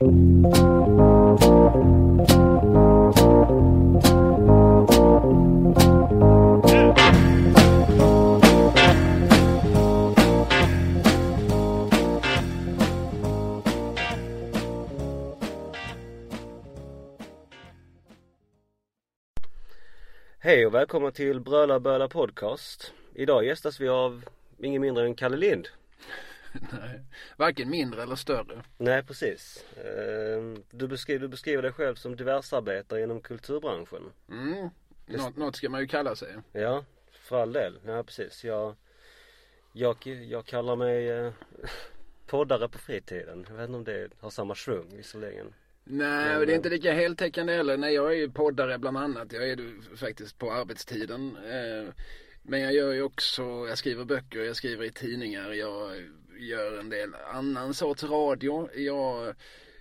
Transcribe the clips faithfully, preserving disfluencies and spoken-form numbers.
Hej och välkomna till Bröla Böla podcast. Idag gästas vi av ingen mindre än Kalle Lind. Nej, varken mindre eller större. Nej, precis. Du beskriver, du beskriver dig själv som diversarbetare inom kulturbranschen. Mm, Nå- något ska man ju kalla sig. Ja, för all del. Ja, precis. Jag, jag, jag kallar mig eh, poddare på fritiden. Jag vet inte om det har samma svung visserligen. Nej, men det är inte lika heltäckande heller. Nej, jag är ju poddare bland annat. Jag är ju faktiskt på arbetstiden. Men jag gör ju också, jag skriver böcker, jag skriver i tidningar. Jag gör en del annan sorts radio. Jag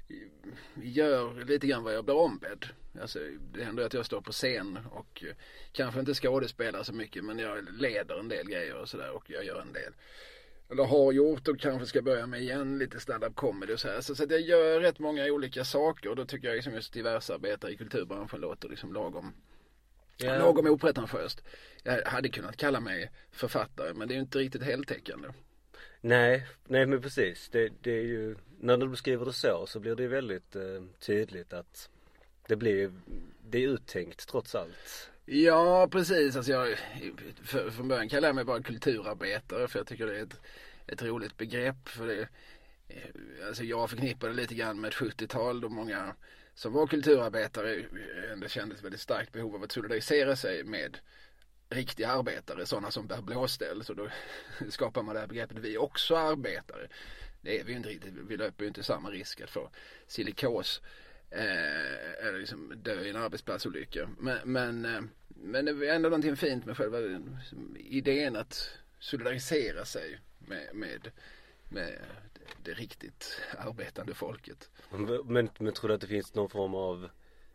gör lite grann vad jag blir ombedd. Alltså, det händer att jag står på scen och kanske inte skådespelar så mycket, men jag leder en del grejer och sådär, och jag gör en del. Eller har gjort och kanske ska börja med igen lite stand-up comedy och så här. Så, så att jag gör rätt många olika saker, och då tycker jag liksom just diversarbetare i kulturbranschen låter liksom lagom, yeah. lagom opretentiöst. Jag hade kunnat kalla mig författare, men det är ju inte riktigt heltäckande. Nej, nej men precis. Det, det är ju, när du beskriver det så så blir det ju väldigt eh, tydligt att det blir, det är uttänkt trots allt. Ja, precis. Alltså jag, för, från början kallar jag mig bara kulturarbetare, för jag tycker det är ett, ett roligt begrepp. För det, alltså jag förknippade lite grann med ett sjuttiotal då många som var kulturarbetare ändå kände ett väldigt starkt behov av att solidarisera sig med riktiga arbetare, sådana som bär blåställ. Så då skapar man det här begreppet vi också arbetare. Det är vi ju inte riktigt, vi löper ju inte samma risk att få silikos. Eh, eller liksom dö i en arbetsplatsolycka. Men, men, eh, men det är ändå någonting fint med själva liksom, idén att solidarisera sig med, med, med det, det riktigt arbetande folket. Men, men, men tror du att det finns någon form av,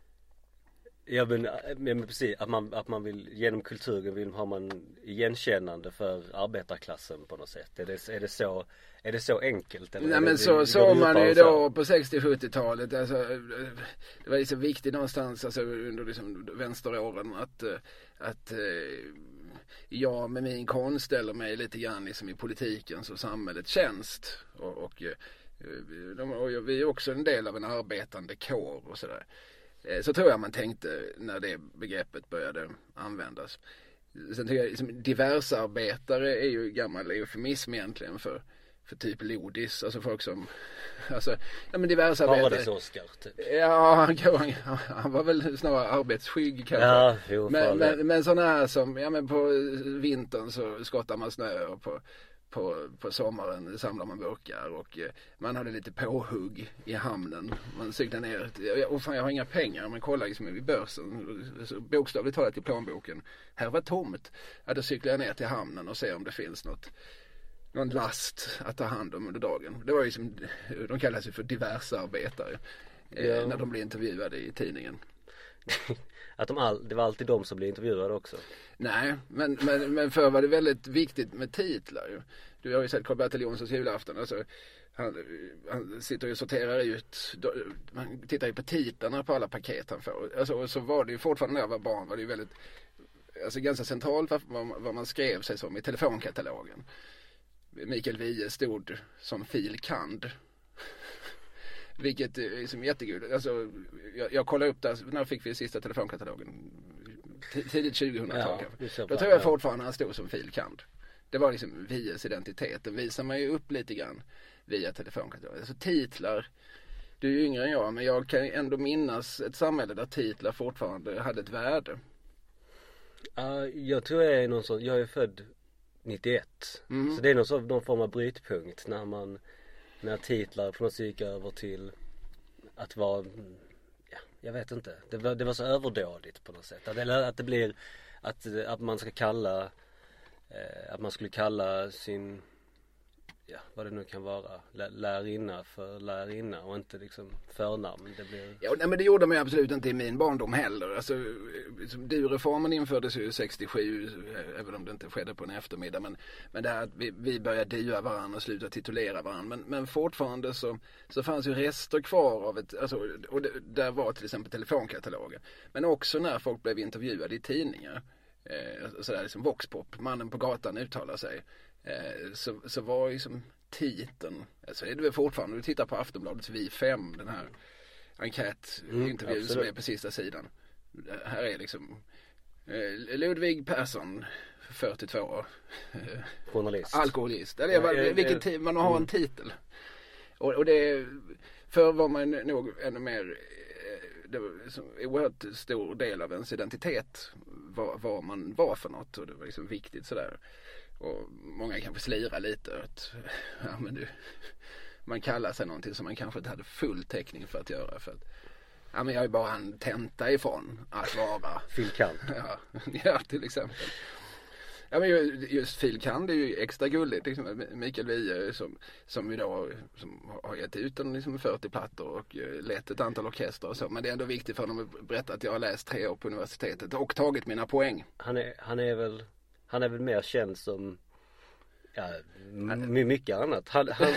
ja men, men precis, att man, att man vill, genom kulturen vill ha man igenkännande för arbetarklassen på något sätt? Är det, är det så Är det så enkelt? Eller Nej, men det, så såg man ju då på sextio-sjuttiotalet. Alltså, det var liksom viktigt någonstans, alltså, under liksom vänsteråren att, att jag med min konst ställer mig lite grann liksom i politikens och samhällets tjänst. Och, och, och vi är också en del av en arbetande kår och sådär. Så tror jag man tänkte när det begreppet började användas. Sen tycker jag liksom, diversarbetare är ju gammal eufemism egentligen för för typ lodis, alltså folk som alltså, ja men diversarbetare. Paradis-Oscar typ. Ja, han, han, han var väl snarare arbetsskygg kanske. Ja, jo, men, men, men sådana här som, ja men på vintern så skottar man snö och på, på, på sommaren samlar man burkar och man hade lite påhugg i hamnen. Man cyklade ner, och fan jag har inga pengar, men kolla liksom i börsen, så bokstavligt talat i plånboken. Här var tomt. Ja, då cyklar jag ner till hamnen och ser om det finns något någon last att ta hand om under dagen. Det var ju som, de kallar sig för diversarbetare eh, ja. När de blev intervjuade i tidningen. Att de all, det var alltid de som blev intervjuade också. Nej, men, men, men för var det väldigt viktigt med titlar ju. Du har ju sett Karl-Bertil Jonssons julafton. Alltså, han, han sitter och sorterar ut, man tittar ju på titlarna på alla paket han får. Alltså, och så var det ju fortfarande när jag var barn var det ju väldigt, alltså ganska centralt vad, vad man skrev sig som i telefonkatalogen. Mikael Wiehe stod som filkand. Vilket är som jättegud. Alltså, jag, jag kollade upp där, när fick vi sista telefonkatalogen? Tidigt tjugohundratal ja, kanske. Då tror jag fortfarande han stod som filkand. Det var liksom Wiehes identitet. Det visar man ju upp lite grann via telefonkatalogen. Alltså titlar, du är ju yngre än jag, men jag kan ändå minnas ett samhälle där titlar fortfarande hade ett värde. Uh, jag tror jag är någon sån, jag är född nittioett. Mm. Så det är någon, sån, någon form av brytpunkt när man, när titlar på något sätt gick över till att vara, ja, jag vet inte. Det var, det var så överdådigt på något sätt. Att, eller att det blir, att, att man ska kalla, eh, att man skulle kalla sin, ja, vad det nu kan vara, Lä, lärinna för lärinna och inte liksom förnamn. Det blir... Ja, nej, men det gjorde man absolut inte i min barndom heller. Alltså, du-reformen infördes ju sextiosju, även om det inte skedde på en eftermiddag. Men, men det här att vi, vi började dua varandra och sluta titulera varandra. Men, men fortfarande så, så fanns ju rester kvar av ett, alltså, och det, där var till exempel telefonkatalogen. Men också när folk blev intervjuade i tidningar. Eh, sådär liksom Voxpop, mannen på gatan uttalar sig. Eh, så, så var liksom titeln, alltså är det väl fortfarande, du tittar på Aftonbladets Vi fem, den här enkätintervjun mm, som är på sista sidan. Det här är liksom eh, Ludvig Persson, fyrtiotvå, eh, journalist, alkoholist. Eller, ja, ja, vilken tid man har mm. en titel. Och, och det, för var man nog ännu mer, det var liksom en oerhört stor del av ens identitet vad, vad man var för något, och det var liksom viktigt sådär. Och många kanske slira lite att ja, men du, man kallar sig någonting som man kanske inte hade full täckning för att göra, för att ja, men jag är bara en tenta ifrån att vara filkant. Ja, ja, till exempel. Ja, men just filkant är ju extra gulligt liksom. Mikael Wiehe som, som idag som har gett ut en liksom fyrtio plattor och lett ett antal orkestrar och så, men det är ändå viktigt för honom att berätta att jag har läst tre år på universitetet och tagit mina poäng. Han är, han är väl Han är väl mer känd som ja, m- mycket annat. Han, han,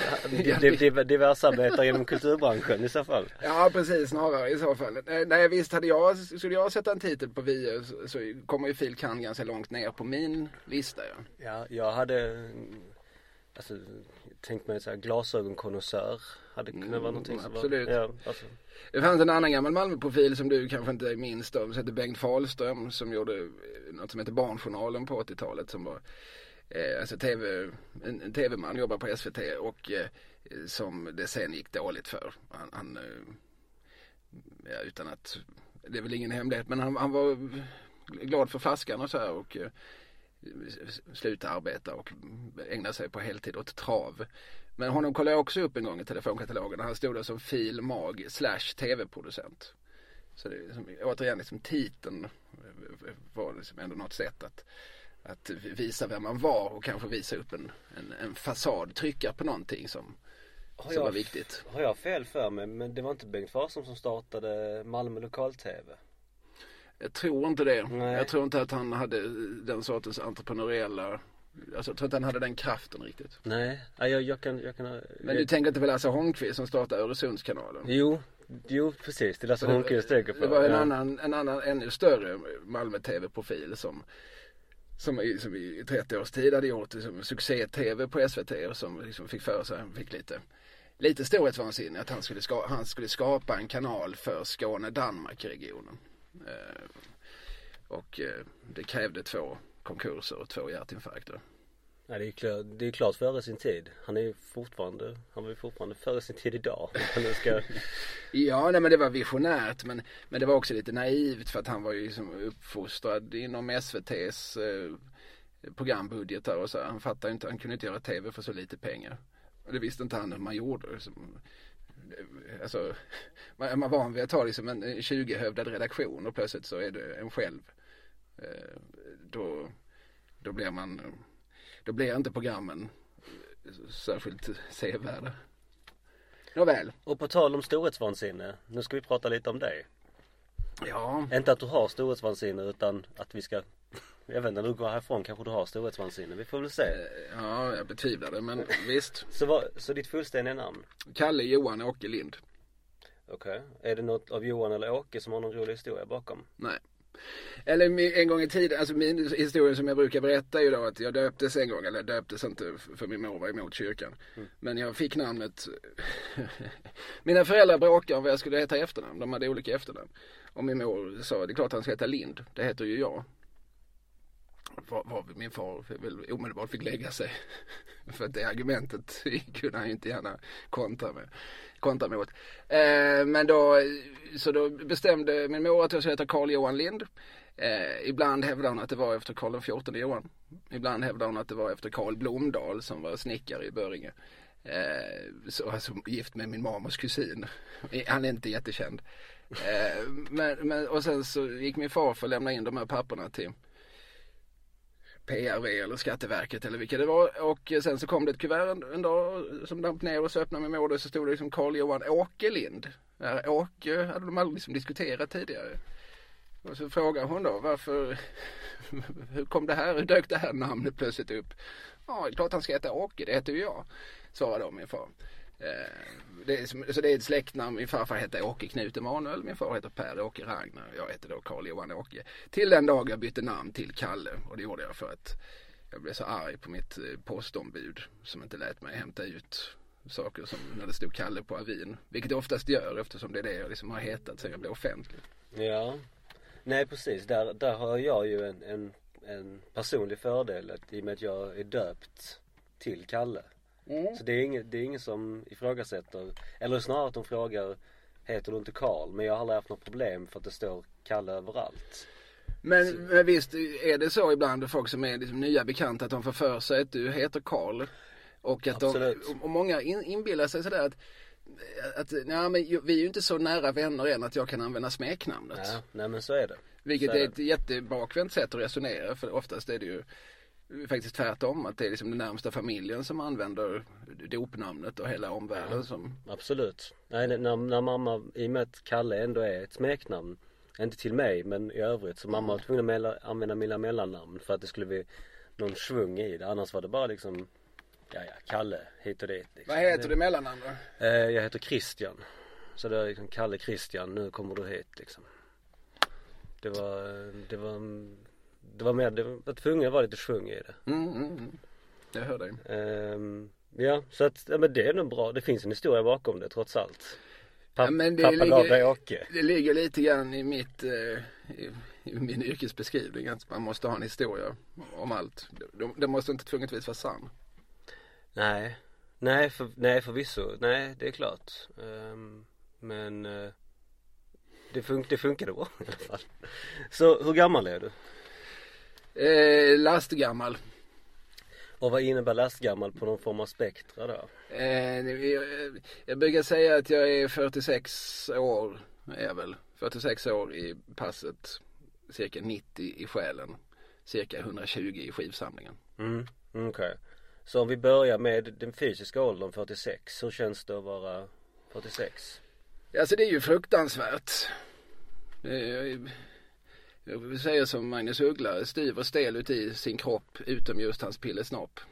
han diversarbetare inom kulturbranschen i så fall. Ja, precis, snarare i så fall. Nej, visst, hade jag, skulle jag sätta en titel på Wiehe så, så kommer ju Phil Kahn ganska långt ner på min lista. Ja, ja jag hade alltså, tänkt mig så här, glasögonkonnässör hade kunnat vara någonting mm, som absolut. var... Ja, alltså. Det fanns en annan gammal Malmöprofil som du kanske inte minns då, som heter Bengt Fahlström, som gjorde något som heter Barnjournalen på åttiotalet, som var eh, alltså TV, en, en tv-man, jobbade på S V T och eh, som det sen gick dåligt för. Han, han eh, ja, utan att, det är väl ingen hemlighet, men han, han var glad för flaskan och så här och eh, sluta arbeta och ägna sig på heltid åt trav. Men honom kollade jag också upp en gång i telefonkatalogen. Han stod där som filmag slash tv-producent. Så det är liksom, återigen liksom titeln var liksom ändå något sätt att, att visa vem man var och kanske visa upp en, en, en fasad, trycka på någonting som, som jag, var viktigt. Har jag fel för mig, men det var inte Bengt Fahlström som startade Malmö lokal-tv? Jag tror inte det. Nej. Jag tror inte att han hade den sortens entreprenöriella, alltså jag tror inte han hade den kraften riktigt. Nej, jag, jag kan... Jag kan Men jag... du tänker inte på Lasse Holmqvist som startade Öresundskanalen? Jo, jo precis. Det är Lasse Holmqvist tänker på. Det var en, ja. annan, en annan ännu större Malmö-tv-profil som, som, i, som i trettio års tid hade gjort liksom, succé-tv på S V T och som liksom fick för sig, fick lite, lite storhetsvansinne att han skulle, ska, han skulle skapa en kanal för Skåne-Danmark-regionen. Eh, och eh, det krävde två konkurser och två hjärtinfarkter. Ja, det är klart, det är klart före sin tid. Han är ju fortfarande, han var ju fortfarande före sin tid idag. Ska... ja, nej, men det var visionärt, men, men det var också lite naivt för att han var ju liksom uppfostrad inom S V T:s eh, programbudgetar och så. Han fattade inte, han kunde inte göra tv för så lite pengar. Och det visste inte han hur man gjorde. Liksom, alltså, man, man var van vid att ta liksom en tjugo-hövdad redaktion och plötsligt så är det en själv. Eh, då, då blir man... Då blir inte programmen särskilt sevärda. Nåväl. Och på tal om storhetsvansinne, nu ska vi prata lite om dig. Ja. Inte att du har storhetsvansinne utan att vi ska, jag vet inte, när du går härifrån kanske du har storhetsvansinne. Vi får väl se. Ja, jag betvivlar det, men visst. Så, vad, så ditt fullständiga namn? Kalle Johan Åke Lind. Okej. Okay. Är det något av Johan eller Åke som har någon rolig historia bakom? Nej. Eller en gång i tiden, alltså min historia som jag brukar berätta är ju då att jag döptes en gång, eller döptes inte för min mor var emot kyrkan. Mm. Men jag fick namnet, mina föräldrar bråkade om vad jag skulle heta i efternamn, de hade olika efternamn. Och min mor sa, det är klart han ska heta Lind, det heter ju jag. Var, var min far väl omedelbart fick lägga sig. För att det argumentet kunde han ju inte gärna kontra med. Kontra mot. Eh, men då, så då bestämde min mor att jag skulle heta Carl Johan Lind. Eh, ibland hävdade hon att det var efter Karl den fjortonde Johan. Ibland hävdade hon att det var efter Carl Blomdahl som var snickare i Böringe. Eh, så, alltså gift med min mammas kusin. Han är inte jättekänd. Eh, men, men, och sen så gick min far för att lämna in de här papperna till P R V eller Skatteverket eller vilka det var. Och sen så kom det ett kuvert en, en dag som damp ner och så öppnade med mål och så stod det liksom Carl-Johan Åkerlind. Där Åke hade de aldrig liksom diskuterat tidigare. Och så frågar hon då varför, hur kom det här, hur dök det här namnet plötsligt upp? Ja, det är klart han ska heta Åke, det heter ju jag, svarade då min far. Det är, så det är ett släktnamn. Min farfar heter Åke Knut Emanuel, min far heter Per Åke Ragnar, jag heter då Carl-Johan Åke. Till den dag jag bytte namn till Kalle, och det gjorde jag för att jag blev så arg på mitt postombud som inte lät mig hämta ut saker som när det stod Kalle på avin, vilket det oftast gör eftersom det är det jag liksom har hetat sen jag blev offentlig. Ja, nej precis, där, där har jag ju en, en, en personlig fördel att, i och med att jag är döpt till Kalle. Mm. Så det är ingen, det är ingen som ifrågasätter, eller snarare att de frågar, heter du inte Karl? Men jag har aldrig haft något problem för att det står Kalle överallt. Men, men visst är det så ibland att folk som är liksom nya bekanta att de får för sig att du heter Karl, och att de, och många in, inbillar sig sådär att att nej, men vi är ju inte så nära vänner än att jag kan använda smeknamnet. Ja, nej men så är det. Vilket så är är ett det. jättebakvänt sätt att resonera, för oftast är det ju faktiskt tvärtom, att det är liksom den närmsta familjen som använder dopnamnet och hela omvärlden ja, som... Absolut. Nej, när, när mamma, i och med att Kalle ändå är ett smeknamn, inte till mig men i övrigt, så mamma var tvungen att använda mina mellannamn för att det skulle bli någon svung i det, annars var det bara liksom ja, ja, Kalle hit och dit liksom. Vad heter du mellannamn då? Eh, jag heter Christian, så det är liksom Kalle Christian, nu kommer du hit liksom. Det var det var det var mer, det var tvungen att vara lite svung i det. Mm, mm, mm. Jag hör dig. Um, ja, så att ja, men det är nog bra. Det finns en historia bakom det trots allt. Papp, ja, men det pappa ligger, gav dig Åke. Det ligger lite grann i mitt eh, i, i min yrkesbeskrivning att man måste ha en historia om allt. Det, det måste inte tvungetvis vara sann. Nej. Nej, för, nej förvisso. Nej, det är klart. Um, men uh, det, fun- det funkar då i alla fall. Så hur gammal är du? Eh, lastgammal. Och vad innebär lastgammal på någon form av spektra då? Eh, jag, jag brukar säga att jag är fyrtiosex år, är jag väl. fyrtiosex år i passet, cirka nittio i själen, cirka hundratjugo i skivsamlingen. Mm, okej. Okay. Så om vi börjar med den fysiska åldern, fyrtiosex, hur känns det att vara fyrtiosex? Alltså det är ju fruktansvärt. Jag, jag säger som Magnus Uggla, styv och stel ut i sin kropp utom just hans pillesnopp.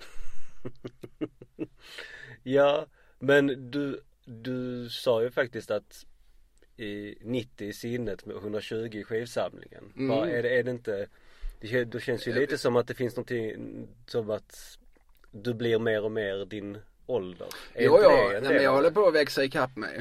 Ja, men du, du sa ju faktiskt att i nittio i sinnet med hundratjugo i skivsamlingen. Mm. Bara, är, det, är det inte, det, det känns ju lite som att det finns någonting som att du blir mer och mer din ålder. Är jo, ja, nej, men jag håller på att växa i kapp mig.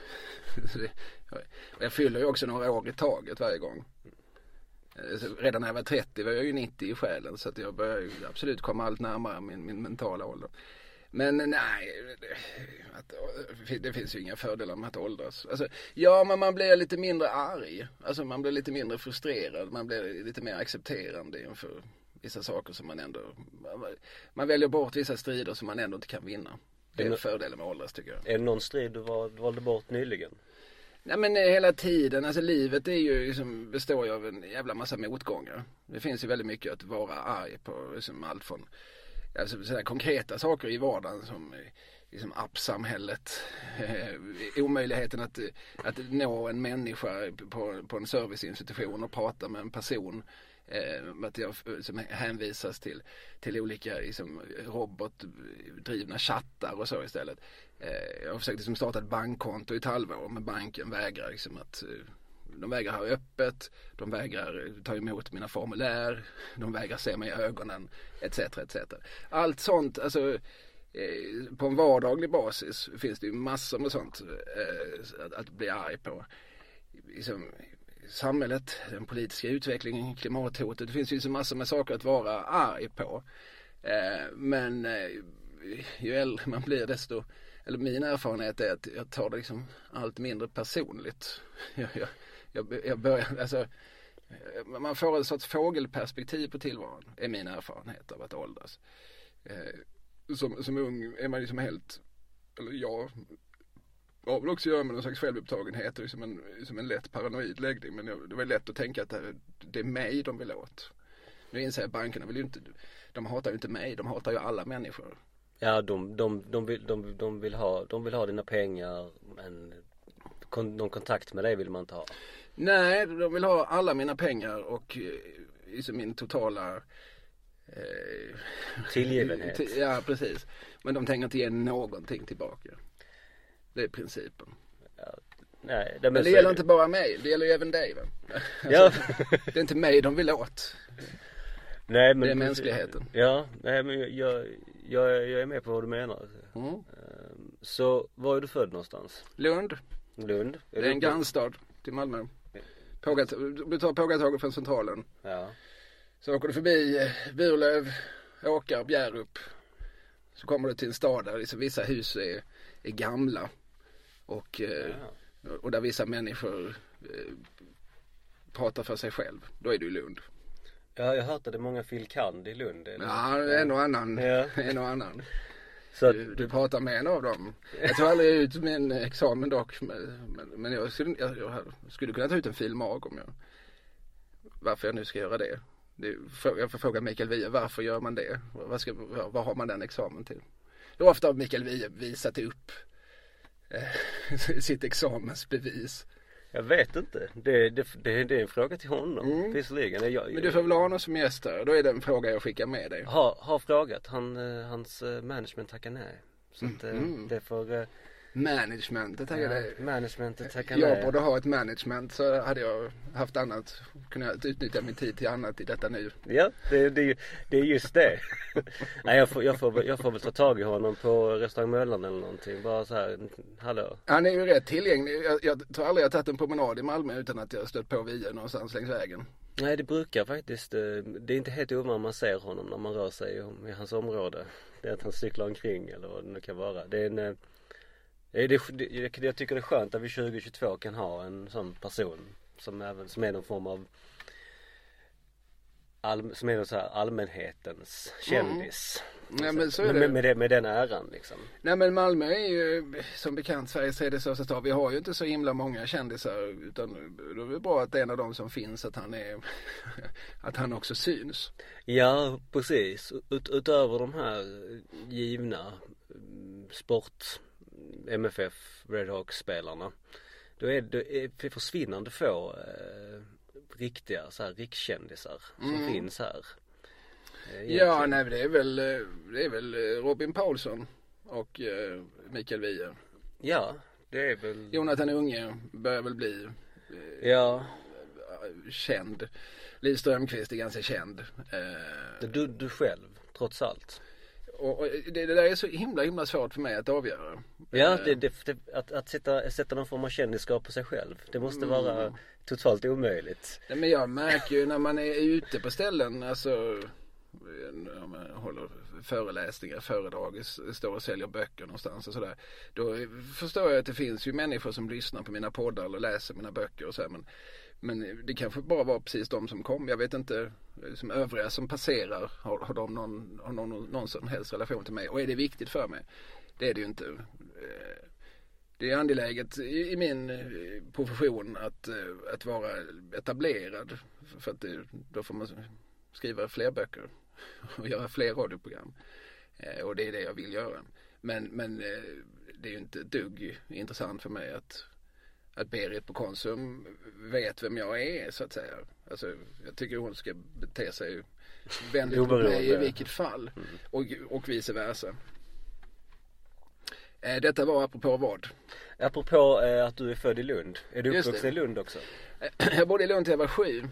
Jag fyller ju också några år i taget varje gång. Redan när jag var trettio var jag ju nittio i själen, så att jag börjar ju absolut komma allt närmare min, min mentala ålder. Men nej, det, det finns ju inga fördelar med att åldras. Alltså, ja, men man blir lite mindre arg. Alltså man blir lite mindre frustrerad. Man blir lite mer accepterande inför vissa saker som man ändå... Man väljer bort vissa strider som man ändå inte kan vinna. Det är en fördel med åldras, tycker jag. Är det någon strid du valde bort nyligen? Nej, men hela tiden, alltså livet är ju liksom, består ju av en jävla massa motgångar. Det finns ju väldigt mycket att vara arg på, liksom allt från alltså, sådana konkreta saker i vardagen som liksom appsamhället, eh, omöjligheten att, att nå en människa på, på en serviceinstitution och prata med en person. Eh, att jag som hänvisas till, till olika liksom, robotdrivna chattar och så istället. Eh, jag har försökt liksom, starta ett bankkonto i ett halvår, men banken vägrar liksom, att eh, de vägrar ha öppet, de vägrar ta emot mina formulär, de vägrar se mig i ögonen, etc, et cetera. Allt sånt, alltså eh, på en vardaglig basis finns det ju massor med sånt eh, att, att bli arg på. Liksom, samhället, den politiska utvecklingen, klimathotet, det finns ju så massor med saker att vara arg på. Eh, men eh, ju äldre man blir desto, eller min erfarenhet är att jag tar det liksom allt mindre personligt. Jag, jag, jag, jag börjar, alltså, man får ett sorts fågelperspektiv på tillvaron, är min erfarenhet av att åldras. Eh, som, som ung är man liksom helt, eller jag Ja, vill också göra med någon slags självupptagenhet och som en, som en lätt paranoid läggning. Men det var lätt att tänka att det är mig de vill åt. Nu inser jag att bankerna vill ju inte, de hatar ju inte mig, de hatar ju alla människor. Ja, de, de, de, vill, de, de, vill ha, de vill ha dina pengar, men kon, någon kontakt med dig vill man inte ha. Nej, de vill ha alla mina pengar och liksom min totala eh, tillgivenhet. T- ja, precis. Men de tänker inte ge någonting tillbaka. Det är principen. Ja, nej, det, men det så, gäller inte bara mig, det gäller ju även dig, va? Alltså, ja. Det är inte mig de vill åt. Nej, men det är mänskligheten. Ja, nej, men jag, jag, jag är med på vad du menar. Mm. Så var är du född någonstans? Lund. Lund? Är det är en grannstad till Malmö. Pågat, du tar Pågatåget från Centralen. Ja. Så åker du förbi Burlöv, Åkarp, Bjärup. Så kommer du till en stad där liksom vissa hus är, är gamla. Och, ja. och där vissa människor eh, pratar för sig själv. Då är du i Lund. Ja, jag har hört att det är många filkand i Lund. Eller? Ja, en och annan. Ja. En och annan. Så att... du, du pratar med en av dem. Jag tog aldrig ut min examen dock. Men, men jag, skulle, jag, jag skulle kunna ta ut en filmag om jag... Varför jag nu ska göra det. det jag får fråga Mikael Wiehe, varför gör man det? Vad, ska, vad har man den examen till? Då ofta har Mikael Wiehe visat upp eh, sitt examensbevis. Jag vet inte. Det, det, det, det är en fråga till honom. Mm. Visserligen. Jag, men du får väl ha någon som gäster. Då är det en fråga jag skickar med dig. Har, har frågat. Han, hans management tackar nej. Så att mm. det får... Managementet tackar nej. Ja, managementet tackar nej. nej. Jag borde ha ett management så hade jag haft annat. Kunnat utnyttja min tid till annat i detta nu. Ja, det, det, det är just det. Nej, jag får, jag, får, jag får väl ta tag i honom på restaurang Möllan eller någonting. Bara så här, hallå. Han är ju rätt tillgänglig. Jag, jag tror aldrig jag tagit en promenad i Malmö utan att jag stött på Wiehe någonstans längs vägen. Nej, det brukar faktiskt. Det är inte helt ovanligt man ser honom när man rör sig i hans område. Det är att han cyklar omkring eller vad det nu kan vara. Det är en... Det, det, det, jag tycker det är skönt att vi tjugo tjugotvå kan ha en sån person som, även, som är någon form av all, som är någon så här allmänhetens kändis. Mm. Ja, men så är det. Med, med, det, med den äran liksom. Nej, men Malmö är ju som bekant Sveriges tredje största stad. Vi har ju inte så himla många kändisar utan det är väl bra att det är en av dem som finns att han är att han också syns. Ja, precis. Ut, utöver de här givna sport M F F Red Hawks-spelarna då är det är försvinnande få eh, riktiga så här rikskändisar som mm. finns här. Eh, ja, nej, det är väl det är väl Robin Paulsson och eh, Mikael Wiehe. Ja, det är väl Jonathan Unge börjar väl bli eh, ja känd. Liv Strömquist är ganska känd. Eh, du du själv trots allt. Och, och det, det där är så himla himla svårt för mig att avgöra. Ja, det, det, det, att, att sätta, sätta någon form av kändisskap på sig själv. Det måste vara mm. totalt omöjligt. Ja, men jag märker ju när man är ute på ställen, alltså när man håller föreläsningar, föredrag, står och säljer böcker någonstans och sådär. Då förstår jag att det finns ju människor som lyssnar på mina poddar eller läser mina böcker och så här, men Men det kanske bara var precis de som kom. Jag vet inte, som övriga som passerar, har, har de någon, har någon, någon som helst relation till mig? Och är det viktigt för mig? Det är det ju inte. Det är angeläget i, i min profession att, att vara etablerad. För att det, då får man skriva fler böcker och göra fler radioprogram. Och det är det jag vill göra. Men, men det är ju inte ett dugg intressant för mig att att Berit på Konsum vet vem jag är så att säga. Alltså, jag tycker hon ska bete sig vänligt mot mig i vilket fall. Mm. Och, och vice versa. Eh, detta var apropå vad? Apropå eh, att du är född i Lund. Är du uppvuxen i Lund också? Eh, jag bodde i Lund till jag var sju.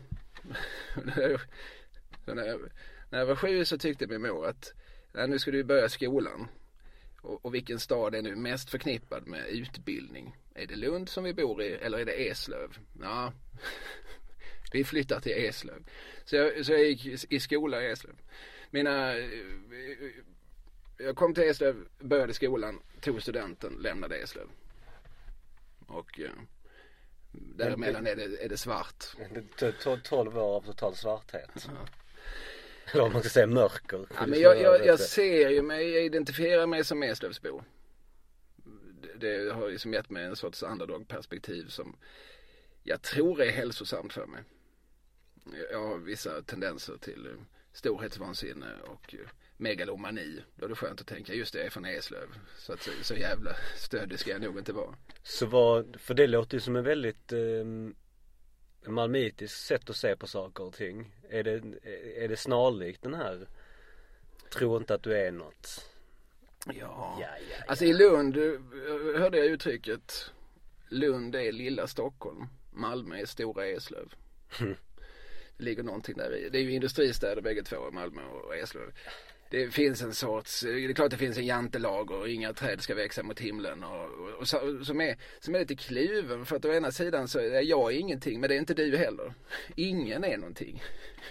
så när, jag, när jag var sju så tyckte min mor att nej, nu ska du börja skolan. Och, och vilken stad är nu mest förknippad med utbildning? Är det Lund som vi bor i eller är det Eslöv? Ja, vi flyttar till Eslöv. Så jag, så jag gick i skola i Eslöv. Mina, jag kom till Eslöv, började skolan, tog studenten, lämnade Eslöv. Och däremellan är det, är det svart. tolv år av total svarthet. Ja. Eller om man ska säga mörker. Ja, men jag, jag, jag ser ju mig, jag identifierar mig som Eslövsbo. Det, det har liksom gett mig en sorts underdog-perspektiv som jag tror är hälsosamt för mig. Jag har vissa tendenser till storhetsvansinne och megalomani. Då är det skönt att tänka, just det, jag är från Eslöv. Så att så, så jävla stödig ska jag nog inte vara. Så vad, för det låter ju som en väldigt eh, malmitisk sätt att se på saker och ting. Är det, är det snarlikt den här, tro inte att du är något? Ja, ja, ja, ja. Alltså i Lund hörde jag uttrycket, Lund är lilla Stockholm, Malmö är stora Eslöv. Det ligger någonting där i. Det är ju industristäder bägge två, Malmö och Eslöv. Det finns en sorts, det är klart det finns en jantelag och inga träd ska växa mot himlen och, och, och så, som, är, som är lite kluven, för att å ena sidan så är jag ingenting, men det är inte du heller. Ingen är någonting.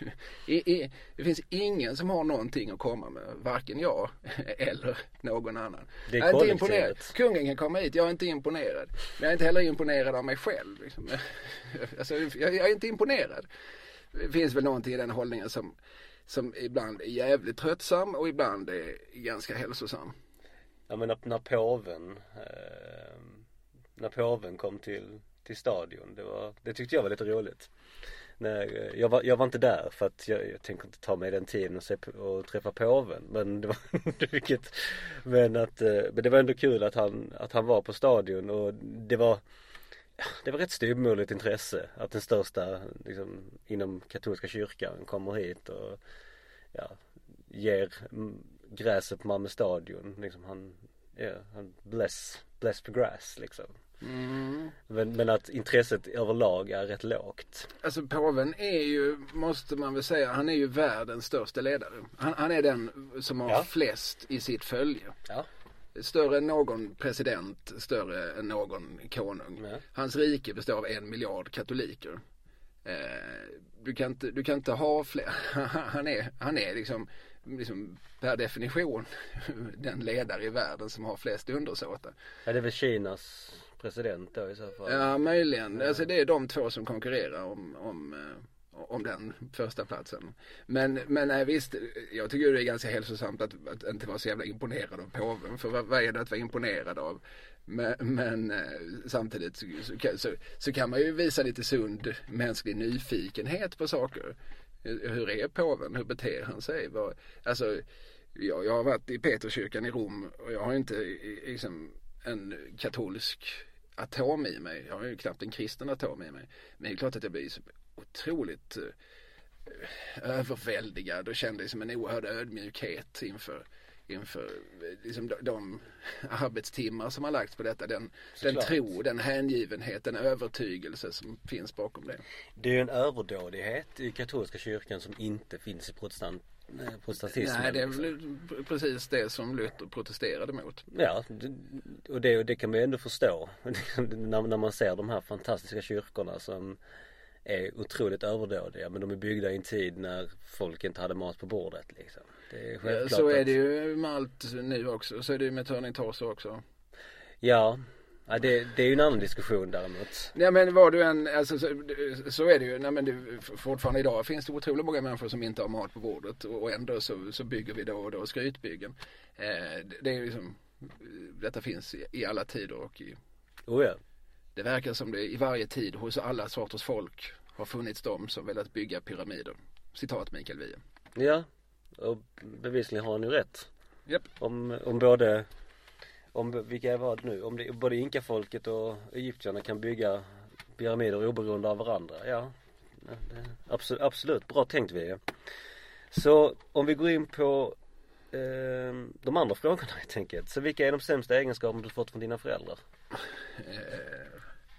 I, i, det finns ingen som har någonting att komma med, varken jag eller någon annan. Det är jag är inte imponerad. Kungen kan komma hit, jag är inte imponerad. Men jag är inte heller imponerad av mig själv. Liksom. Alltså, jag, jag är inte imponerad. Det finns väl någonting i den hållningen som som ibland är jävligt tröttsam och ibland är ganska hälsosam. Ja, men när, när påven eh, när påven kom till, till stadion, det, var, det tyckte jag var lite roligt. När, jag, var, jag var inte där för att jag, jag tänker inte ta mig den tiden och, se, och träffa påven, men det var vilket, men, att, men det var ändå kul att han, att han var på stadion, och det var det var rätt styvmoderligt intresse att den största liksom, inom katolska kyrkan kommer hit och ja, ger gräset på Malmö stadion. Liksom han, ja, han bless, bless the grass liksom. Mm. Men, men att intresset överlag är rätt lågt. Alltså påven är ju, måste man väl säga, han är ju världens största ledare. Han, han är den som har ja. flest i sitt följe. Ja. Större än någon president, större än någon konung. Ja. Hans rike består av en miljard katoliker. Eh, du, kan inte, du kan inte ha fler. Han är, han är liksom, liksom per definition den ledare i världen som har flest undersåtar. Ja, det är väl Kinas president då i så fall. Ja, möjligen. Ja. Alltså, det är de två som konkurrerar om... om om den första platsen. Men, men nej, visst, jag tycker det är ganska hälsosamt att, att inte vara så jävla imponerad av påven. För vad, vad är det att vara imponerad av? Men, men samtidigt så, så, så kan man ju visa lite sund mänsklig nyfikenhet på saker. Hur är påven? Hur beter han sig? Vad, alltså, jag, jag har varit i Peterskyrkan i Rom och jag har inte liksom en katolsk atom i mig. Jag har ju knappt en kristen atom i mig. Men det är klart att jag blir så otroligt eh, överväldigad och kände liksom en oerhörd ödmjukhet inför, inför liksom de, de arbetstimmar som har lagts på detta. Den, den tro, den hängivenhet, den övertygelse som finns bakom det. Det är ju en överdådighet i katolska kyrkan som inte finns i protestant protestantismen. Nej, det är väl precis det som Luther protesterade mot. Ja, och det, och det kan man ju ändå förstå när, när man ser de här fantastiska kyrkorna som är otroligt överdådiga, men de är byggda i en tid när folk inte hade mat på bordet liksom. Det är självklart. Ja, så är det ju med allt nu också. Så är det ju med Turning Torso också. Ja, ja det, det är ju en annan diskussion däremot. Ja, men var du en, alltså, så, så är det ju. Nej, men det, fortfarande idag finns det otroligt många människor som inte har mat på bordet, och ändå så, så bygger vi då och då skrytbyggen. Eh, det är liksom, detta finns i, i alla tider och i, oh ja. Det verkar som det i varje tid hos alla sorters folk har funnits de som velat bygga pyramider. Citat Mikael Wiehe. Ja, och bevisligen har han ju rätt. Yep. Om, om både, om vilka är vad nu, om det, både inkafolket och egyptierna kan bygga pyramider oberoende av varandra. Ja, det, absolut, absolut, bra tänkt Wiehe. Så om vi går in på eh, de andra frågorna helt enkelt. Så vilka är de sämsta egenskaperna du fått från dina föräldrar? Eh,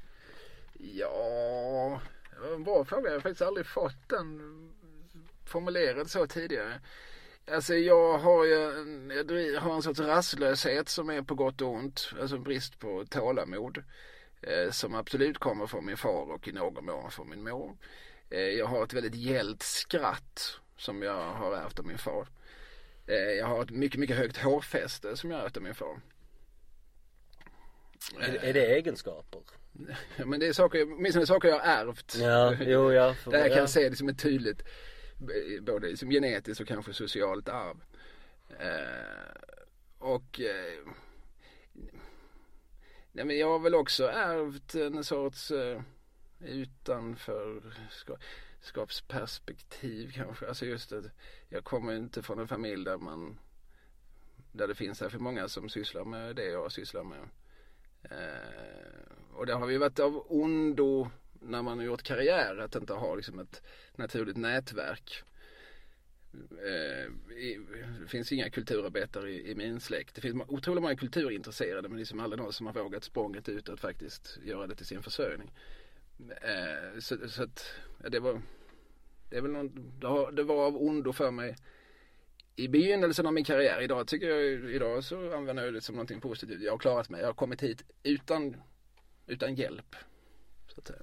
ja, det var en bra fråga. Jag har faktiskt aldrig fått den formulerad så tidigare. Alltså jag har ju en, jag har en sorts rastlöshet som är på gott och ont. Alltså brist på tålamod. Eh, som absolut kommer från min far och i någon mån från min mor. Eh, jag har ett väldigt gällt skratt som jag har ärvt av min far. Eh, jag har ett mycket, mycket högt hårfäste som jag har ärvt av min far. Är, är det egenskaper? Ja, men det är saker, åtminstone saker jag har ärvt. Ja, jo, ja. För, där jag kan ja. se det som ett tydligt, både som genetiskt och kanske socialt arv. Eh, och eh, nej, men jag har väl också ärvt en sorts, eh, utanförskapsperspektiv kanske. Alltså just att jag kommer inte från en familj där man där det finns här för många som sysslar med det jag sysslar med. Eh, och det har ju varit av ondo när man har gjort karriär att inte ha liksom ett naturligt nätverk. Eh, i, det finns inga kulturarbetare i, i min släkt. Det finns otroligt många kulturintresserade, men liksom aldrig någon som har vågat språnget ut att faktiskt göra det till sin försörjning. Eh, så, så att ja, det var det är väl någon, det, har, det var av ondo för mig i begynnelsen av min karriär. Idag tycker jag, idag så använder jag det som någonting positivt. Jag har klarat mig. Jag har kommit hit utan, utan hjälp. Så att säga.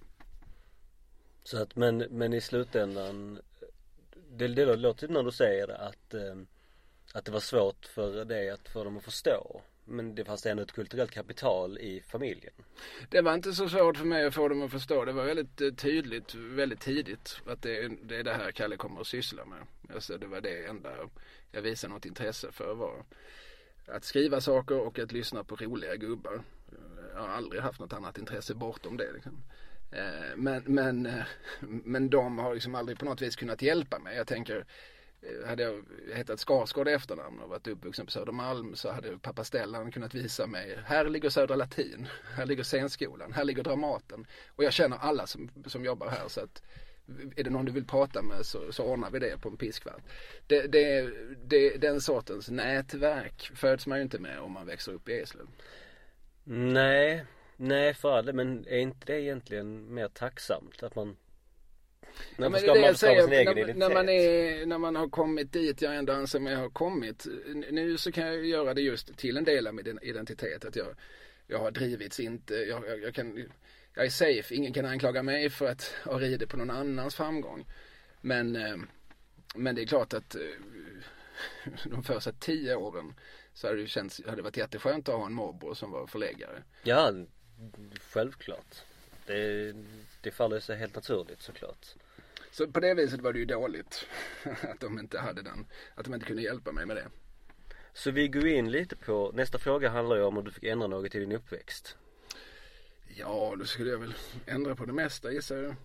Så att, men, men i slutändan, det, det låter när du säger att, att det var svårt för dig att få dem att förstå. Men det fanns ändå ett kulturellt kapital i familjen. Det var inte så svårt för mig att få dem att förstå. Det var väldigt tydligt, väldigt tidigt att det, det är det här Kalle kommer att syssla med. Alltså det var det enda jag visade något intresse för var att skriva saker och att lyssna på roliga gubbar. Jag har aldrig haft något annat intresse bortom det liksom. Men, men, men de har liksom aldrig på något vis kunnat hjälpa mig. Jag tänker, hade jag hetat Skarsgård efternamn och varit uppvuxen på Södermalm så hade pappa Stellan kunnat visa mig, här ligger Södra Latin, här ligger scenskolan, här ligger Dramaten. Och jag känner alla som, som jobbar här, så att är det någon du vill prata med så, så ordnar vi det på en piskvart. Det, det, det, den sortens nätverk föds man ju inte med om man växer upp i Eslöv. Nej, nej för alla, men är inte det egentligen mer tacksamt att man Ja, men det är det jag säger, när, när, man är, när man har kommit dit jag ändå anser mig ha kommit. Nu så kan jag göra det just till en del av min identitet. Att jag, jag har drivits inte, jag, jag, jag, kan, jag är safe, ingen kan anklaga mig för att ha ridit på någon annans framgång. Men, men det är klart att de första tio åren så hade det, känts, hade det varit jätteskönt att ha en morbror som var förläggare. Ja, självklart. Det, det faller sig helt naturligt såklart. Så på det viset var det ju dåligt att de inte hade den, att de inte kunde hjälpa mig med det. Så vi går in lite på, nästa fråga handlar ju om om du fick ändra något i din uppväxt. Ja, då skulle jag väl ändra på det mesta, gissar jag.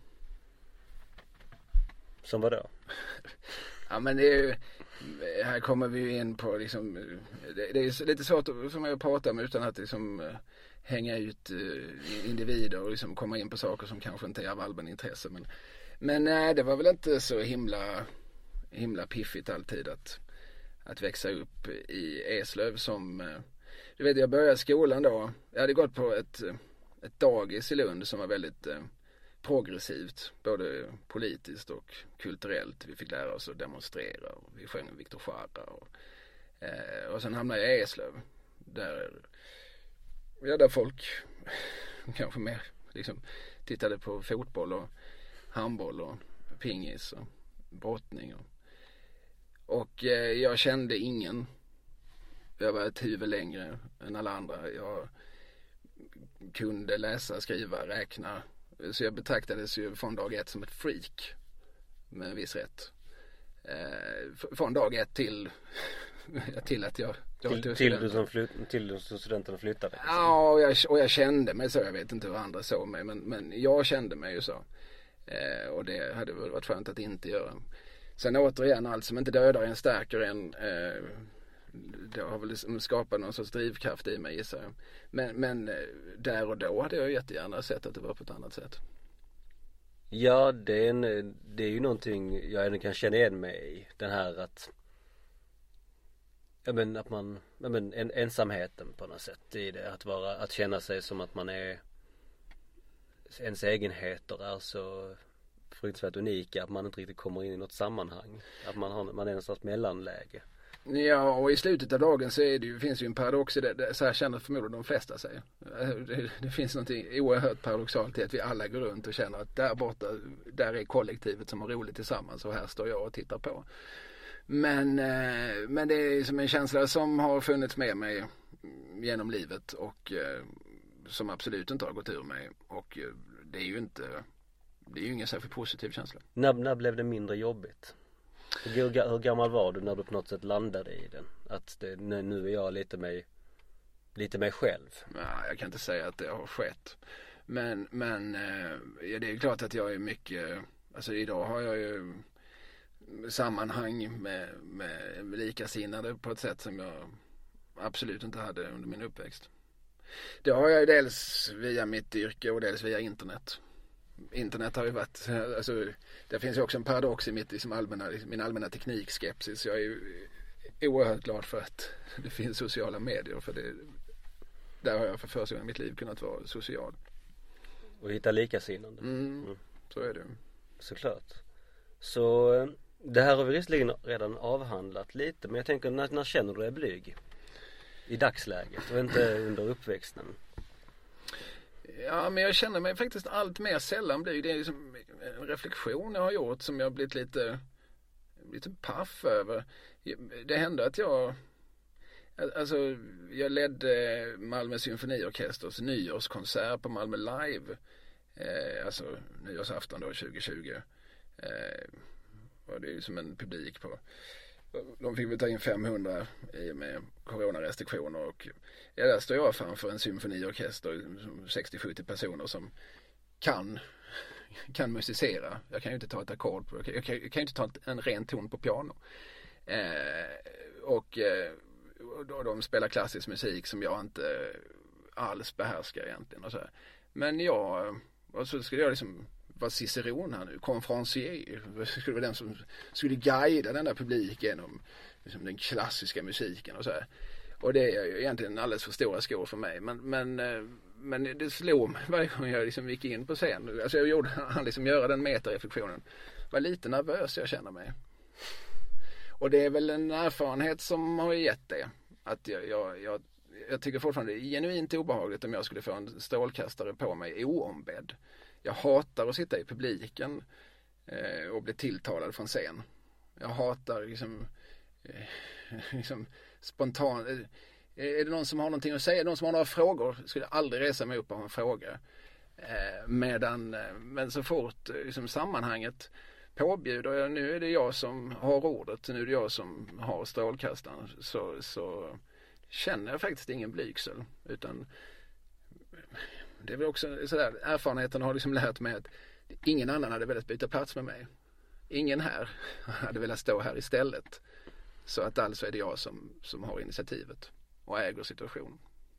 Som vad då? Ja, men det är ju, här kommer vi ju in på liksom, det, det är lite svårt som jag pratar med utan att liksom hänga ut individer och liksom komma in på saker som kanske inte är av allmän intresse. Men, men nej, det var väl inte så himla, himla piffigt alltid att, att växa upp i Eslöv som, du vet, jag började skolan då. Jag hade gått på ett, ett dagis i Lund som var väldigt eh, progressivt, både politiskt och kulturellt. Vi fick lära oss att demonstrera och vi sjöng Victor Jara och, eh, och sen hamnade jag i Eslöv där Ja, där folk kanske mer liksom tittade på fotboll och handboll och pingis och brottning. Och, och eh, jag kände ingen. Jag var ett huvud längre än alla andra. Jag kunde läsa, skriva, räkna. Så jag betraktades ju från dag ett som ett freak. Med en viss rätt. Eh, från dag ett till, till att jag... Till, till, till, du som flytt, till du som studenten flyttade? Liksom. Ja, och jag, och jag kände mig så. Jag vet inte hur andra såg mig. Men, men jag kände mig ju så. Eh, och det hade väl varit skönt att inte göra. Sen återigen, allt som inte dödar en stärker en. Eh, det har väl liksom skapat någon sorts drivkraft i mig, gissar jag. Men, men där och då hade jag jättegärna sett att det var på ett annat sätt. Ja, det är, en, det är ju någonting jag ändå kan känna igen mig i. Den här att ja, men att man, ja, men en, ensamheten på något sätt i det. Att vara, att känna sig som att man är, ens egenheter är så fruktansvärt unika att man inte riktigt kommer in i något sammanhang. Att man, har, man är en sorts mellanläge. Ja, och i slutet av dagen så är det ju, finns det ju en paradox i det, det. Så här känner förmodligen de flesta sig. Det, det finns någonting oerhört paradoxalt i att vi alla går runt och känner att där borta, där är kollektivet som har roligt tillsammans och här står jag och tittar på. Men, men det är som en känsla som har funnits med mig genom livet och som absolut inte har gått ur mig. Och det är ju inte, det är ju ingen särskilt positiv känsla. När, när blev det mindre jobbigt? Hur, hur gammal var du när du på något sätt landade i den? Att det, nu är jag lite mig, lite mig själv. Nej, jag kan inte säga att det har skett. Men, men ja, det är klart att jag är mycket, alltså idag har jag ju sammanhang med, med likasinnade på ett sätt som jag absolut inte hade under min uppväxt. Det har jag dels via mitt yrke och dels via internet. Internet har ju varit, alltså, det finns ju också en paradox i mitt, liksom allmänna, min allmänna teknikskepsis. Jag är ju oerhört glad för att det finns sociala medier, för det, där har jag för första gången i mitt liv kunnat vara social. Och hitta likasinnande. Mm, mm. Så är det. Såklart. Så det här har vi visserligen redan avhandlat lite, men jag tänker, när, när känner du dig blyg? I dagsläget och inte under uppväxten? Ja, men jag känner mig faktiskt allt mer sällan blyg. Det är liksom en reflektion jag har gjort som jag har blivit lite, lite paff över. Det hände att jag, alltså jag ledde Malmö symfoniorkesters nyårskonsert på Malmö Live. Eh, alltså nyårsafton då tjugohundratjugo. Eh, och det är ju som en publik på, de fick väl ta in femhundra i med coronarestriktioner, och ja, där står jag framför en symfoniorkester, sextio sjuttio personer som kan kan musicera. Jag kan ju inte ta ett ackord på, jag kan, jag kan ju inte ta en ren ton på piano. Eh, och eh, och de spelar klassisk musik som jag inte alls behärskar egentligen och så här. Men jag, och så skulle jag liksom var ciceron här nu, konferencier, skulle vara den som skulle guida den där publiken genom liksom den klassiska musiken och så här. Och det är ju egentligen alldeles för stora skor för mig, men men men det slår mig varje gång jag liksom gick in på scen. Alltså jag gjorde han liksom göra den metareflektionen. Var lite nervös jag känner mig. Och det är väl en erfarenhet som har gett det, att jag jag jag, jag tycker fortfarande det är genuint obehagligt om jag skulle få en strålkastare på mig oombedd. Jag hatar att sitta i publiken eh, och bli tilltalad från scen. Jag hatar liksom, eh, liksom spontant. Eh, är det någon som har någonting att säga? Någon som har några frågor? Skulle jag aldrig resa mig upp och ha en fråga. Eh, medan, eh, men så fort eh, liksom sammanhanget påbjuder jag, nu är det jag som har ordet, nu är det jag som har strålkastaren, så, så känner jag faktiskt ingen blygsel, utan det är väl också sådär, erfarenheten har liksom lärt mig att ingen annan hade velat byta plats med mig. Ingen här hade velat stå här istället. Så att alltså är det jag som, som har initiativet och äger situationen.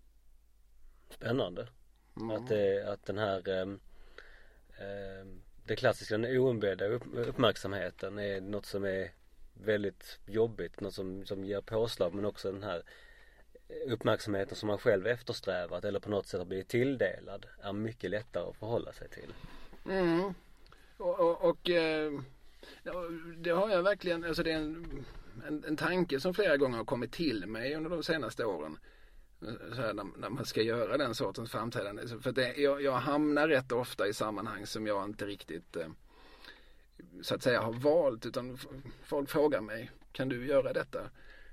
Spännande. Mm. Att, det, att den här eh, eh, det klassiska, den oombedda upp, uppmärksamheten är något som är väldigt jobbigt, något som, som ger påslag, men också den här uppmärksamheten som man själv eftersträvat eller på något sätt har blivit tilldelad är mycket lättare att förhålla sig till. Mm. Och, och, och eh, det har jag verkligen, alltså det är en, en, en tanke som flera gånger har kommit till mig under de senaste åren. Så här, när, när man ska göra den sortens framträdande. För det, jag, jag hamnar rätt ofta i sammanhang som jag inte riktigt eh, så att säga har valt, utan folk frågar mig, kan du göra detta?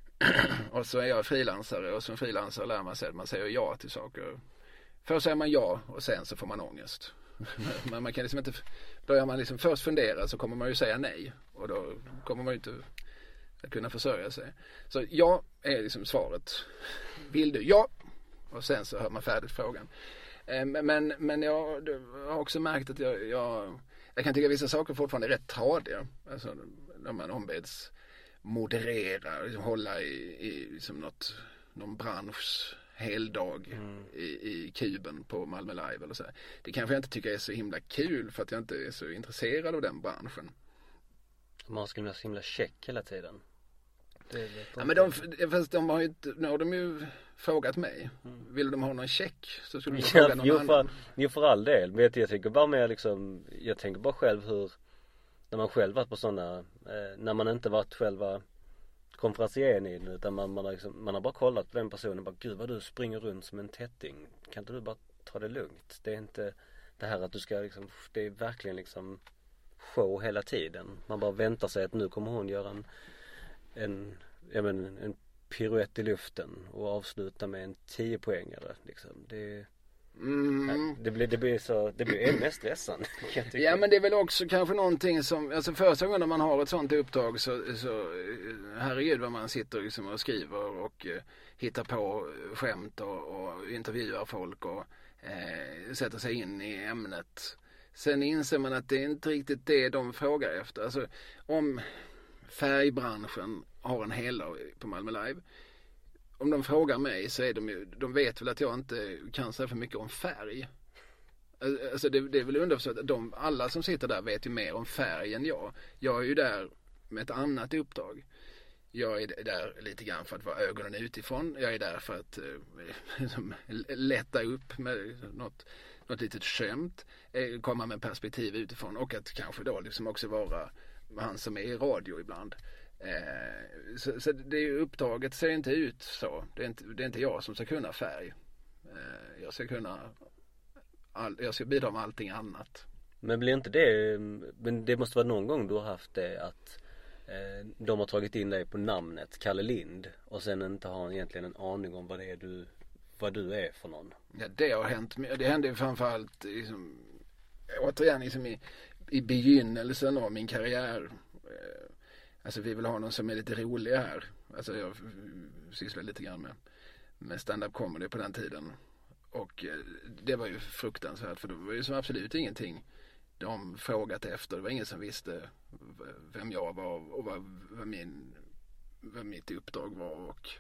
Och så är jag frilansare, och som frilansare lär man sig att man säger ja till saker. Först säger man ja och sen så får man ångest. Men man kan liksom inte, börjar man liksom först fundera så kommer man ju säga nej, och då kommer man ju inte att kunna försörja sig. Så ja är liksom svaret. Vill du? Ja. Och sen så hör man färdigt frågan. Men, men jag har också märkt att jag, jag, jag kan tycka vissa saker fortfarande är rätt tradiga. Alltså när man ombeds moderera, liksom hålla i, i liksom något, någon bransch heldag mm. i, i kuben på Malmö Live eller så här. Det kanske jag inte tycker är så himla kul, för att jag inte är så intresserad av den branschen. Man ska bli så himla check hela tiden. Det ja, men de, fast de har ju, nu har de ju frågat mig. Mm. Vill de ha någon check så skulle de ja, fråga någon jo, annan. För, jo för all del, men jag, jag tänker bara mer liksom, jag tänker bara själv hur, när man själv varit på sådana, eh, när man inte varit själva konferencieren i den, utan man, man, har liksom, man har bara kollat på den personen, bara gud vad du springer runt som en tätting, kan inte du bara ta det lugnt? Det är inte det här att du ska liksom, det är verkligen liksom show hela tiden. Man bara väntar sig att nu kommer hon göra en en, jag men, en piruett i luften och avsluta med en tio poängare liksom. Det Mm. Det blir, det blir så, det blir ännu mer stressande. Ja, men det är väl också kanske någonting som, alltså första gången när man har ett sånt uppdrag så, så herregud vad man sitter liksom och skriver och uh, hittar på skämt och, och intervjuar folk och eh, sätter sig in i ämnet. Sen inser man att det är inte riktigt det de frågar efter. Alltså om färgbranschen har en hela på Malmö Live. Om de frågar mig så är de ju, de vet väl att jag inte kan säga för mycket om färg. Alltså det, det är väl underförstått att de, alla som sitter där vet ju mer om färg än jag. Jag är ju där med ett annat uppdrag. Jag är där lite grann för att vara ögonen utifrån. Jag är där för att eh, lätta upp med något, något litet skämt. Eh, komma med perspektiv utifrån och att kanske då liksom också vara han som är i radio ibland. Eh, så, så det uppdraget ser inte ut så. Det är inte, det är inte jag som ska kunna färg. Eh, jag ska kunna all, jag ska bidra med allting annat. Men blir inte det, men det måste vara någon gång du har haft det att eh, de har tagit in dig på namnet Kalle Lind och sen inte har egentligen en aning om vad det är du, vad du är för någon. Ja, det har hänt. Det hände ju framförallt liksom, återigen liksom i, i begynnelsen av min karriär. Alltså vi vill ha någon som är lite rolig här. Alltså jag sysslar lite grann med, med stand-up comedy på den tiden. Och det var ju fruktansvärt för det var ju som absolut ingenting de frågat efter. Det var ingen som visste vem jag var och vad, vad, min, vad mitt uppdrag var. Och,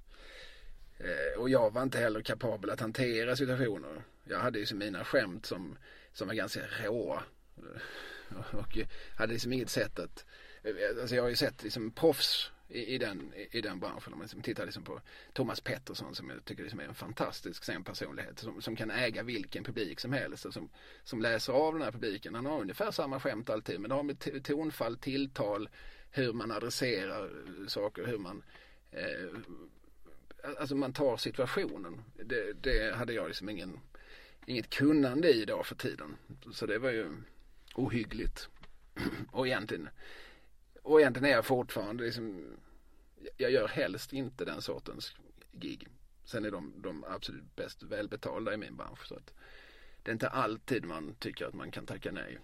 och jag var inte heller kapabel att hantera situationer. Jag hade ju som mina skämt som, som var ganska råa. Och hade liksom inget sätt att... Alltså jag har ju sett liksom proffs i, i, den, i, i den branschen. Om man liksom tittar liksom på Thomas Pettersson som jag tycker liksom är en fantastisk scenpersonlighet som, som kan äga vilken publik som helst och som, som läser av den här publiken. Han har ungefär samma skämt alltid men det har med t- tonfall, tilltal, hur man adresserar saker, hur man eh, alltså man tar situationen. Det, det hade jag liksom ingen, inget kunnande i idag för tiden. Så det var ju ohyggligt. Och egentligen Och egentligen är jag fortfarande liksom, jag gör helst inte den sortens gig. Sen är de, de absolut bäst välbetalda i min bransch så att det är inte alltid man tycker att man kan tacka nej.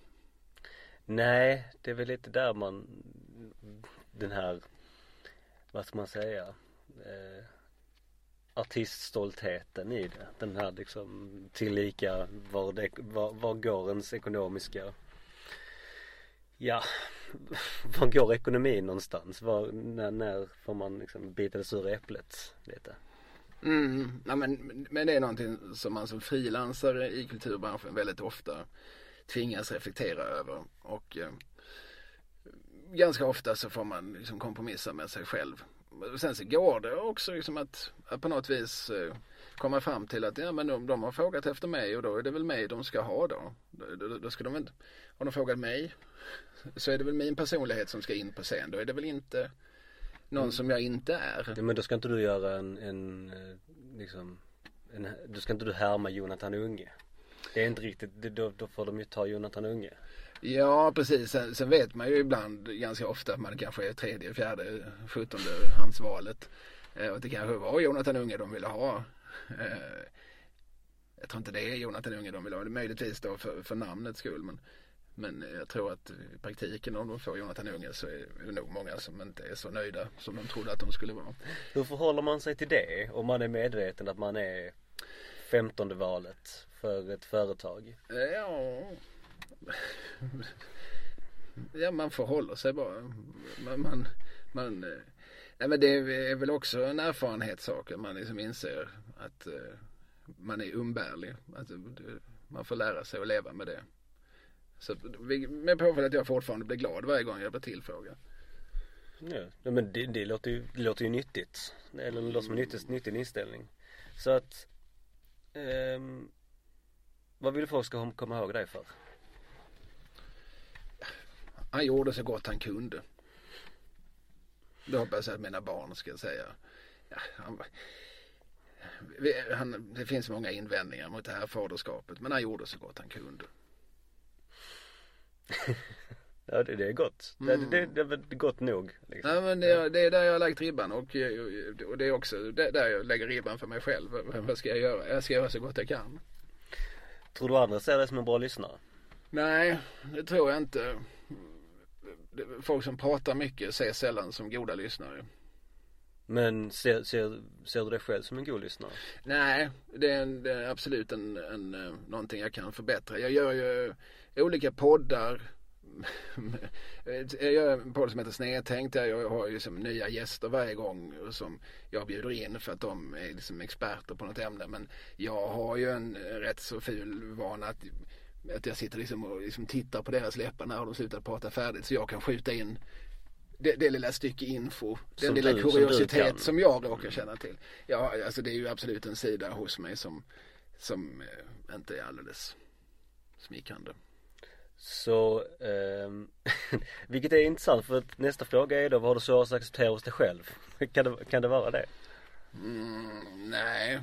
Nej, det är väl lite där man den här, vad ska man säga, eh, artiststoltheten i det. Den här liksom tillika var, det, var, var går ens ekonomiska, ja, var går ekonomin någonstans? Var, när, när får man liksom bita det sura äpplet lite? Mm, ja, men, men det är någonting som man som frilansare i kulturbranschen väldigt ofta tvingas reflektera över och eh, ganska ofta så får man liksom kompromissa med sig själv. Sen så går det också liksom att, att på något vis eh, komma fram till att ja, men de, de har frågat efter mig och då är det väl mig de ska ha då. Då, då, då ska de inte, har de frågat mig så är det väl min personlighet som ska in på scen. Då är det väl inte någon mm. som jag inte är. Ja, men då ska inte du göra en, en liksom en, då ska inte du härma Jonathan Unge. Det är inte riktigt, då, då får de ju ta Jonathan Unge. Ja, precis. Sen, sen vet man ju ibland ganska ofta att man kanske är tredje, fjärde, sjuttonde handsvalet. Eh, och det kanske var Jonathan Unge de ville ha. Eh, jag tror inte det är Jonathan Unge de vill ha. Det är möjligtvis då för, för namnets skull. Men, men jag tror att i praktiken om de får Jonathan Unge så är det nog många som inte är så nöjda som de trodde att de skulle vara. Hur förhåller man sig till det om man är medveten att man är femtonde valet för ett företag? Ja... Ja, man förhåller sig bara. Man, man, man, nej, men det är väl också en erfarenhetssak. Man liksom inser att uh, man är umbärlig. Att uh, man får lära sig att leva med det. Så med påföljd att jag fortfarande blir glad varje gång jag blir tillfrågad. Ja, men det, det, låter ju, det låter ju nyttigt. Eller det låter som en nyttig, nyttig inställning. Så att um, vad vill folk ska komma ihåg dig för? Han gjorde så gott han kunde. Det hoppas jag att mina barn ska säga. Ja, han, han, det finns många invändningar mot det här faderskapet. Men han gjorde så gott han kunde. Ja, det, det är gott. Mm. Det, det, det är gott nog. Liksom. Ja, men det, det är där jag har lagt ribban. Och, och det är också där jag lägger ribban för mig själv. Vad ska jag göra? Jag ska göra så gott jag kan. Tror du andra ser det som en bra lyssnare? Nej, det tror jag inte. Folk som pratar mycket ser sällan som goda lyssnare. Men ser, ser, ser du dig själv som en god lyssnare? Nej, det är, en, det är absolut en, en, någonting jag kan förbättra. Jag gör ju olika poddar. Jag gör en podd som heter Snedtänkt där jag har ju liksom nya gäster varje gång som jag bjuder in för att de är liksom experter på något ämne. Men jag har ju en rätt så ful vana att, att jag sitter liksom och liksom tittar på deras läppar när de slutar prata färdigt så jag kan skjuta in det, det lilla stycke info, den som lilla du, kuriositet som, som jag råkar känna till. Ja, alltså det är ju absolut en sida hos mig som, som eh, inte är alldeles smickrande. Så, eh, vilket är intressant för att nästa fråga är då, vad har du svårast att acceptera hos dig själv? Kan det, kan det vara det? Mm, nej.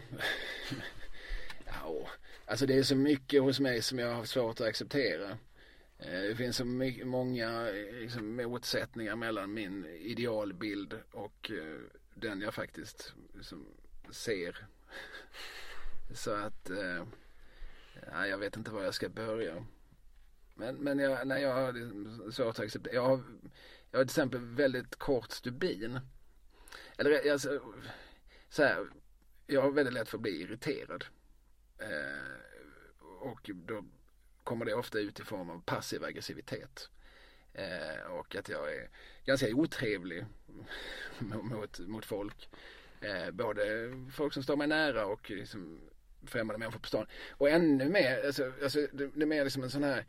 Ja, alltså det är så mycket hos mig som jag har svårt att acceptera. Det finns så mycket, många liksom, motsättningar mellan min idealbild och uh, den jag faktiskt liksom, ser. Så att uh, ja, jag vet inte var jag ska börja. Men, men jag, när jag har svårt att acceptera. Jag har, jag har till exempel väldigt kort stubin. Eller alltså, så här, jag har väldigt lätt för att bli irriterad. Uh, och då kommer det ofta ut i form av passiv aggressivitet. Eh, och att jag är ganska otrevlig mot, mot folk. Eh, både folk som står mig nära och liksom främmande människor på stan. Och ännu mer, alltså, alltså, det, det är mer liksom en sån här...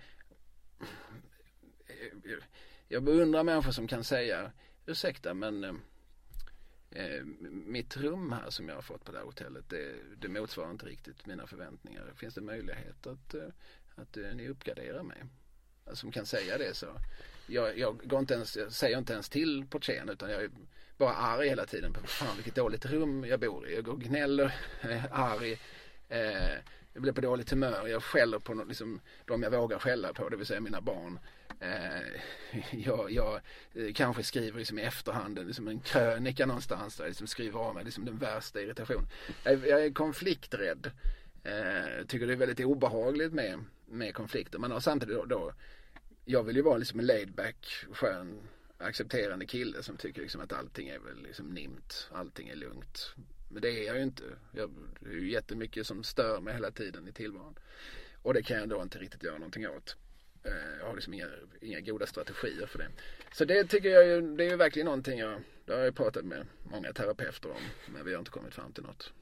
Jag beundrar människor som kan säga, ursäkta men eh, mitt rum här som jag har fått på det här hotellet, det, det motsvarar inte riktigt mina förväntningar. Finns det möjlighet att... Eh, att uh, ni uppgraderar mig. Alltså, som kan säga det så. Jag, jag, går inte ens, jag säger inte ens till portieren utan jag är bara arg hela tiden på fan vilket dåligt rum jag bor i. Jag går och gnäller, är arg. Eh, jag blir på dåligt humör. Jag skäller på något, liksom, de jag vågar skälla på, det vill säga mina barn. Eh, jag jag eh, kanske skriver liksom, i efterhand liksom, en krönika någonstans där jag liksom, skriver av mig liksom, den värsta irritation. Jag, jag är konflikträdd. Eh, tycker det är väldigt obehagligt med, med konflikter. Man har samtidigt då, då jag vill ju vara liksom en laidback, skön, accepterande kille som tycker liksom att allting är väl liksom nimt, allting är lugnt. Men det är jag ju inte. Jag, det är ju jättemycket som stör mig hela tiden i tillvaron. Och det kan jag då inte riktigt göra någonting åt. Eh, jag har liksom inga, inga goda strategier för det. Så det tycker jag ju, det är ju verkligen någonting jag, det har jag pratat med många terapeuter om, men vi har inte kommit fram till något.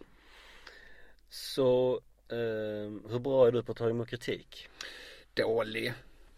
Så Uh, hur bra är du på att ta emot kritik? Dålig.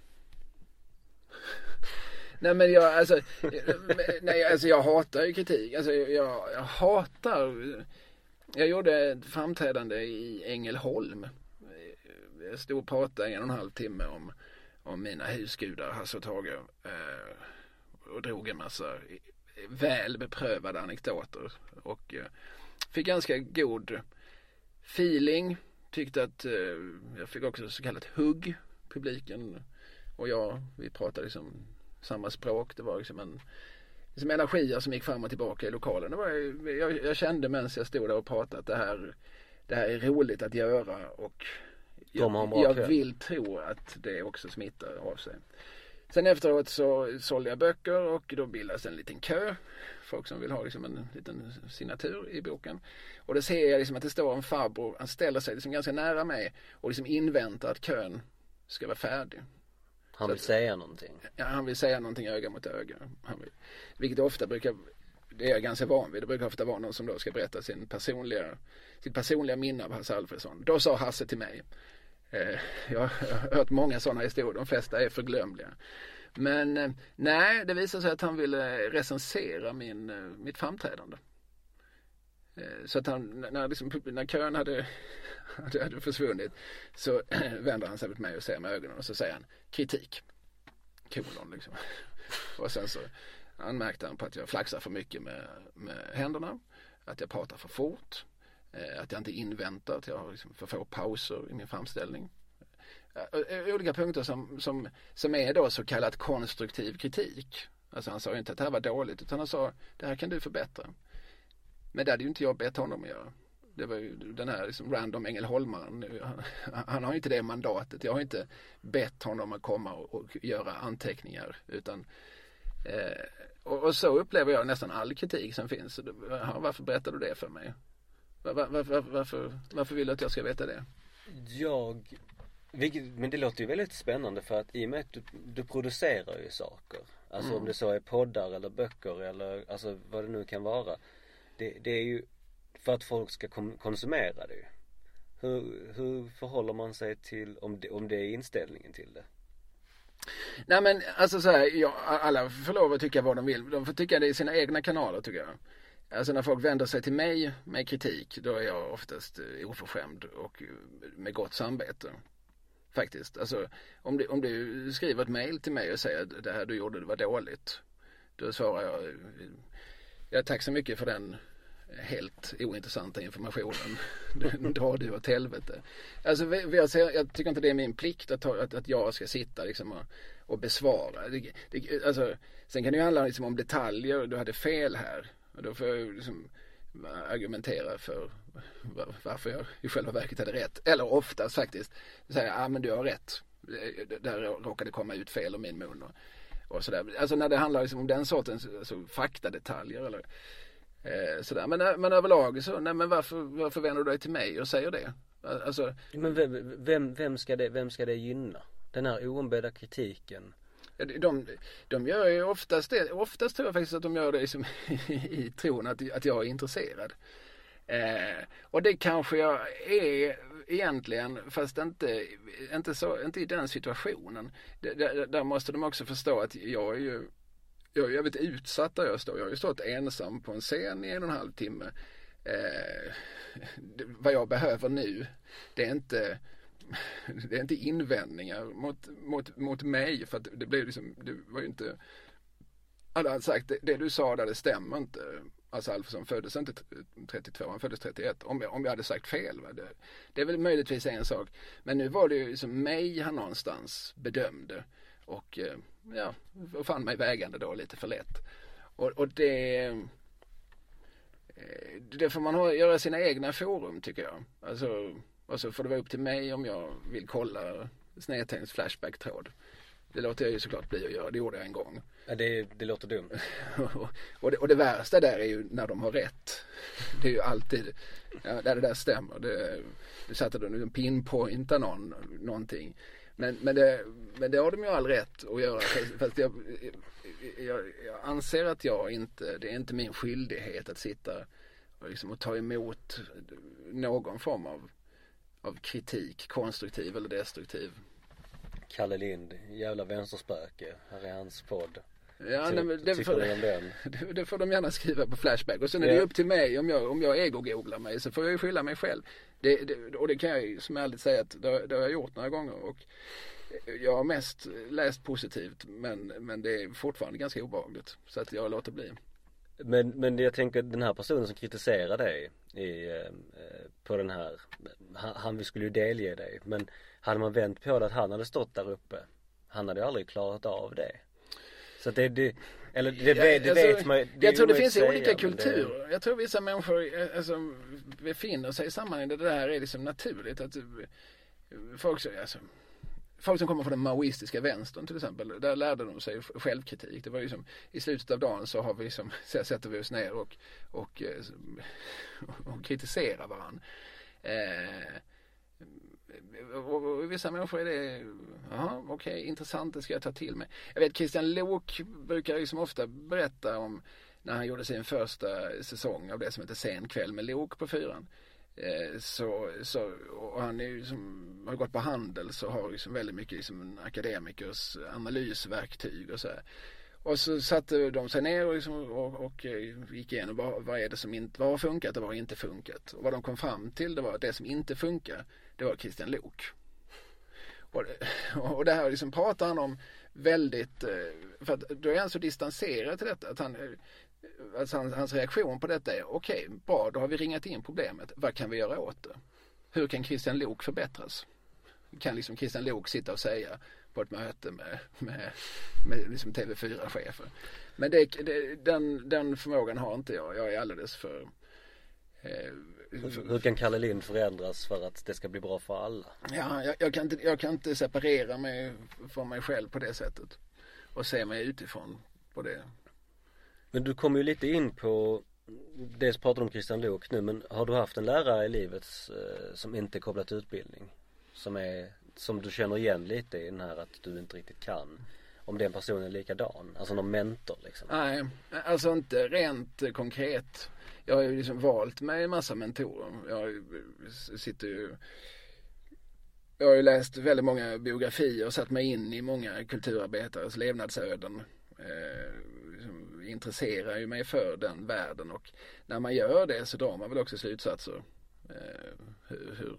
Nej men jag alltså, nej, alltså jag hatar ju kritik. Alltså jag, jag hatar. Jag gjorde ett framträdande i Ängelholm. Jag stod och pratade en och en halv timme om, om mina husgudar Hasse och Tage eh, och drog en massa väl beprövade anekdoter och eh, fick ganska god feeling. Tyckte att eh, jag fick också så kallat hugg, publiken och jag, vi pratade liksom samma språk. Det var liksom en liksom energier som gick fram och tillbaka i lokalen. Det var, jag, jag kände medan jag stod där och pratade att det här, det här är roligt att göra och jag, jag vill tro att det också smittar av sig. Sen efteråt så sålde jag böcker och då bildas en liten kö. Folk som vill ha liksom en liten signatur i boken. Och då ser jag liksom att det står en farbror, han ställer sig liksom ganska nära mig och liksom inväntar att kön ska vara färdig. Han vill att, säga någonting. Ja, han vill säga någonting öga mot öga. Han vill, vilket ofta brukar, det är jag ganska van vid, det brukar ofta vara någon som då ska berätta sin personliga, sitt personliga minne av Hasse Alfredson. Då sa Hasse till mig, eh, jag har hört många sådana historier, de flesta är förglömliga. Men eh, nej, det visade sig att han ville recensera min, eh, mitt framträdande. Eh, så att han, när, liksom, när kön hade, hade, hade försvunnit så eh, vänder han sig mot mig och ser med ögonen och så säger han kritik. Kolon liksom. Och sen så anmärkte han på att jag flaxar för mycket med, med händerna. Att jag pratar för fort. Eh, att jag inte inväntar, att jag har liksom för få pauser i min framställning. Olika punkter som, som, som är då så kallat konstruktiv kritik. Alltså han sa ju inte att det här var dåligt utan han sa det här kan du förbättra. Men det hade ju inte jag bett honom att göra. Det var ju den här liksom random Ängelholmaren. Han, han har ju inte det mandatet. Jag har inte bett honom att komma och, och göra anteckningar utan eh, och, och så upplever jag nästan all kritik som finns. Jaha, varför berättar du det för mig? Var, var, var, varför, varför vill du att jag ska veta det? Jag... Men det låter ju väldigt spännande för att i och med att du, du producerar ju saker. Alltså mm. om det så är poddar eller böcker eller alltså vad det nu kan vara. Det, det är ju för att folk ska kom, konsumera det. Hur, hur förhåller man sig till om det, om det är inställningen till det? Nej men alltså så här, ja, alla får lov att tycka vad de vill. De får tycka det i sina egna kanaler tycker jag. Alltså när folk vänder sig till mig med kritik, då är jag oftast oförskämd och med gott samvete. Faktiskt. Alltså om du, om du skriver ett mejl till mig och säger att det här du gjorde det var dåligt. Då svarar jag, ja, tack så mycket för den helt ointressanta informationen. Dra du åt helvete. Alltså jag, jag tycker inte det är min plikt att, ta, att, att jag ska sitta liksom och, och besvara. Det, det, alltså, sen kan det ju handla liksom om detaljer. Du hade fel här. Och då får jag liksom argumentera för varför jag i själva verket hade rätt. Eller oftast faktiskt säga, ja ah, men du har rätt. Där råkade komma ut fel om min mun och, och sådär. Alltså när det handlar liksom om den sortens alltså, faktadetaljer eller eh, sådär. Men, men överlag så, nej men varför, varför vänder du dig till mig och säger det? Alltså, men vem, vem, vem, ska det, vem ska det gynna? Den här oombedda kritiken. De, de gör ju oftast det. Oftast tror jag faktiskt att de gör det liksom i tron att, att jag är intresserad. Eh, och det kanske jag är egentligen, fast inte, inte, så, inte i den situationen. Det, där, där måste de också förstå att jag är ju jag är jävligt utsatt där jag står. Jag har ju stått ensam på en scen i en och en halv timme. Eh, det, vad jag behöver nu, det är inte... Det är inte invändningar mot, mot, mot mig för att det blev liksom, det var ju inte alla hade sagt, det, det du sa där det stämmer inte. Alltså Alfredsson föddes inte trettiotvå, han föddes trettioett. Om jag, om jag hade sagt fel, va? Det, det är väl möjligtvis en sak. Men nu var det ju liksom mig han någonstans bedömde och ja, fann mig vägande då lite för lätt. Och, och det det får man ha, göra sina egna forum tycker jag. Alltså och så får det vara upp till mig om jag vill kolla snedtänkt flashback-tråd. Det låter jag ju såklart bli att göra. Det gjorde jag en gång. Ja, det, det låter dumt. och, det, och det värsta där är ju när de har rätt. Det är ju alltid ja, där det där stämmer. Det, det satte de en pinpointa någon, någonting. Men, men, det, men det har de ju all rätt att göra. Fast jag, jag, jag anser att jag inte, det är inte min skyldighet att sitta och, liksom, och ta emot någon form av av kritik, konstruktiv eller destruktiv. Kalle Lind, jävla vänsterspöke. Här är hans podd. Ja, Ty, nej, men det, får, det, det får de gärna skriva på Flashback. Och sen är ja. det upp till mig. Om jag, om jag ego-googlar mig så får jag ju skylla mig själv. Det, det, och det kan jag ju som ärligt säga att det, det har jag gjort några gånger. Och jag har mest läst positivt. Men, men det är fortfarande ganska obehagligt. Så att jag låter bli. Men, men jag tänker den här personen som kritiserar dig i, eh, på den här, han, han skulle ju delge dig, men hade man vänt på det att han hade stått där uppe, han hade ju aldrig klarat av det. Så att det, det eller det, ja, det, det alltså, vet man det jag tror det finns säga, olika kulturer. Det... Jag tror vissa människor alltså, befinner sig i sammanhang där det här är liksom naturligt att folk så, alltså folk som kommer från den maoistiska vänstern till exempel, där lärde de sig självkritik. Det var liksom, i slutet av dagen så har vi liksom, så sätter vi oss ner och, och, och kritiserar varandra. Eh, och, och vissa människor är det, jaha, okej, okay, intressant, det ska jag ta till mig. Jag vet, Christian Lok brukar liksom ofta berätta om när han gjorde sin första säsong av det som heter Sen kväll med Lok på fyran. Så, så, och han är ju som, har gått på handel så har liksom väldigt mycket liksom akademikers analysverktyg och så här. Och så satte de sig ner och, liksom, och, och gick igenom vad, vad är det som inte, vad har funkat och vad har inte funkat. Och vad de kom fram till det var att det som inte funkar, det var Christian Lok. Och, och det här liksom pratar han om väldigt, för att då är han så distanserad till detta att han alltså hans, hans reaktion på detta är okej, okay, bra, då har vi ringat in problemet. Vad kan vi göra åt det? Hur kan Christian Lok förbättras? Kan liksom Christian Lok sitta och säga på ett möte med, med, med liksom T V fyra-chefer. Men det, det, den, den förmågan har inte jag. Jag är alldeles för... Eh, hur, hur kan Kalle Lind förändras för att det ska bli bra för alla? Ja, jag, jag, kan, inte, jag kan inte separera mig från mig själv på det sättet. Och se mig utifrån på det. Men du kommer ju lite in på, dels pratar om Kristian Lok nu, men har du haft en lärare i livet eh, som inte är kopplat till utbildning? Som är, som du känner igen lite i den här att du inte riktigt kan? Om den personen är likadan, alltså någon mentor liksom? Nej, alltså inte rent konkret. Jag har ju liksom valt mig en massa mentorer. Jag sitter ju... Jag har ju läst väldigt många biografier och satt mig in i många kulturarbetares levnadsöden. Eh, liksom intresserar ju mig för den världen, och när man gör det så drar man väl också slutsatser. Eh, hur, hur,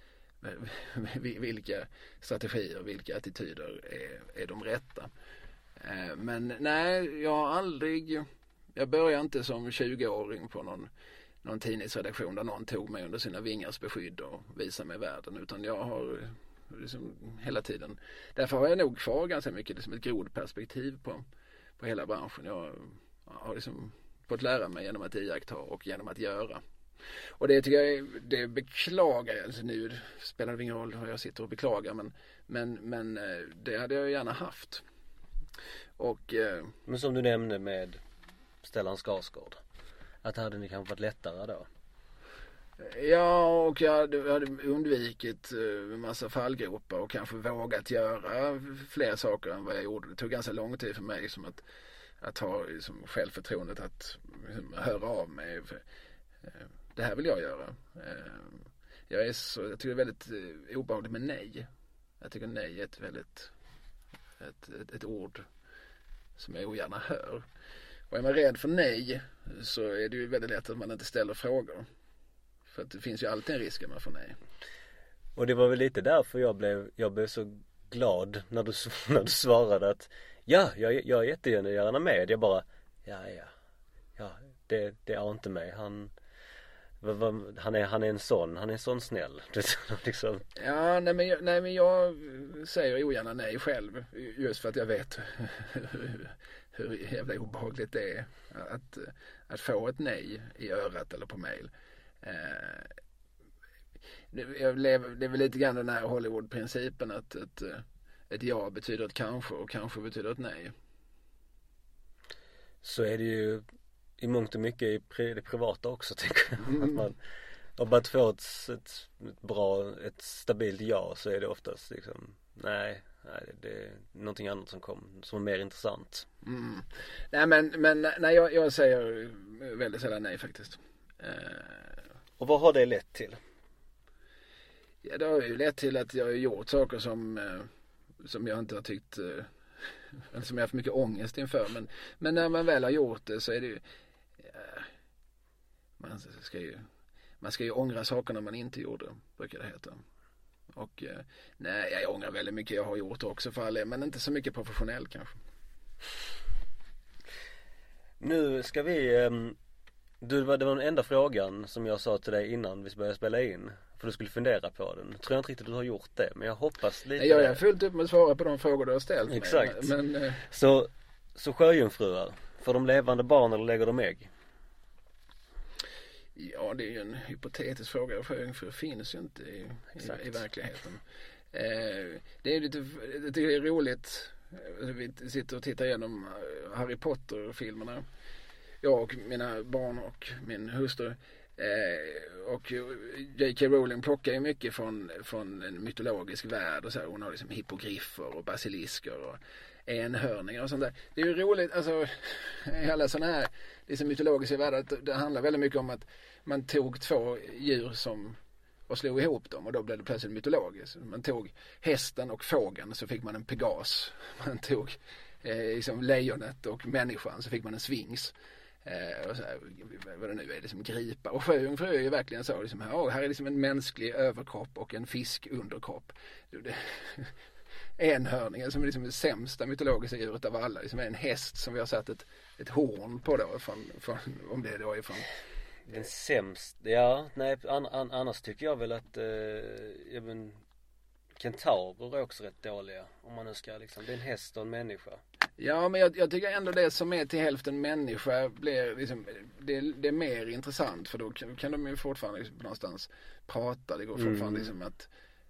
vilka strategier, vilka attityder är, är de rätta. Eh, men nej, jag har aldrig... Jag började inte som tjugoåring på någon, någon tidningsredaktion där någon tog mig under sina vingars beskydd och visade mig världen, utan jag har liksom hela tiden, därför har jag nog kvar ganska mycket liksom ett grodperspektiv på, på hela branschen. Jag har liksom fått lära mig genom att iaktta och genom att göra. Och det tycker jag, det beklagar jag, alltså nu spelar det ingen roll hur jag sitter och beklagar, men, men, men det hade jag gärna haft. Och, men som du nämnde med Stellan Skarsgård, att hade ni kanske varit lättare då? Ja, och jag hade, hade undvikit en massa fallgropar och kanske vågat göra fler saker än vad jag gjorde. Det tog ganska lång tid för mig liksom att, att ha liksom självförtroendet att liksom, höra av mig. Det här vill jag göra. Jag, är så, jag tycker det är väldigt obehagligt med nej. Jag tycker nej är ett väldigt ett, ett, ett ord som jag ogärna hör. Och är man rädd för nej så är det ju väldigt lätt att man inte ställer frågor. För att det finns ju alltid en risk att man får nej. Och det var väl lite därför jag blev, jag blev så glad när du, när du svarade att ja, jag, jag är jättegärna med. Jag bara, ja, ja, ja, det, det är inte mig. Han, han, är, han är en sån, han är en sån snäll. liksom. Ja, nej men, nej men jag säger ogärna nej själv. Just för att jag vet hur jävla obehagligt det är att, att få ett nej i örat eller på mail. Eh, jag lever, det är väl lite grann den här Hollywood-principen att ett, ett ja betyder ett kanske och kanske betyder ett nej. Så är det ju i mångt och mycket i pri, det privata också, tänker jag. Mm. Att man, om man får ett, ett, ett bra, ett stabilt ja, så är det oftast liksom nej, nej det är någonting annat som kom, som är mer intressant. Mm. Nej men, men nej, jag, jag säger väldigt sällan nej faktiskt. Eh, och vad har det lett till? Ja, det har ju lett till att jag har gjort saker som, eh, som jag inte har tyckt, eh, eller som jag har haft mycket ångest inför. Men, men när man väl har gjort det så är det ju, ja, man ska ju, man ska ju ångra sakerna man inte gjorde, brukar det heta. Och eh, nej, jag ångrar väldigt mycket jag har gjort också för alla, men inte så mycket professionell kanske. Nu ska vi, eh, du, det var den enda frågan som jag sa till dig innan vi började spela in. För du skulle fundera på den. Tror jag inte riktigt att du har gjort det, men jag hoppas lite. Nej, jag är fullt upp med att svara på de frågor du har ställt. Exakt. Men, men, så, så sjöjungfruar, får de levande barn eller lägger de ägg? Ja, det är ju en hypotetisk fråga. Sjöjungfrur finns ju inte i, i, i verkligheten. Eh, det är lite, jag tycker det är roligt. Vi sitter och tittar igenom Harry Potter-filmerna. Jag och mina barn och min hustru. Eh, och J K Rowling plockar ju mycket från, från en mytologisk värld och så här. Hon har liksom hippogriffer och basilisker och enhörningar och sånt där. Det är ju roligt, alltså i alla sådana här liksom mytologiska världar, det, det handlar väldigt mycket om att man tog två djur som och slog ihop dem och då blev det plötsligt mytologiskt. Man tog hästen och fågeln så fick man en pegas. Man tog eh, liksom lejonet och människan så fick man en sphinx. Eh, och så här, vad det nu är, liksom gripa. Och sjöjungfrur är ju verkligen så liksom, här, här är liksom en mänsklig överkropp och en fisk underkropp. Det, enhörningen som är liksom det sämsta mytologiska djuret av alla, liksom en häst som vi har satt ett, ett horn på då från, från, om det då är från den sämsta, ja nej an, an, annars tycker jag väl att eh, jag men, kentaurer är också rätt dåliga om man nu ska liksom, det är en häst och en människa. Ja, men jag, jag tycker ändå det som är till hälften människa blir liksom, det, det är mer intressant för då kan, kan de ju fortfarande liksom, någonstans prata, det går fortfarande mm. liksom att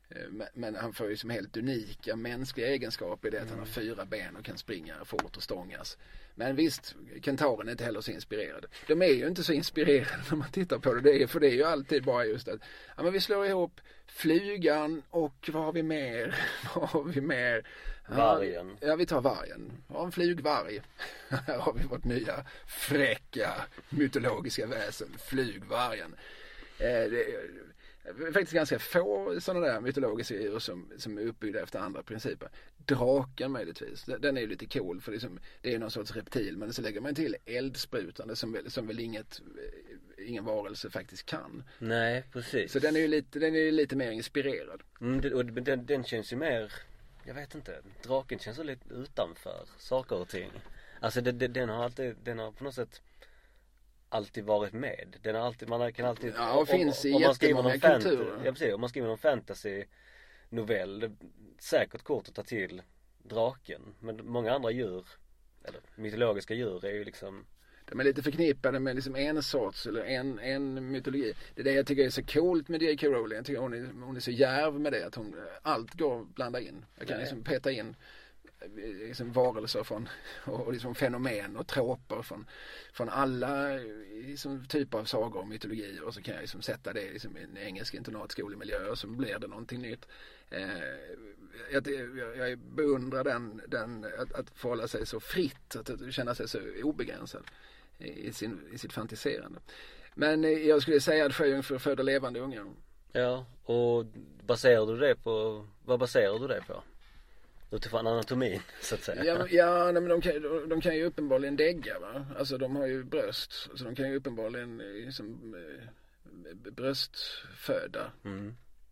Men, men han får ju som helt unika mänskliga egenskaper i det att mm. han har fyra ben och kan springa fort och stångas. Men visst, kentauren är inte heller så inspirerade. De är ju inte så inspirerade när man tittar på det. Det är, för det är ju alltid bara just att ja, men vi slår ihop flygan och vad har vi mer? Vad har vi mer? Vargen. Ja, vi tar vargen. Ja, en flygvarg. Här har vi vårt nya fräcka mytologiska väsen. Flygvargen. Eh, det, faktiskt ganska få sådana där mytologiska djur som, som är uppbyggda efter andra principer. Draken möjligtvis. Den är ju lite cool för det är, som, det är någon sorts reptil. Men så lägger man till eldsprutande som väl, som väl inget, ingen varelse faktiskt kan. Nej, precis. Så den är ju lite, den är ju lite mer inspirerad. Mm, det, och den, den känns ju mer, jag vet inte, draken känns så lite utanför saker och ting. Alltså det, det, den har alltid, den har på något sätt alltid varit med. Den har alltid, man kan alltid ja, och om, finns i om man skriver någon kulturer. Fantasy, ja, precis, om man skriver någon fantasy novell, det är säkert kort att ta till draken, men många andra djur eller mytologiska djur är ju liksom de är lite förknippade med liksom en sorts eller en, en mytologi. Det är det jag tycker är så coolt med J K Rowling. Jag tycker hon är, hon är så djärv med det att hon allt går att blanda in. Jag kan Nej. liksom peta in liksom varelser från och liksom fenomen och troper från, från alla liksom, typer av sagor och mytologier och så kan jag liksom sätta det liksom, i en engelsk internatskolemiljö och så blir det någonting nytt. Eh, jag, jag beundrar den, den att, att förhålla sig så fritt, att, att känna sig så obegränsad i, sin, i sitt fantiserande. Men eh, jag skulle säga att sjöjungfrur föder levande ungar. Ja, och baserar du det på, vad baserar du det på? Utifrån anatomin, så att säga. Ja, ja nej, men de kan, de, de kan ju uppenbarligen dägga, va? Alltså de har ju bröst. Så de kan ju uppenbarligen liksom, eh, bröstföda. Mm.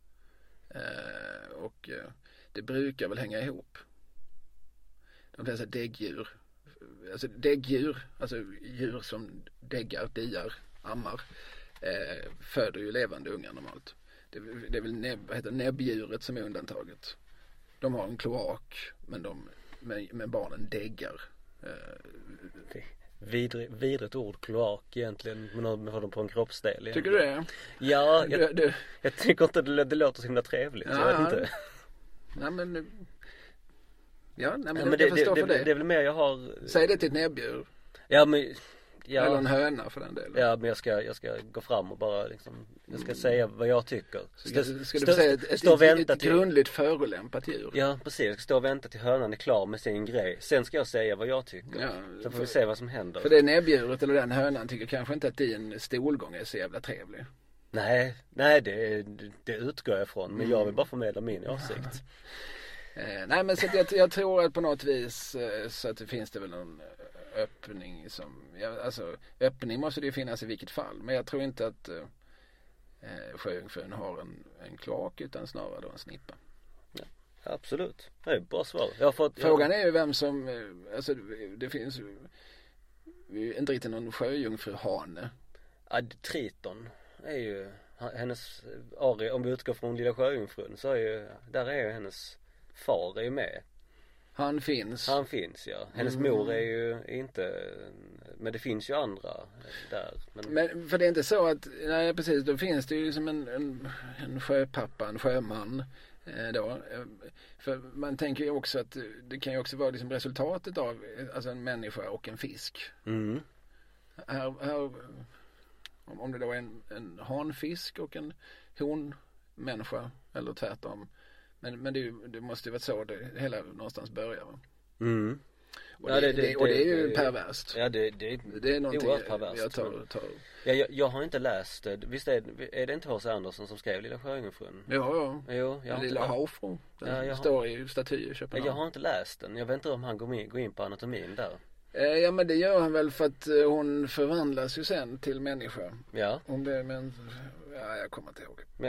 Eh, och eh, det brukar väl hänga ihop. De flesta däggdjur. Alltså däggdjur, alltså djur som däggar, diar, ammar. Eh, föder ju levande ungar normalt. Det, det är väl näbb, vad heter näbbdjuret som är undantaget. De har en kloak, men, de, men, men barnen däggar. Eh. Vidrig, vidrigt ord, kloak egentligen, men med dem på en kroppsdel. Tycker du det? Ja, jag, du, du. jag tycker inte det, det låter så himla trevligt. Ja, jag vet inte. Nej, men... Ja, nej, men, ja, men det, det, jag förstår det, för det, det. Det är väl mer jag har... Säg det till ett näbbdjur. Ja, men... Ja. Eller en höna för den delen. Ja, men jag ska, jag ska gå fram och bara liksom, jag ska mm. säga vad jag tycker. Ska, ska, ska du säga ett, ett, ett, ett, ett till... grundligt förolämpat djur? Ja, precis. Jag ska stå och vänta till hönan är klar med sin grej. Sen ska jag säga vad jag tycker. Ja, så får för, vi se vad som händer. För det näbbdjuret eller den hönan tycker kanske inte att din stolgång är så jävla trevlig. Nej, nej det, det utgår jag ifrån. Men mm. jag vill bara förmedla min åsikt. eh, nej, men så att jag, jag tror att på något vis så att det finns det väl någon... öppning som, ja, alltså öppning måste det ju finnas i vilket fall, men jag tror inte att eh, sjöjungfrun har en, en kloak utan snarare då en snippa. Ja, absolut, det är ett bra svar. Jag har fått, Frågan jag... är ju vem som, alltså det finns ju inte riktigt någon sjöjungfruhane. Ja, Triton är ju hennes, Ari, om vi utgår från lilla sjöjungfrun så är ju, där är ju hennes far är ju med. Han finns. Han finns, ja. Hennes mm. mor är ju inte... Men det finns ju andra där. Men, men för det är inte så att... Nej, precis. Då finns det ju liksom en, en, en sjöpappa, en sjöman. Eh, då. För man tänker ju också att det kan ju också vara liksom resultatet av alltså en människa och en fisk. Mm. Här, här, om det då är en, en hanfisk och en honmänniska, eller tvärtom. Men, men det, det måste ju vara så det hela någonstans börjar. Va? Mm. Och, ja, det, det, det, och det är ju det, perverst. Ja, det, det, det är någonting oerhört perverst. Jag, tar, tar. Ja, jag, jag har inte läst det. Visst är, är det inte H C Andersen som skrev Lilla Sjöjungfrun? Ja, ja. Jo, jag Lilla Havfru. Den ja, står i staty i Köpenhamn. Jag har inte läst den. Jag vet inte om han går in, går in på anatomin där. Eh, ja, men det gör han väl för att eh, hon förvandlas ju sen till människa. Ja. Om det, men... Ja, jag kommer inte ihåg. Men...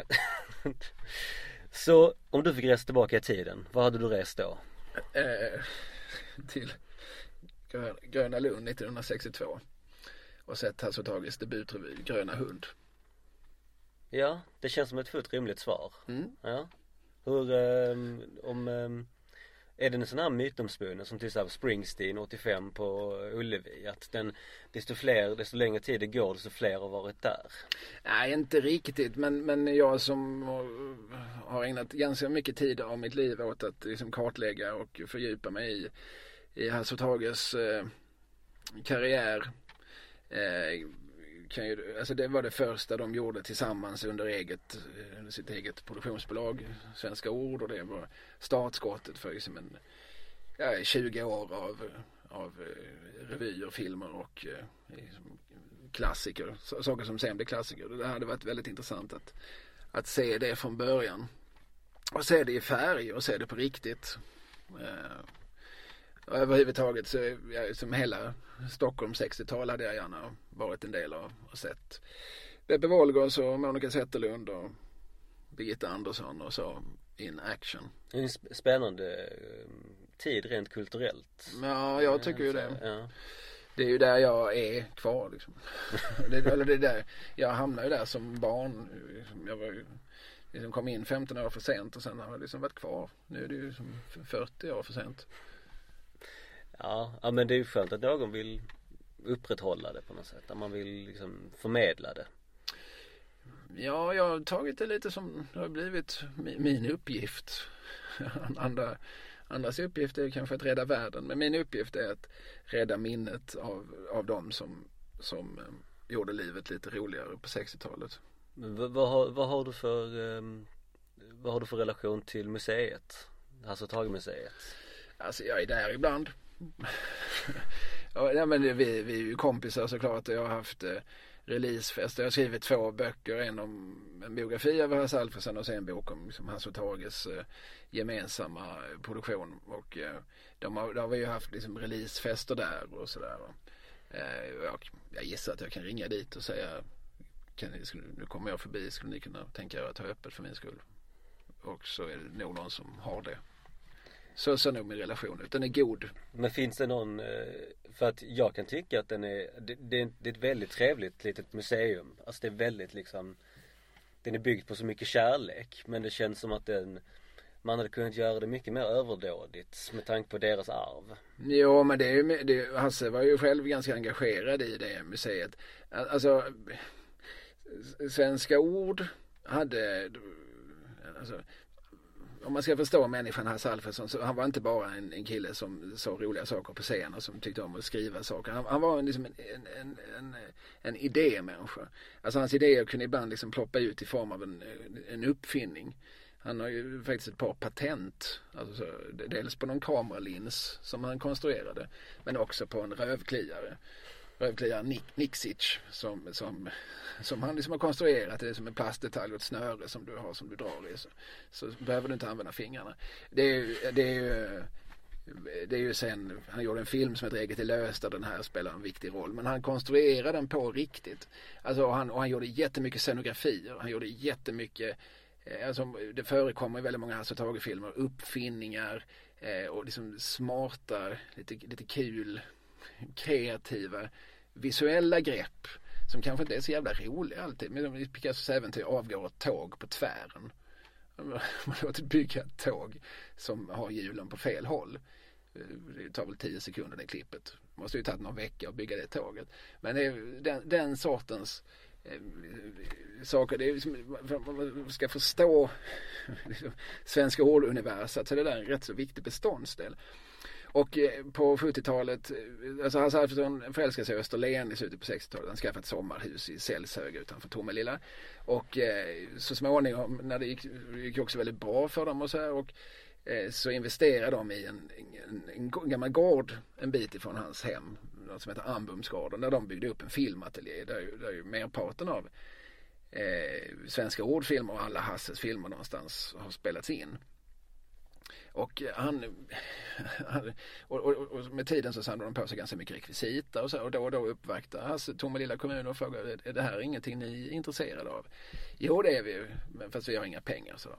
Så om du fick resa tillbaka i tiden, vad hade du rest då? Eh, till Gröna Lund nittonhundrasextiotvå och sett Hasse och Tages debutrevy Gröna hund. Ja, det känns som ett fullt rimligt svar. Mm. Ja. Hur, um, om, um, är den en sån här mytomspunnen som till exempel Springsteen åttiofem på Ullevi? Att den, desto fler, desto längre tid det går, desto fler har varit där? Nej, inte riktigt. Men, men jag som har ägnat ganska mycket tid av mitt liv åt att liksom kartlägga och fördjupa mig i, i Hasse och Tages eh, karriär. Eh, kan ju, alltså det var det första de gjorde tillsammans under eget, sitt eget produktionsbolag, Svenska Ord, och det var startskottet för liksom en, ja, tjugo år av, av revyer, filmer och liksom klassiker, saker som sen blev klassiker. Det hade varit väldigt intressant att, att se det från början och se det i färg och se det på riktigt. Och överhuvudtaget så, ja, som hela Stockholm sextiotal hade jag gärna varit en del av och sett Beppe Wolgers och Monica Zetterlund och Birgitta Andersson och så in action. Det är en spännande tid rent kulturellt. Ja, jag tycker ju det. Ja. Det är ju där jag är kvar liksom. det, eller det är där, jag hamnade ju där som barn. Jag var ju, liksom kom in femton år för sent och sen har jag liksom varit kvar. Nu är det ju som fyrtio år för sent. Ja, ja, men det är ju skönt att någon vill upprätthålla det på något sätt. Att man vill liksom förmedla det. Ja, jag har tagit det lite som det har blivit min uppgift. Andra, andras uppgift är kanske att rädda världen. Men min uppgift är att rädda minnet av, av dem som, som um, gjorde livet lite roligare på sextiotalet. Men vad, vad, har, vad har du för um, vad har du för relation till museet? Alltså Tagemuseet? Alltså jag är där ibland. Ja, men vi, vi är ju kompisar såklart och jag har haft eh, releasefest. Jag har skrivit två böcker, en om en biografi av Hasse Alfredson och sen en bok om liksom, Hasse och Tages eh, gemensamma produktion. Och eh, de har, de har vi ju haft liksom, releasefester där och sådär. Eh, jag, jag gissar att jag kan ringa dit och säga kan ni, skulle, nu kommer jag förbi, skulle ni kunna tänka er att ta öppet för min skull? Och så är det nog någon som har det. Så så nog min relation, den är god. Men finns det någon, för att jag kan tycka att den är, det, det är ett väldigt trevligt litet museum. Alltså det är väldigt liksom, den är byggd på så mycket kärlek. Men det känns som att den, man hade kunnat göra det mycket mer överdådigt med tanke på deras arv. Jo, men det är ju, det, Hasse var ju själv ganska engagerad i det museet. Alltså, Svenska Ord hade, alltså, om man ska förstå människan Hasse Alfredson, så han var inte bara en, en kille som sa roliga saker på scen och som tyckte om att skriva saker. Han, han var liksom en, en, en, en idémänniska. Alltså hans idéer kunde ibland liksom ploppa ut i form av en, en uppfinning. Han har ju faktiskt ett par patent. Alltså, dels på någon kameralins som han konstruerade, men också på en rövkliare. Rövkliaren Nick, Nixic som, som, som han liksom har konstruerat. Det är som en plastdetalj och ett snöre som du har som du drar i. Så, så behöver du inte använda fingrarna. Det är ju, det är ju, det är ju sen, han gjorde en film som heter Eget är löst där den här spelar en viktig roll. Men han konstruerade den på riktigt. Alltså, och, han, och han gjorde jättemycket scenografier. Han gjorde jättemycket, alltså, det förekommer i väldigt många Hasse och Tage-filmer, uppfinningar eh, och liksom smarta, lite, lite kul, kreativa visuella grepp som kanske inte är så jävla roliga alltid, men i Picassos äventyr avgår ett tåg på tvären. Man låter bygga ett tåg som har hjulen på fel håll. Det tar väl tio sekunder det klippet. Det måste ju ta någon vecka att bygga det tåget. Men det är den, den sortens eh, saker, det är liksom, man ska förstå liksom, Svenska Ord-universat, så det där är en rätt så viktig beståndsdel. Och på sjuttiotalet, alltså Hasse Alfredson förälskade sig i Österlen i slutet på sextiotalet. Han skaffade ett sommarhus i Sällshög utanför Tomelilla. Och eh, så småningom, när det gick, det gick också väldigt bra för dem och så här, och eh, så investerade de i en, en, en, en gammal gård en bit ifrån hans hem, något som heter Ambumsgården, där de byggde upp en filmateljé där, där ju merparten av eh, Svenska Ordfilmer och alla Hasses filmer någonstans har spelats in. Och han, han och, och, och med tiden så samlade de på sig ganska mycket rekvisita och så, och då och då uppvaktade Hasse Tomelilla kommun och frågade, är det här ingenting ni är intresserade av? Jo, det är vi ju, men fast vi har inga pengar. Så.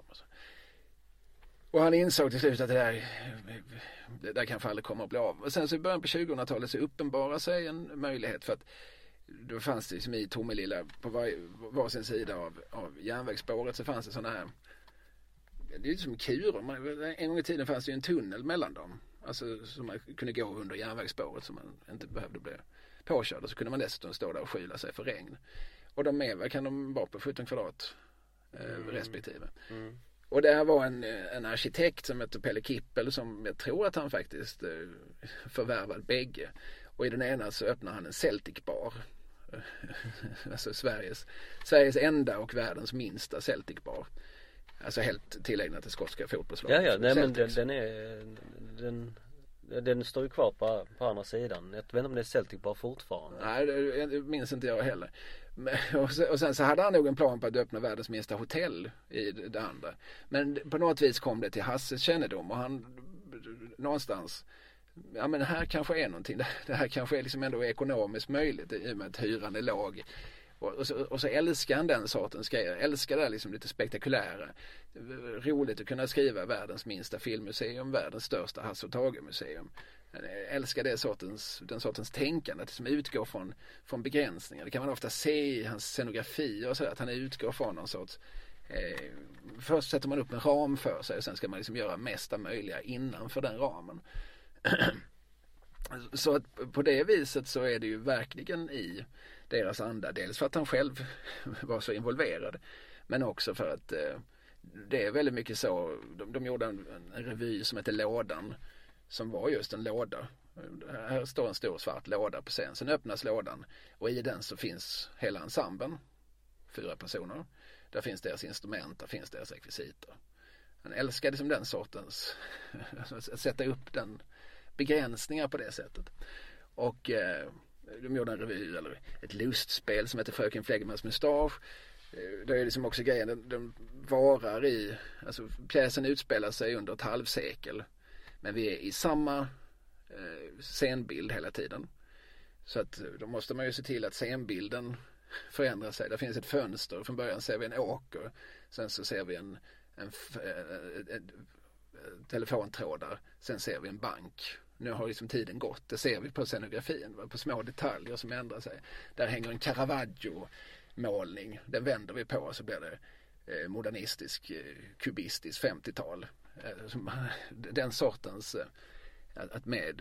Och han insåg till slut att det där, det där kanske aldrig kommer att bli av. Och sen så i början på tjugohundratalet så uppenbarar sig en möjlighet, för att då fanns det som i Tomelilla på var, var sin sida av, av järnvägsspåret så fanns det sådana här det är ju som Kurum. En gång i tiden fanns det ju en tunnel mellan dem. Alltså som man kunde gå under järnvägsspåret så man inte behövde bli påkörd. Och så kunde man dessutom stå där och skyla sig för regn. Och de är, vad kan de vara på sjutton kvadrat eh, mm. respektive. Mm. Och det här var en, en arkitekt som heter Pelle Kippel som jag tror att han faktiskt eh, förvärvade bägge. Och i den ena så öppnar han en Celtic bar. Alltså Sveriges, Sveriges enda och världens minsta Celtic bar. Alltså helt tillägnat till skotska fotbollslaget. Ja, ja, nej, men den, den är den, den står ju kvar på, på andra sidan. Jag vet inte om det är Celtic bar fortfarande. Nej, det, det minns inte jag heller. Men, och, sen, och sen så hade han nog en plan på att öppna världens minsta hotell i det, det andra. Men på något vis kom det till Hasses kännedom och han någonstans, ja men här kanske är någonting, det, det här kanske är liksom ändå ekonomiskt möjligt i och med att hyran är låg. Och, och, så, och så älskar han den sortens grejer, älskar det liksom lite spektakulära. Roligt att kunna skriva världens minsta filmmuseum, världens största Hasse och Tage-museum. Älskar det sortens, den sortens tänkande som utgår från, från begränsningar. Det kan man ofta se i hans scenografi och så att han utgår från någon sorts eh, först sätter man upp en ram för sig och sen ska man liksom göra mesta möjliga innanför den ramen. Så att på det viset så är det ju verkligen i deras anda, dels för att han själv var så involverad men också för att eh, det är väldigt mycket så, de, de gjorde en, en revy som heter Lådan som var just en låda. Här står en stor svart låda på scen, sen öppnas lådan och i den så finns hela ensemblen, fyra personer, där finns deras instrument, där finns deras rekvisiter. Han älskade som den sortens att sätta upp den begränsningar på det sättet. Och eh, de gjorde en revy eller ett lustspel som heter Fröken Flegmans mustasch. Det är liksom också grejen, den, den varar i, alltså pjäsen utspelar sig under ett halvsekel. Men vi är i samma eh, scenbild hela tiden. Så att då måste man ju se till att scenbilden förändrar sig. Det finns ett fönster, från början ser vi en åker. Sen så ser vi en, en, en, en telefontrådar. Sen ser vi en bank. Nu har liksom tiden gått. Det ser vi på scenografin. På små detaljer som ändrar sig. Där hänger en Caravaggio-målning. Den vänder vi på så blir det eh, modernistisk, eh, kubistisk femtiotal. Eh, den sortens eh, att med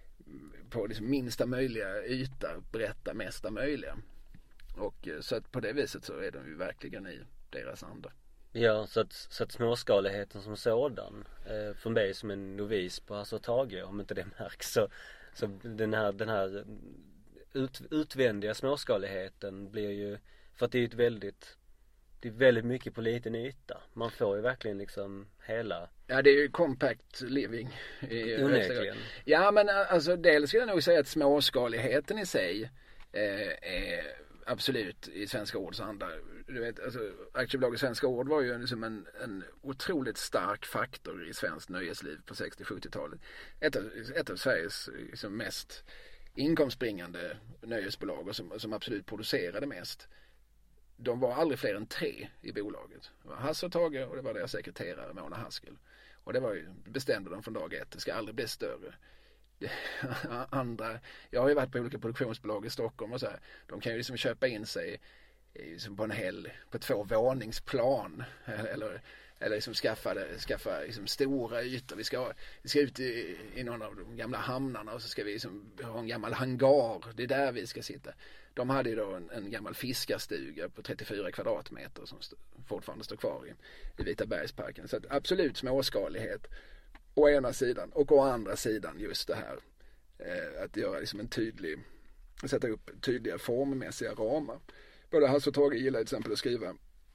på liksom minsta möjliga yta berätta mesta möjliga. Och eh, så att på det viset så är de ju verkligen i deras anda. Ja, så att, så att småskaligheten som sådan eh, för mig som en novis på Hasse och Tage, om inte det märks så, så den här, den här ut, utvändiga småskaligheten blir ju, för att det är ett väldigt det är väldigt mycket på liten yta. Man får ju verkligen liksom hela. Ja, det är ju compact living. Onekligen. Ja, men alltså dels skulle jag nog säga att småskaligheten i sig eh, är absolut i Svenska Ords anda. Du vet, alltså, aktiebolaget Svenska Ord var ju liksom en, en otroligt stark faktor i svenskt nöjesliv på sextio-sjuttiotalet. Ett av, ett av Sveriges liksom, mest inkomstbringande nöjesbolag och som, som absolut producerade mest. De var aldrig fler än tre i bolaget. Det var Hasse och Tage och det var deras sekreterare Mona Haskell. Och det var ju, bestämde de från dag ett. Det ska aldrig bli större. Andra, jag har ju varit på olika produktionsbolag i Stockholm och så här. De kan ju liksom köpa in sig liksom på en hel, på två våningsplan eller, eller liksom skaffa, skaffa liksom stora ytor. Vi ska, vi ska ut i, i någon av de gamla hamnarna och så ska vi liksom ha en gammal hangar. Det är där vi ska sitta. De hade ju då en, en gammal fiskarstuga på trettiofyra kvadratmeter som st- fortfarande står kvar i, i Vita bergsparken. Så att absolut småskalighet å ena sidan och å andra sidan just det här eh, att göra liksom en tydlig, sätta upp tydliga formmässiga ramar. Både Hasse och Tage gillar till exempel att skriva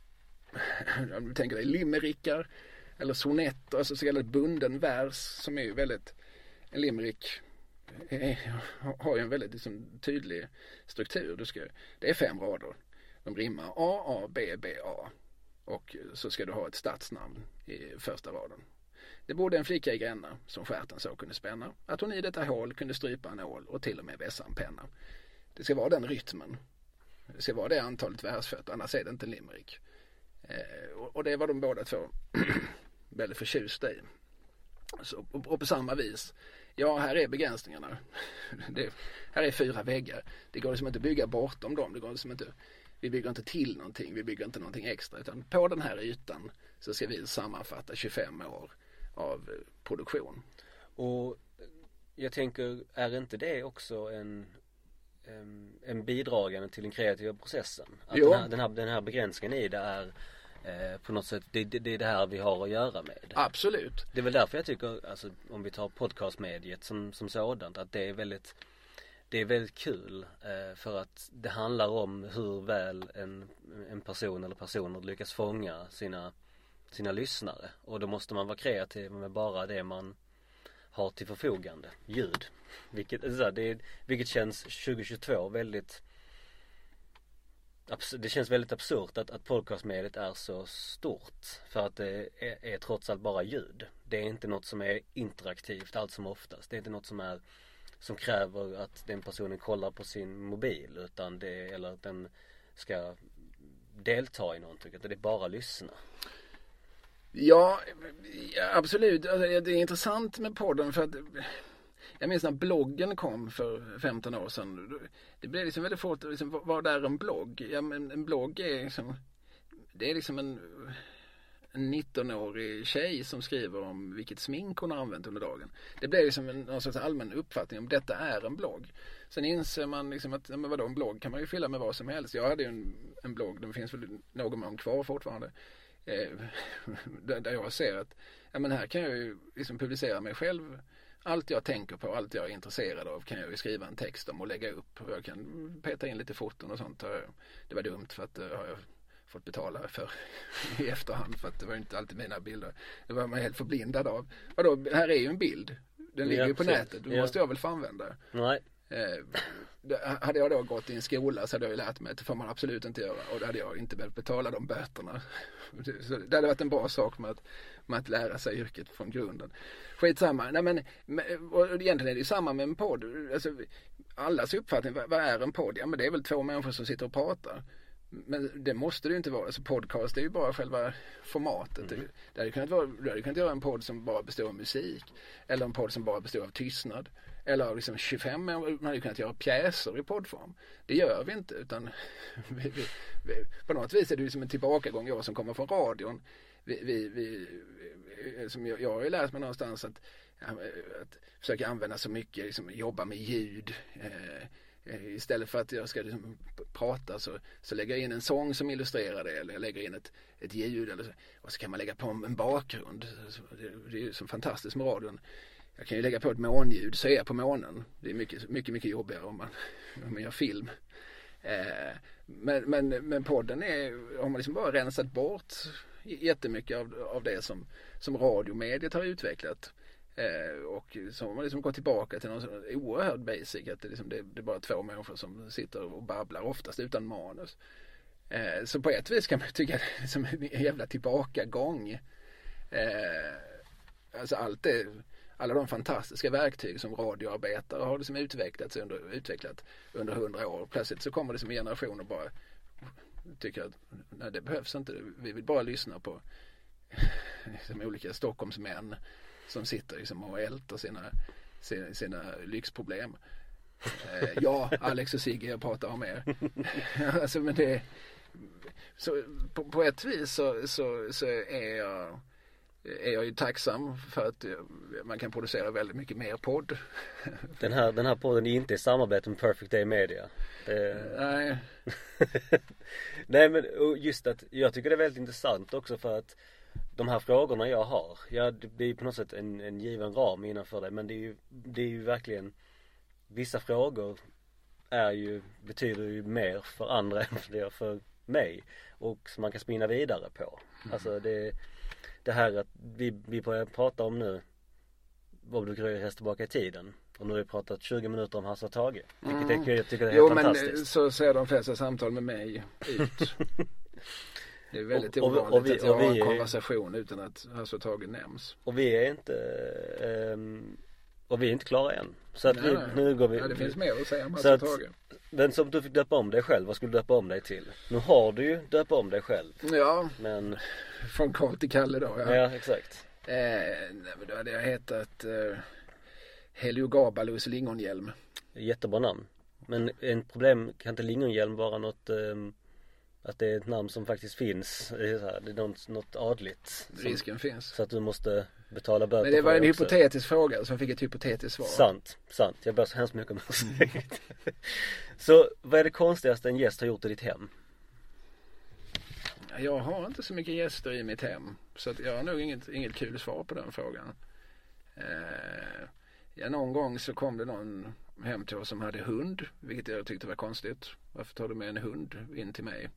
om du tänker dig limerickar eller sonetter, alltså så kallad bunden vers som är ju väldigt, en limerick är, har ju en väldigt liksom, tydlig struktur. Du ska, det är fem rader. De rimmar A, A, B, B, A och så ska du ha ett stadsnamn i första raden. Det bodde en flicka i Gränna som stjärten så kunde spänna, att hon i detta hål kunde strypa en ål och till och med vässa en penna. Det ska vara den rytmen. Det ska vara det antalet versfött, annars är det inte en limerick. Eh, och, och det var de båda två väldigt förtjusta i. Så, och, och på samma vis, ja här är begränsningarna. Det, här är fyra väggar. Det går liksom inte att bygga bortom dem. Det går liksom inte vi bygger inte till någonting, vi bygger inte någonting extra, utan på den här ytan så ska vi sammanfatta tjugofem år av produktion. Och jag tänker, är inte det också en, en, en bidragande till den kreativa processen? Att den här, den, här, den här begränsningen i det är eh, på något sätt, det, det, det är det här vi har att göra med. Absolut. Det är väl därför jag tycker, alltså, om vi tar podcastmediet som, som sådant, att det är väldigt det är väldigt kul eh, för att det handlar om hur väl en, en person eller personer lyckas fånga sina, sina lyssnare. Och då måste man vara kreativ med bara det man har till förfogande, ljud. Vilket, alltså, det är, vilket känns tjugohundratjugotvå väldigt, det känns väldigt absurt att, att podcastmediet är så stort. För att det är, är trots allt bara ljud. Det är inte något som är interaktivt allt som oftast. Det är inte något som är som kräver att den personen kollar på sin mobil, utan det, eller att den ska delta i någonting, att det är bara lyssna. Ja, absolut. Alltså, det är intressant med podden för att jag minns när bloggen kom för femton år sedan. Det blev liksom väldigt fort, liksom, vad är en blogg? Ja, men en blogg är liksom, det är liksom en, en nittonårig tjej som skriver om vilket smink hon har använt under dagen. Det blev liksom en, någon sorts allmän uppfattning om detta är en blogg. Sen inser man liksom att, men vadå, en blogg kan man ju fylla med vad som helst. Jag hade ju en, en blogg, den finns väl någon mån kvar fortfarande. Eh, där jag ser att ja, men här kan jag ju liksom publicera mig själv. Allt jag tänker på, allt jag är intresserad av kan jag ju skriva en text om och lägga upp. Och jag kan peta in lite foton och sånt. Det var dumt för att det har jag fått betala för i efterhand, för att det var inte alltid mina bilder. Det var man helt förblindad av. Vadå, här är ju en bild. Den ligger ju på nätet. Då måste jag väl få använda. Nej. Eh, hade jag då gått i en skola så hade jag ju lärt mig att det får man absolut inte göra, och då hade jag inte behövt betala de böterna. Så det hade varit en bra sak med att, med att lära sig yrket från grunden. Skitsamma. Nej, men, och egentligen är det ju samma med en podd. Alltså, allas uppfattning, vad, vad är en podd? Ja, men det är väl två människor som sitter och pratar. Men det måste det ju inte vara. Alltså, podcast är ju bara själva formatet. Mm. Det hade kunnat vara, det hade kunnat göra en podd som bara består av musik, eller en podd som bara består av tystnad. Eller liksom tjugofem, man hade kunnat göra pjäser i poddform. Det gör vi inte, utan vi, vi, vi, på något vis är det ju som en tillbakagång. Jag som kommer från radion, vi, vi, vi, som jag, jag har ju lärt mig någonstans att, att försöka använda så mycket, liksom, jobba med ljud. Eh, istället för att jag ska liksom prata så, så lägger jag in en sång som illustrerar det, eller jag lägger in ett, ett ljud, eller så, och så kan man lägga på en bakgrund. Det, det är ju så fantastiskt med radion. Jag kan ju lägga på ett månljud, så är jag på månen. Det är mycket, mycket, mycket jobbigare om man, om man gör film. Eh, men, men, men podden är, har man liksom bara rensat bort jättemycket av, av det som, som radiomediet har utvecklat. Eh, och så har man liksom gått tillbaka till något oerhört basic. Att det, liksom, det, det är bara två människor som sitter och babblar, oftast utan manus. Eh, så på ett vis kan man tycka att det är som en jävla tillbakagång. Eh, alltså allt det... Alla de fantastiska verktyg som radioarbetare har liksom utvecklats under, utvecklat under hundra år. Plötsligt så kommer det som en generation och bara tycker att nej, det behövs inte. Vi vill bara lyssna på liksom, olika Stockholmsmän som sitter liksom, och ältar sina, sina, sina lyxproblem. Eh, ja, Alex och Sigge, jag pratar om er. Alltså, men det, så, på, på ett vis så, så, så är jag... är jag ju tacksam för att man kan producera väldigt mycket mer podd. Den här, den här podden är inte i samarbete med Perfect Day Media. Det... Nej. Nej, men just att jag tycker det är väldigt intressant också, för att de här frågorna jag har, ja, det är på något sätt en, en given ram innanför det, men det är ju, det är ju verkligen, vissa frågor är ju, betyder ju mer för andra än det gör för mig, och som man kan spinna vidare på. Mm. Alltså det Det här att vi, vi börjar prata om nu vad du kan resa tillbaka i tiden. Och nu har vi pratat tjugo minuter om Hasse och Tage. Vilket mm. jag tycker är jo, helt fantastiskt. Men så ser de flesta samtal med mig ut. Det är väldigt och, ovanligt och, och vi, att jag har en konversation utan att Hasse och Tage nämns. Och vi är inte um, och vi är inte klara än. Så att nej, vi, nej. nu går vi. Ja, det finns mer att säga om Hasse och Tage. Den som du fick döpa om dig själv, vad skulle du döpa om dig till? Nu har du ju döpa om dig själv. Ja. Men från Karl till Kalle då. Ja, ja exakt. Eh, nej, men då hade jag hetat eh, Heliogabalus Lingonhjelm. Jättebra namn. Men en problem, kan inte Lingonhjelm vara något um, Att det är ett namn som faktiskt finns. Det är, så här, det är något, något adligt. Som, Risken finns. Så att du måste betala böter. Men det var för en också. hypotetisk fråga som fick ett hypotetiskt svar. Sant, sant. Jag ber så hemskt mycket om ursäkt. Så vad är det konstigaste en gäst har gjort i ditt hem? Jag har inte så mycket gäster i mitt hem. Så att jag har nog inget, inget kul svar på den frågan. Eh, ja, någon gång så kom det någon hem till oss som hade hund. Vilket jag tyckte var konstigt. Varför tar du med en hund in till mig?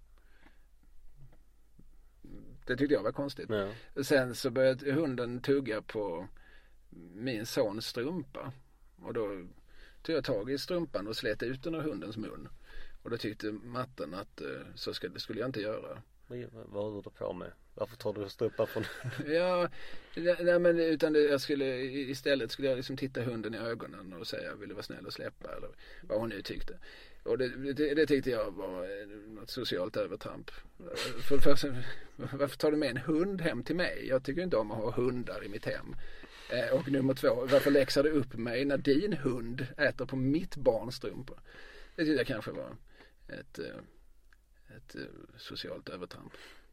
Det tyckte jag var konstigt. Ja. Sen så började hunden tugga på min sons strumpa. Och då tog jag tag i strumpan och slet ut den ur hundens mun. Och då tyckte matten att så skulle, det skulle jag inte göra. Vad håller du på med? Varför tar du strumpan från? Ja, nej men utan det, jag skulle istället skulle jag liksom titta hunden i ögonen och säga vill du vara snäll och släppa eller vad hon nu tyckte. Och det, det, det tyckte jag var något socialt övertramp. För, för, varför tar du med en hund hem till mig? Jag tycker inte om att ha hundar i mitt hem. Eh, och nummer två, varför läxar du upp mig när din hund äter på mitt barns strumpor? Det tyckte jag kanske var ett, ett socialt övertramp.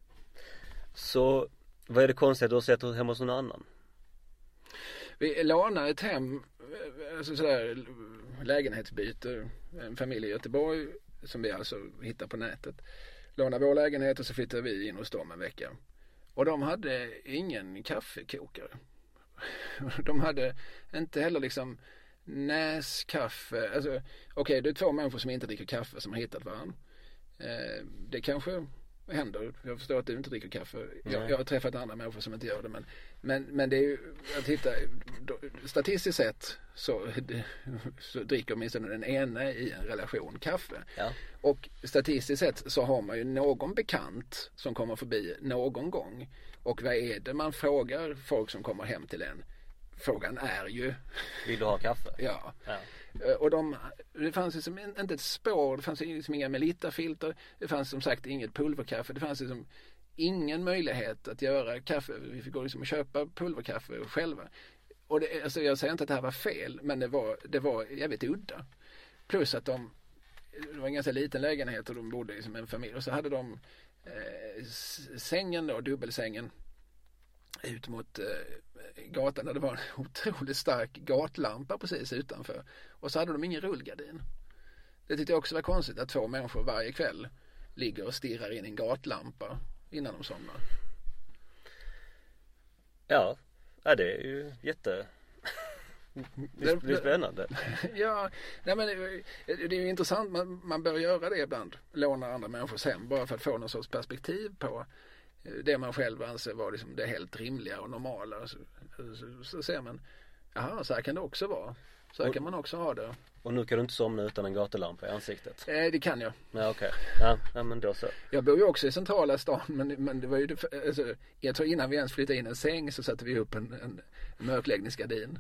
Så vad är det konstigt att du har sett hemma hos någon annan? Vi lånar ett hem, alltså sådär lägenhetsbyte, en familj i Göteborg som vi alltså hittar på nätet. Lånar vår lägenhet och så flyttar vi in hos dem en vecka. Och de hade ingen kaffekokare. De hade inte heller liksom näskaffe. Alltså, okej, okay, det är två människor som inte dricker kaffe som har hittat varandra. Eh, det kanske händer. Jag förstår att du inte dricker kaffe. Jag, jag har träffat andra människor som inte gör det. Men, men, men det är ju att hitta, statistiskt sett så, så dricker åtminstone den ena i en relation kaffe. Ja. Och statistiskt sett så har man ju någon bekant som kommer förbi någon gång. Och vad är det man frågar folk som kommer hem till en? Frågan är ju... Vill du ha kaffe? Ja. Ja. Och de, det fanns liksom inte ett spår, det fanns liksom inga Melita-filter, det fanns som sagt inget pulverkaffe, det fanns liksom ingen möjlighet att göra kaffe. Vi fick gå liksom och köpa pulverkaffe själva. Och det, alltså jag säger inte att det här var fel, men det var, det var jävligt udda. Plus att de, det var en ganska liten lägenhet och de bodde liksom en familj. Och så hade de eh, sängen då, dubbelsängen, ut mot eh, gatan där det var en otroligt stark gatlampa precis utanför. Och så hade de ingen rullgardin. Det tyckte jag också var konstigt att två människor varje kväll ligger och stirrar in i en gatlampa innan de somnar. Ja, ja det är ju jätte... Det blir spännande. Ja, nej men det är ju intressant. Man, man bör göra det ibland. Låna andra människors hem bara för att få någon sorts perspektiv på det man själv anser vara liksom det helt rimliga och normala. Så, så, så ser man, jaha, så här kan det också vara. Så här och, kan man också ha det. Och nu kan du inte somna utan en gatulampa i ansiktet? Eh, det kan jag. Ja, okej. Okay. Ja, ja, men då så. Jag bor ju också i centrala stan, men, men det var ju, alltså, jag tror innan vi ens flyttade in en säng så satte vi upp en, en mörkläggningsgardin.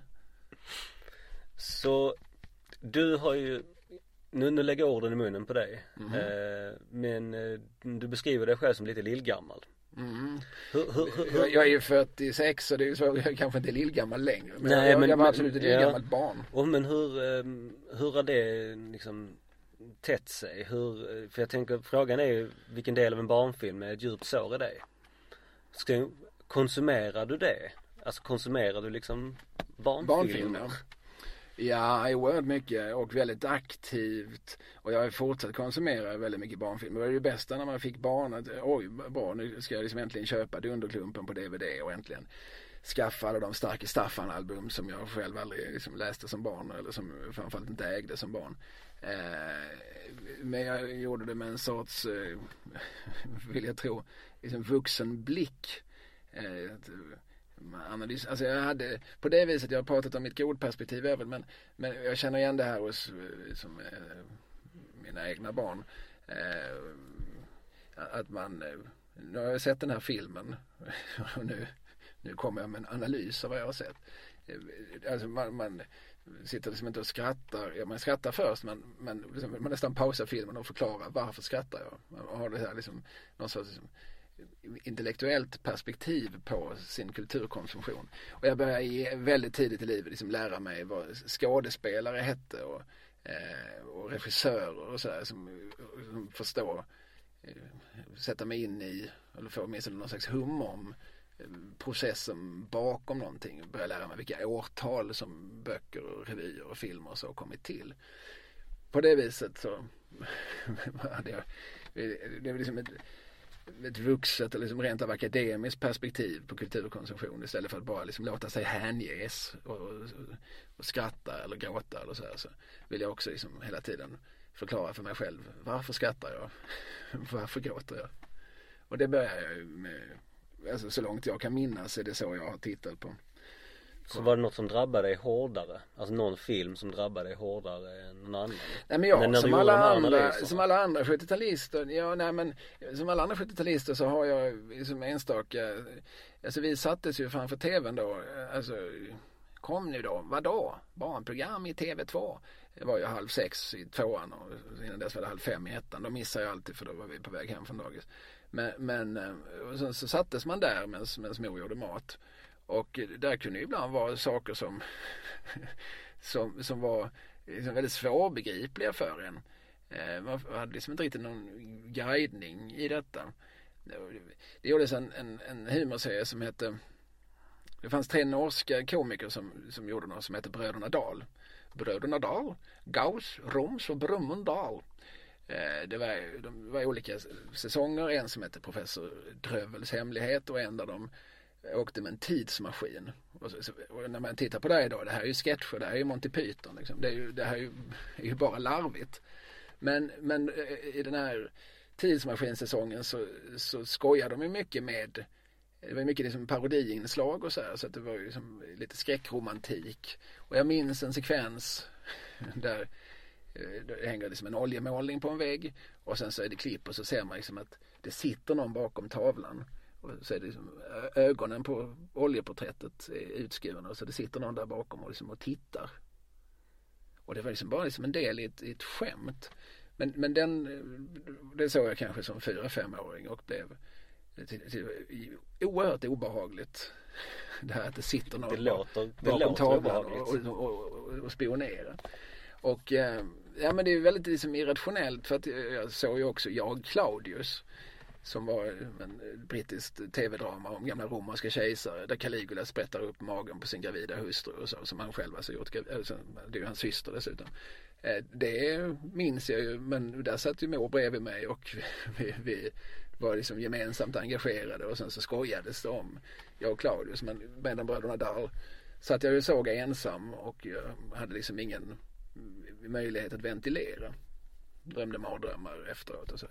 Så du har ju, nu, nu lägger jag orden i munnen på dig, mm. eh, men eh, du beskriver dig själv som lite lillgammal. Mm. Hur, hur, hur, jag, jag är ju fyrtiosex så det är ju så jag är kanske inte lillgammal längre. Men nej, jag, men, jag var men, absolut ett ja. lillgammalt barn. Och men hur, hur har det liksom tätt sig? Hur, för jag tänker, frågan är ju vilken del av en barnfilm är ett djupt sår i dig? Ska, konsumerar du det? Alltså konsumerar du liksom barnfilmer? Barnfilmer. Ja, oerhört mycket och väldigt aktivt. Och jag har fortsatt konsumera väldigt mycket barnfilmer. Det var ju det bästa när man fick barn att oj, bra, nu ska jag liksom äntligen köpa Dunderklumpen på D V D och äntligen skaffa alla de Starke Staffan-album som jag själv aldrig liksom läste som barn eller som framförallt inte ägde som barn. Eh, men jag gjorde det med en sorts, eh, vill jag tro, liksom vuxen blick. Eh, analys, alltså jag hade på det viset, jag har pratat om mitt godperspektiv även, men, men jag känner igen det här hos liksom, eh, mina egna barn, eh, att man eh, nu har jag sett den här filmen och nu, nu kommer jag med en analys av vad jag har sett. eh, alltså man, man sitter liksom inte och skrattar, ja, man skrattar först men, men liksom, man nästan pausar filmen och förklarar varför skrattar jag, man har det här liksom någon sorts liksom, intellektuellt perspektiv på sin kulturkonsumtion. Och jag började i väldigt tidigt i livet liksom lära mig vad skådespelare hette och, eh, och regissörer och sådär som, som förstår eh, sätta mig in i eller få åtminstone någon slags hum om processen bakom någonting. Börja lära mig vilka årtal som böcker och revyer och filmer och så har kommit till. På det viset så hade jag, det är liksom ett, ett vuxet eller liksom rent av akademiskt perspektiv på kulturkonsumtion istället för att bara liksom låta sig hänges och, och, och skratta eller gråta eller så här, så vill jag också liksom hela tiden förklara för mig själv, varför skrattar jag? Varför gråter jag? Och det börjar jag med, alltså så långt jag kan minnas är det så jag har tittat på. Så var det något som drabbade dig hårdare? Alltså någon film som drabbade dig hårdare än någon annan? Nej men jag, som alla, andra, som alla andra sjuttio-talister, ja nej men som alla andra sjuttio-talister så har jag liksom enstaka, alltså vi sattes ju framför tvn då, alltså kom nu då, vadå? Barnprogram i T V två. Det var ju halv sex i tvåan och innan dess var det halv fem i ettan. Då missade jag alltid för då var vi på väg hem från dagis. Men, men och sen så sattes man där medan mor gjorde mat. Och där kunde ju ibland vara saker som, som, som var liksom väldigt svårbegripliga för en. Man hade liksom inte riktigt någon guidning i detta. Det gjordes en, en, en humorserie som hette, det fanns tre norska komiker som, som gjorde något som hette Bröderna Dahl. Bröderna Dahl, Gauss, Roms och Brummundal. Det var, de var olika säsonger, en som hette Professor Drövels hemlighet och en där de åkte med en tidsmaskin. Och, så, och när man tittar på det här idag, det här är ju sketcher, det här är ju Monty Python. Liksom. Det, är ju, det här är ju, är ju bara larvigt. Men, men i den här tidsmaskinsäsongen så, så skojar de ju mycket med, det var mycket liksom parodiinslag och så här, så att det var ju liksom lite skräckromantik. Och jag minns en sekvens där det hänger liksom en oljemålning på en vägg och sen så är det klipp och så ser man liksom att det sitter någon bakom tavlan. Och så är det liksom, ögonen på oljeporträttet är utskurna och så det sitter någon där bakom och, liksom och tittar. Och det var liksom bara liksom en del i ett, i ett skämt. Men, men den, det såg jag kanske som fyra, femåring och blev till, till, oerhört obehagligt. Det här att det sitter någon det låter, det bakom låter tavlan och, och, och, och spionerar. Och ja, men det är väldigt liksom irrationellt för att jag såg ju också Jag Claudius som var en brittiskt tv-drama om gamla romerska kejsare där Caligula sprättar upp magen på sin gravida hustru och så, som han själv alltså gjort, alltså, det är ju hans syster dessutom. Det minns jag ju, men där satt ju mor bredvid mig och vi, vi var liksom gemensamt engagerade och sen så skojades det om Jag och Claudius, men med de bröderna där satt jag ju såg ensam och jag hade liksom ingen möjlighet att ventilera. Drömde mardrömmar efteråt och så.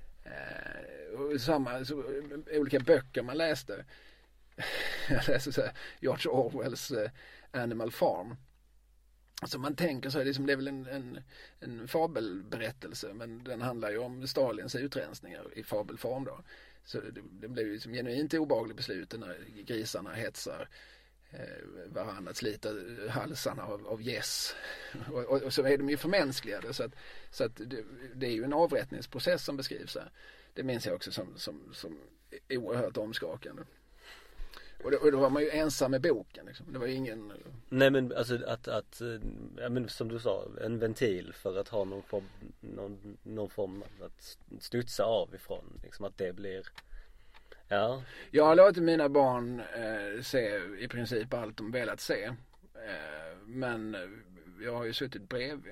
Eh, och samma så, olika böcker man läste. Jag läste så här, George Orwells eh, Animal Farm. Alltså man tänker så här, liksom, det är väl en, en, en fabelberättelse, men den handlar ju om Stalins utrensningar i fabelform då. Så det, det blev ju liksom genuint obehagligt beslut när grisarna hetsar varann att slita halsarna av, av gäss och, och, och så är de ju förmänskligade så att, så att det, det är ju en avrättningsprocess som beskrivs här. Det minns jag också som, som, som oerhört omskakande. Och då, och då var man ju ensam med boken liksom. Det var ju ingen... Nej men alltså att, att ja, men som du sa, en ventil för att ha någon form, någon, någon form att studsa av ifrån liksom, att det blir. Ja. Jag har låtit mina barn eh, se i princip allt de velat se. Eh, men jag har ju suttit bredvid.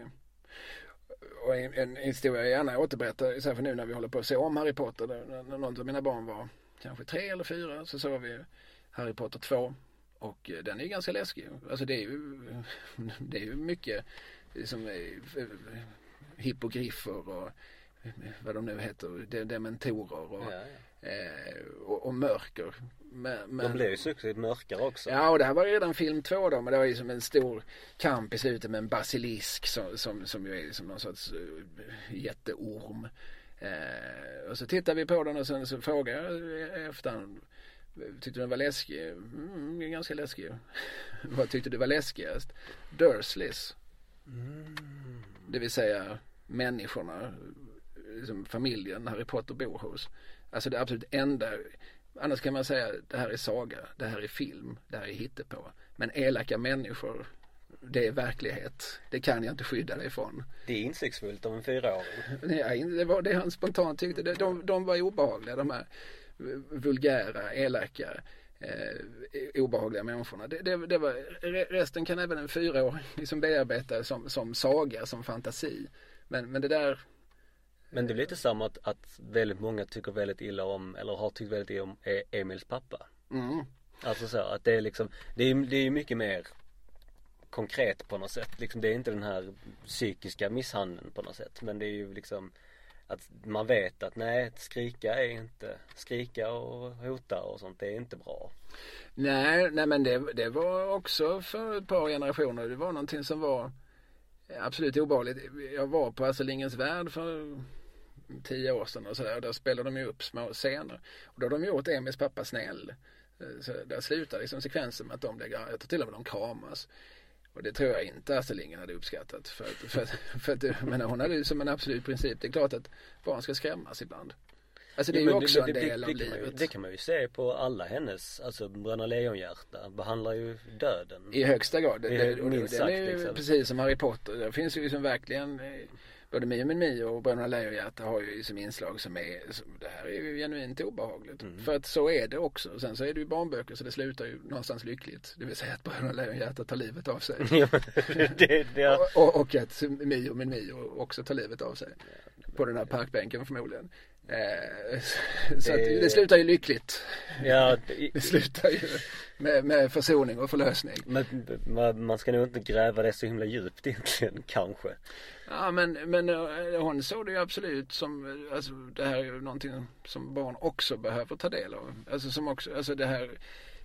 Och en, en historia jag gärna återberättar, så här för nu när vi håller på att se om Harry Potter. Där, när någon av mina barn var kanske tre eller fyra så såg vi Harry Potter två. Och eh, den är ju ganska läskig. Alltså det är ju, det är ju mycket som är, hippogriffer och vad de nu heter, dementorer och, ja, ja. Eh, och, och mörker. Men, men, de blev ju successivt mörkare också. Ja, och det här var redan film två då, men det var ju som en stor kamp i slutet med en basilisk som, som, som ju är som någon sorts uh, jätteorm. Eh, och så tittar vi på den och sen så frågar jag efter, tyckte du den var läskig? Mm, ganska läskig. Vad tyckte du var läskigast? Dursleys. Mm. Det vill säga människorna, liksom familjen Harry Potter bor hos. Alltså det absolut enda, annars kan man säga det här är saga, det här är film, det här är hittepå. Men elaka människor det är verklighet. Det kan jag inte skydda dig från. Det är insiktsfullt av en fyraåring. Nej, det var det han spontant tyckte. De, de, de var obehagliga, de här vulgära, elaka, eh, obehagliga människorna. Det, det, det var, resten kan även en fyraåring liksom bearbeta som, som saga, som fantasi. Men, men det där... Men det är lite samma att, att väldigt många tycker väldigt illa om, eller har tyckt väldigt illa om Emils pappa. Mm. Alltså så att det är liksom, det är, det är mycket mer konkret på något sätt. Liksom, det är inte den här psykiska misshandeln på något sätt. Men det är ju liksom att man vet att nej, skrika är inte, skrika och hota och sånt, det är inte bra. Nej, nej men det, det var också för ett par generationer, det var någonting som var absolut obehagligt. Jag var på Astrid Lindgrens Värld för tio år sedan och sådär, och där spelade de ju upp små scener. Och då har de gjort Emils pappa snäll. Så där slutar liksom sekvensen med att de lägger, jag tror till och med de kramas. Och det tror jag inte Astrid Lindgren hade uppskattat. För att, för att, för att men hon hade ju som en absolut princip, det är klart att barn ska skrämmas ibland. Alltså det är ju ja, också det, det, en del det, det, av det livet. Ju, det kan man ju se på alla hennes, alltså Bröderna Lejonhjärta behandlar ju döden. I högsta grad. Det, det, och minst det, sagt, det är ju liksom. Precis som Harry Potter. Det finns ju liksom verkligen, både Mio min Mio och Bröderna Lejonhjärta har ju som inslag som är, som, det här är ju genuint obehagligt. Mm. För att så är det också. Och sen så är det ju barnböcker så det slutar ju någonstans lyckligt. Det vill säga att Bröderna Lejonhjärta tar livet av sig. det, det är... och, och, och att Mio min Mio också tar livet av sig. På den här parkbänken förmodligen. Eh, så det... Att det slutar ju lyckligt. Ja, det... det slutar ju med, med försoning och förlösning. Men man, man ska nog inte gräva det så himla djupt egentligen, kanske. Ja, men, men hon såg det ju absolut som, alltså det här är ju någonting som barn också behöver ta del av. Alltså som också, alltså det här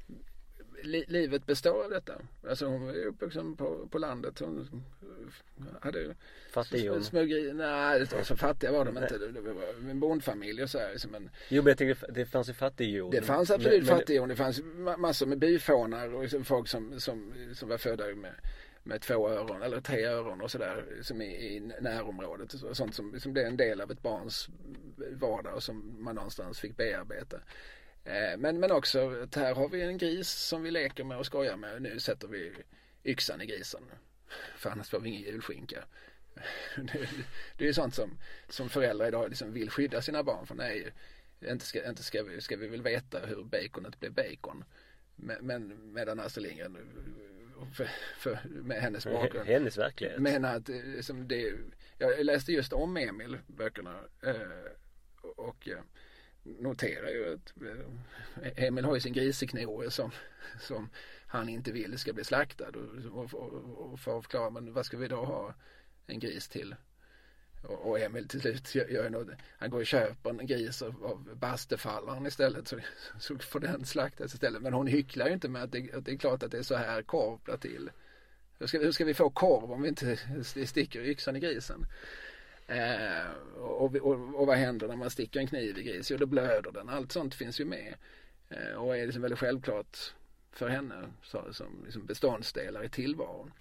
li, livet består av detta. Alltså hon var uppvuxen på, på landet. Hon hade fattig små grejer. Nej, det var så fattiga var de inte. Det var en bondfamilj och så här. Liksom en, jo, men jag tänkte, det fanns ju fattigjord. Det fanns absolut fattigjord. Det fanns massor med byfånar och liksom folk som, som, som var födda med med två öron eller tre öron och sådär som är i närområdet och sånt som, som blev en del av ett barns vardag och som man någonstans fick bearbeta. Eh, men, men också att här har vi en gris som vi leker med och skojar med. Nu sätter vi yxan i grisen för annars får vi ingen julskinka. det, det är ju sånt som, som föräldrar idag liksom vill skydda sina barn för. Nej, inte ska, inte ska, vi, ska vi väl veta hur baconet blev bacon. Men, men medan Astrid Lindgren För, för, med hennes bakgrund. Hennes verklighet. Men att som det, jag läste just om Emil böckerna eh, och eh, noterar ju att eh, Emil har ju sin griseknoe som, som han inte vill ska bli slaktad och, och, och, och för att förklara, men vad ska vi då ha en gris till? Och, och Emil till slut gör, gör något, han går och köper en gris av, av bastefallaren istället så, så får den slaktas istället. Men hon hycklar ju inte med att det, att det är klart att det är så här korv blir till. Hur ska, hur ska vi få korv om vi inte sticker yxan i grisen? Eh, och, och, och vad händer när man sticker en kniv i gris? Jo, då blöder den. Allt sånt finns ju med. Eh, och är liksom väldigt självklart för henne så, som liksom beståndsdelar i tillvaron.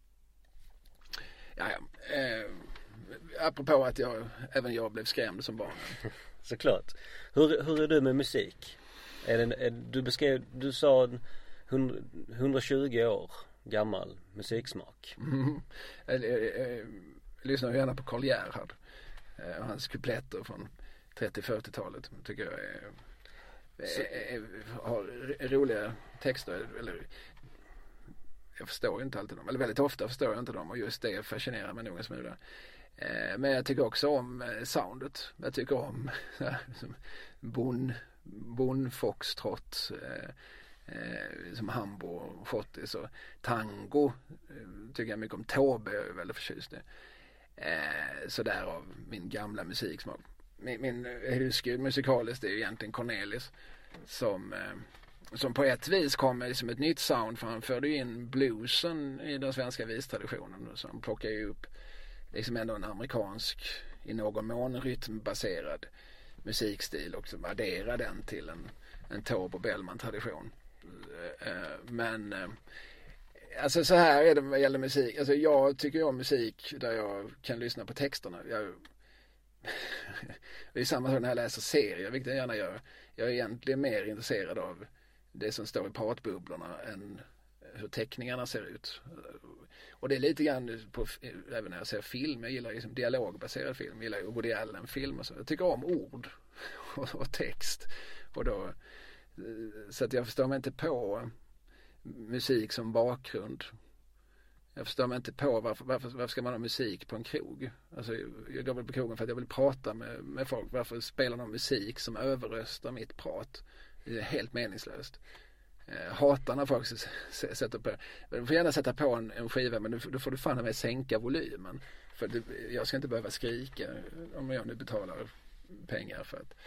Ja, ja. Eh, apropå att jag, även jag blev skrämd som barn. Såklart. Hur, hur är du med musik? Är det, är, du beskrev, du sa hundratjugo år gammal musiksmak. Mm. Jag, jag, jag, jag lyssnar gärna på Karl Gerhard. Eh, hans kupletter från trettio-fyrtiotalet tycker jag är, är, är, har roliga texter. Eller, jag förstår inte alltid dem. Eller väldigt ofta förstår jag inte dem. Och just det fascinerar mig nog en smula. Eh, men jag tycker också om eh, soundet. Jag tycker om äh, bon, bon foxtrot. Eh, Eh, som Hambo och Schottis och tango eh, tycker jag mycket om. Tåbe är jag väldigt förtjust i. Eh, så därav min gamla musiksmak. Min, min husgud musikaliskt är ju egentligen Cornelis som, eh, som på ett vis kom med liksom ett nytt sound, för han förde ju in bluesen i den svenska vistraditionen, så han plockar ju upp liksom ändå en amerikansk i någon mån rytmbaserad musikstil och som adderar den till en, en Taube och Bellman-tradition. Men alltså så här är det vad gäller musik. Alltså jag tycker om musik där jag kan lyssna på texterna. Jag, det är samma sak när jag läser serier, vilket jag gärna gör. Jag är egentligen mer intresserad av det som står i pratbubblorna än hur teckningarna ser ut. Och det är lite grann på, även när jag ser film, jag gillar liksom dialogbaserad film, jag gillar ju Woody Allen-film och så. Jag tycker om ord och, och text. Och då, så att jag förstår mig inte på musik som bakgrund. Jag förstår mig inte på varför, varför, varför ska man ha musik på en krog? Alltså, jag går väl på krogen för att jag vill prata med, med folk. Varför spelar de musik som överröstar mitt prat? Det är helt meningslöst. Eh, hatar när folk sätter på. Du får gärna sätta på en, en skiva, men då får du fan med sänka volymen. För det, jag ska inte behöva skrika om jag nu betalar pengar för att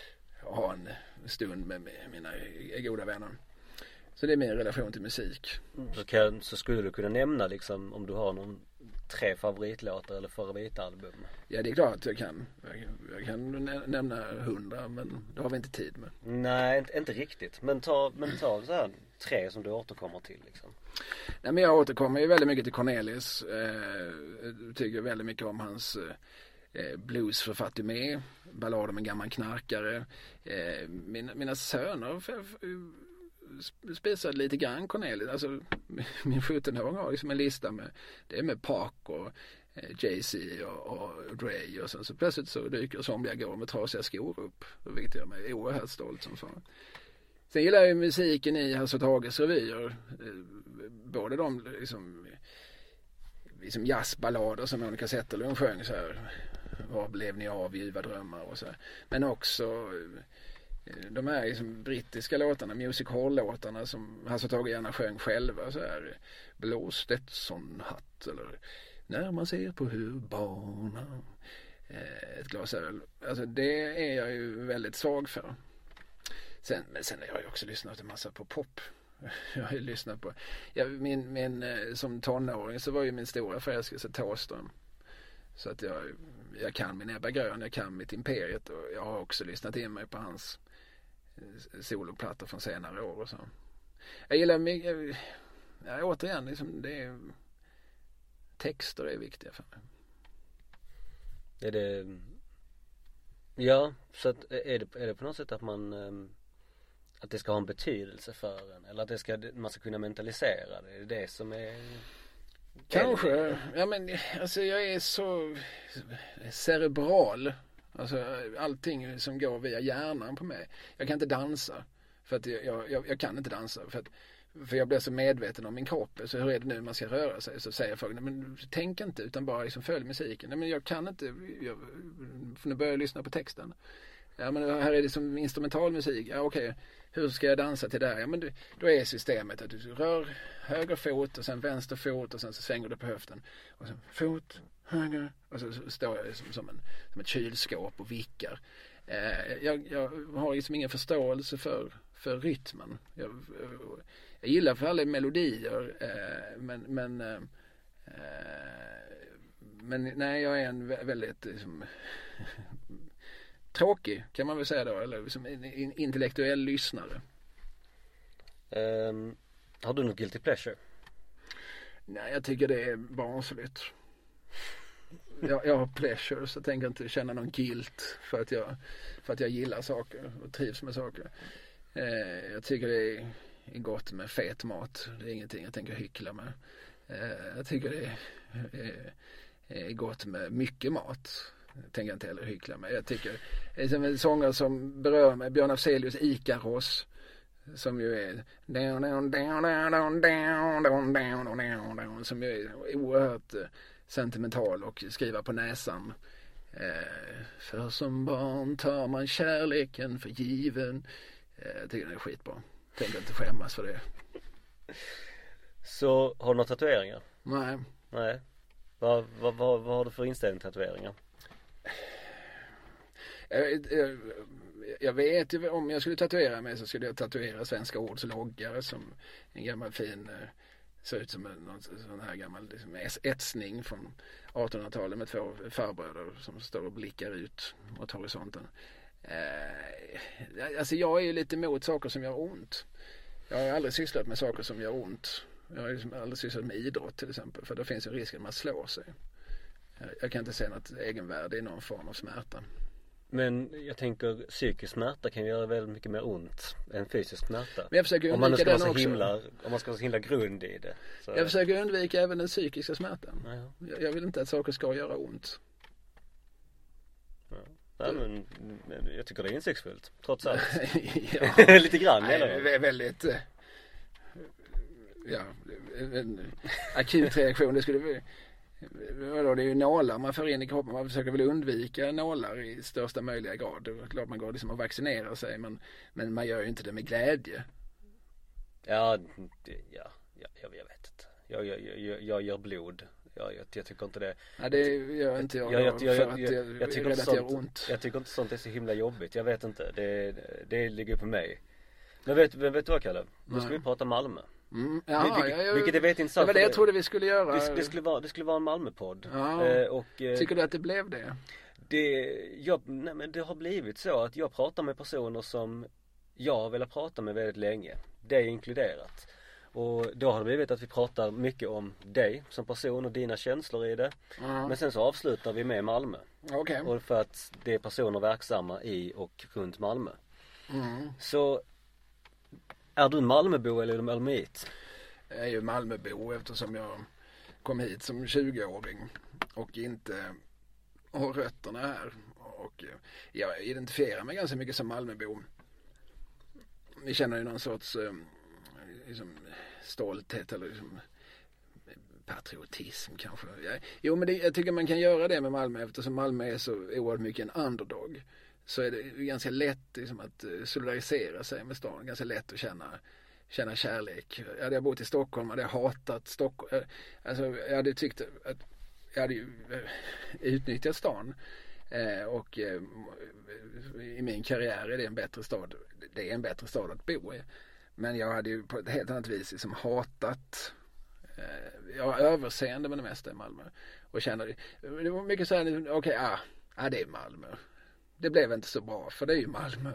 ha en stund med mina goda vänner. Så det är min relation till musik. Så, kan, så skulle du kunna nämna liksom, om du har någon tre favoritlåtar eller favoritalbum? Ja, det är klart att jag kan. Jag, jag kan nämna hundra, men det har vi inte tid med. Nej, inte, inte riktigt. Men ta, men ta så här, tre som du återkommer till liksom. Nej, men jag återkommer ju väldigt mycket till Cornelis. Eh, tycker väldigt mycket om hans eh, blues för Fatimé, ballad om en gammal knarkare. Eh, mina, mina söner för, för, spisade lite grann Cornelis. Alltså min sjutton-åring har liksom en lista med, det är med Park och eh, Jay-Z och, och Dre och sen så plötsligt så dyker somliga går med trasiga skor upp, vilket gör mig oerhört stolt som fan. Sen gillar jag musiken i Hasse och Tages revyer, eh, både de liksom, liksom jazzballader som Monica Zetterlund sjöng så här, vad blev ni av ljuva drömmar och så här. Men också de här liksom brittiska låtarna, music hall-låtarna som Hasse och Tage gärna sjöng själva, så här Blå Stetson-hatt eller När man ser på hur barna ett glas öl. Alltså det är jag ju väldigt svag för. Sen, men sen har jag ju också lyssnat en massa på pop. Jag har ju lyssnat på jag, min, min, som tonåring så var ju min stora förälskelse Thåström. Så att jag, jag kan min Ebba Grön, jag kan mitt Imperiet och jag har också lyssnat in mig på hans soloplattor från senare år och så. Jag gillar mycket, ja, återigen liksom det är, texter är viktiga för mig. Är det, ja, så att, är det, är det på något sätt att man att det ska ha en betydelse för en eller att det ska, man ska kunna mentalisera det, är det det som är kanske, ja men alltså jag är så cerebral. Alltså allting som går via hjärnan på mig. Jag kan inte dansa. För att jag, jag, jag kan inte dansa. För, att, för jag blir så medveten om min kropp. Så hur är det nu man ska röra sig? Så säger folk, nej, men tänk inte utan bara liksom följ musiken. Nej men jag kan inte, jag, för nu börjar jag lyssna på texten. Ja men här är det som instrumental musik. Ja okej, hur ska jag dansa till det här? Ja men du, då är systemet att du rör höger fot och sen vänster fot och sen så svänger du på höften. Och sen fot, höger och så, så står jag som, som, en, som ett kylskåp och vickar. Eh, jag, jag har liksom ingen förståelse för, för rytmen. Jag, jag gillar för alla melodier eh, men, men, eh, men nej jag är en väldigt liksom, tråkig kan man väl säga då, eller som en intellektuell lyssnare. Um, har du något guilty pleasure? Nej, jag tycker det är barnsligt. Jag, jag har pleasure så jag tänker inte känna någon guilt för att jag, för att jag gillar saker och trivs med saker. Eh, jag tycker det är, är gott med fet mat. Det är ingenting jag tänker hyckla med. Eh, jag tycker det är, är, är gott med mycket mat. Jag tänker inte heller hyckla med. Jag tycker det är som en sångare som berör mig, Björn Afzelius Ikaros, som ju är som ju är oerhört sentimental och skriver på näsan. Eh, för som barn tar man kärleken för given. Eh, jag tycker det är skitbra. Tänker inte skämmas för det. Så har du några tatueringar? Nej. Nej. Vad, vad, vad, vad har du för inställning till tatueringar? Jag, jag, jag vet ju om jag skulle tatuera mig så skulle jag tatuera Svenska Ords loggar som en gammal fin, ser ut som en sån här gammal liksom, etsning från artonhundratalet med två farbröder som står och blickar ut mot horisonten. Eh, alltså jag är ju lite emot saker som gör ont. Jag har aldrig sysslat med saker som gör ont. Jag har liksom aldrig sysslat med idrott till exempel, för då finns ju risken att man slår sig. Jag kan inte se något egenvärde i någon form av smärta. Men jag tänker psykisk smärta kan göra väldigt mycket mer ont än fysisk smärta. Men jag försöker om man ska undvika vara den så också. himla, om man ska vara så himla grund i det. Så. Jag försöker undvika även den psykiska smärtan. Ja. Jag, jag vill inte att saker ska göra ont. Ja. Ja, men, men jag tycker det är insiktsfullt, trots allt. Ja. Lite grann, Nej, eller? det är väldigt... eh, Ja, en akut reaktion. Det skulle... Vadå, det är ju nålar man får in i kroppen. Man försöker väl undvika nålar i största möjliga grad. Det är klart man går liksom och vaccinerar sig, men, men man gör ju inte det med glädje. Ja, det, ja, ja jag, jag vet inte. Jag, jag, jag, jag gör blod. Jag, jag, jag tycker inte det. Ja, det gör inte jag, jag, jag, jag, för jag, att jag, jag, jag tycker är inte rädd att det gör sånt, ont. jag tycker inte sånt är så himla jobbigt. Jag vet inte. Det, det ligger på mig. Men vet, vet du vad, Kalle? Nu ska vi prata Malmö. Mm. Jaha, Vil, jag, jag, vilket är väldigt intressant. det var det jag trodde vi skulle göra. Det, det, skulle, vara, det skulle vara en Malmöpodd. Ja. Eh, och, eh, Tycker du att det blev det? Det, jag, nej, men det har blivit så att jag pratar med personer som jag har velat prata med väldigt länge. Det är inkluderat. Och då har det blivit att vi pratar mycket om dig som person och dina känslor i det. Mm. Men sen så avslutar vi med Malmö. Okay. Och för att det är personer verksamma i och runt Malmö. Mm. Så är du Malmöbo eller Malmöit? Jag är ju Malmöbo eftersom jag kom hit som tjugoåring och inte har rötterna här. Och jag identifierar mig ganska mycket som Malmöbo. Vi känner ju någon sorts liksom, stolthet eller liksom, patriotism kanske. Jo, men det, jag tycker man kan göra det med Malmö eftersom Malmö är så oerhört mycket en underdog. Så är det ganska lätt liksom, att solidarisera sig med stan. Ganska lätt att känna, känna kärlek. Jag hade bott i Stockholm, hade jag hatat Stockholm. Alltså, jag hade tyckt att jag hade utnyttjat stan. Eh, och eh, i min karriär är det en bättre stad. Det är en bättre stad att bo i. Men jag hade ju på ett helt annat vis liksom hatat. Eh, jag har överseende med det mesta i Malmö. Och kände, det var mycket så här, okej, okay, ah, ah, det är Malmö. Det blev inte så bra, för det är ju Malmö.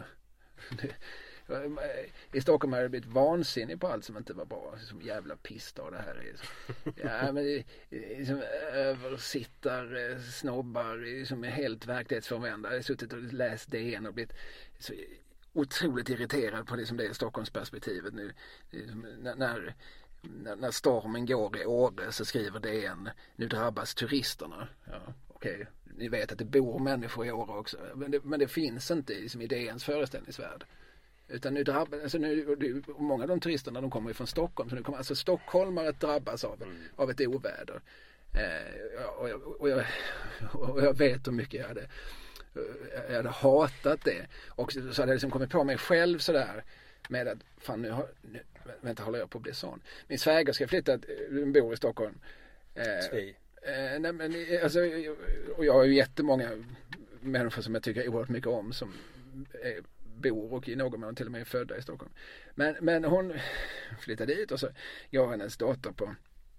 I Stockholm har jag blivit vansinnig på allt som inte var bra. Som jävla pissstad det här är. Ja, men det är som översittar, snobbar som är helt verklighetsförvända. Jag har suttit och läst D N och blivit så otroligt irriterad på det som det är Stockholmsperspektivet nu. När, när, när stormen går i Åre så skriver D N, nu drabbas turisterna. Ja, okej. Okay. Ni vet att det bor människor i Åre också. Men det, men det finns inte liksom, i D N:s föreställningsvärld. Utan nu drabbas, alltså nu, många av de turisterna de kommer ju från Stockholm. Så nu kommer alltså stockholmare att drabbas av, mm. av ett oväder. Eh, och, jag, och, jag, och jag vet hur mycket jag hade, jag hade hatat det. Och så, så hade jag liksom kommit på mig själv sådär. Med att, fan nu, har, nu vänta, håller jag på att bli sån. Min svägerska flyttat, hon bor i Stockholm. Eh, eh, nej, men, alltså, och jag har ju jättemånga människor som jag tycker oerhört mycket om som är, bor och i någon mån till och med är födda i Stockholm. Men, men hon flyttade dit och så jag och hennes dotter på,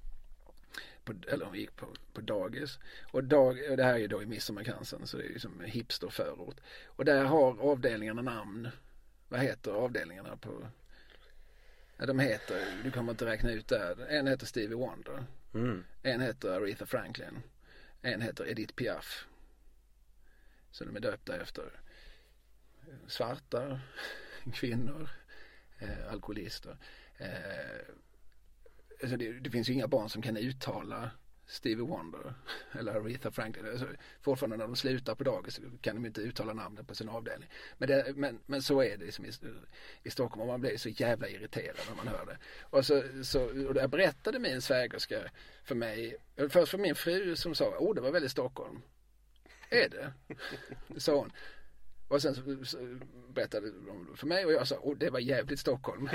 på eller hon gick på, på dagis. Och, dag, och det här är ju då i Midsommarkransen så det är ju som hipsterförort. Och där har avdelningarna namn. Vad heter avdelningarna på... Ja, de heter, du kommer inte räkna ut där. En heter Stevie Wonder. Mm. En heter Aretha Franklin. En heter Edith Piaf. Så de är döpta efter svarta kvinnor, eh, alkoholister. Eh, alltså det, det finns ju inga barn som kan uttala Stevie Wonder eller Aretha Franklin. Alltså, fortfarande när de slutar på dagis så kan de inte uttala namnet på sin avdelning. Men, det, men, men så är det liksom i, i Stockholm och man blir så jävla irriterad när man hör det. Och, så, så, och jag berättade min svägerska för mig, först för min fru som sa, åh det var väldigt Stockholm. Är det? Sa hon. Och sen så, så berättade de för mig och jag sa, åh det var jävligt Stockholm.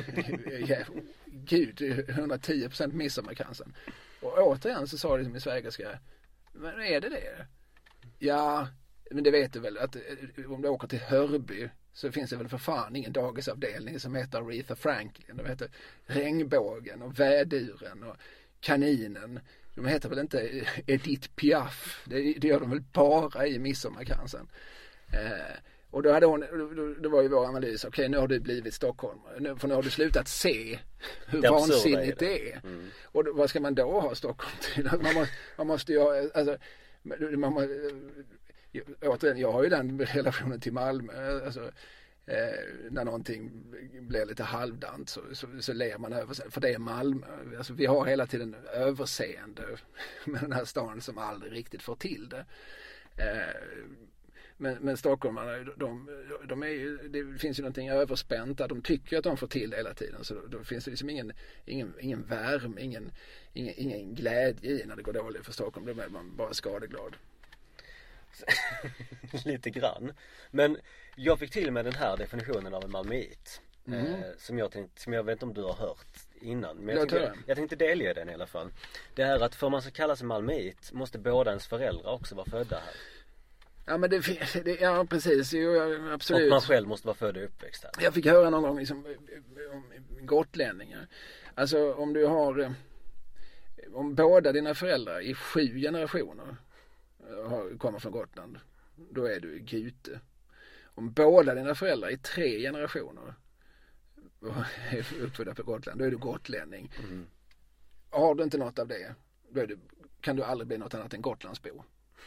Gud, hundratio procent Midsommarkransen. Och återigen så sa det som min svägerska, men är det det? Ja, men det vet du väl att om du åker till Hörby så finns det väl för fan ingen dagisavdelning som heter Aretha Franklin. De heter Regnbågen och Väduren och Kaninen. De heter väl inte Edith Piaf. Det, det gör de väl bara i Midsommarkransen. Eh, och då hade hon, då, då var ju vår analys, okej okay, nu har du blivit Stockholm. Nu, för nu har du slutat se hur det vansinnigt det är. Det är. Mm. Och då, vad ska man då ha Stockholm till? Man måste, man måste ju ha, alltså, man må, jag, återigen, jag har ju den relationen till Malmö. Alltså, eh, när någonting blir lite halvdant så, så, så ler man över sig. För det är Malmö. Alltså, vi har hela tiden överseende med den här stan som aldrig riktigt får till det. Eh, Men, men stockholmarna, de, de är ju, det finns ju någonting överspänt där. De tycker att de får till det hela tiden. Så då, då finns det liksom ingen, ingen, ingen värme, ingen, ingen, ingen glädje i när det går dåligt för Stockholm. Då blir man bara skadeglad. Lite grann. Men jag fick till med den här definitionen av en malmöit. Mm. Eh, som, jag tänkte, som jag vet inte om du har hört innan. Men jag, jag, tänkte, jag tänkte delge den i alla fall. Det är att för man ska kalla sig malmöit måste båda ens föräldrar också vara födda här. Ja, men det, det ja precis, jo, absolut. Och man själv måste vara född och uppväxt här. Jag fick höra någon gång liksom, om gotlänningar. Alltså om du har, om båda dina föräldrar i sju generationer har, kommer från Gotland, då är du gute. Om båda dina föräldrar i tre generationer är uppfödda på Gotland, då är du gotlänning. Mm. Har du inte något av det, då är du, kan du aldrig bli något annat än gotlandsbo.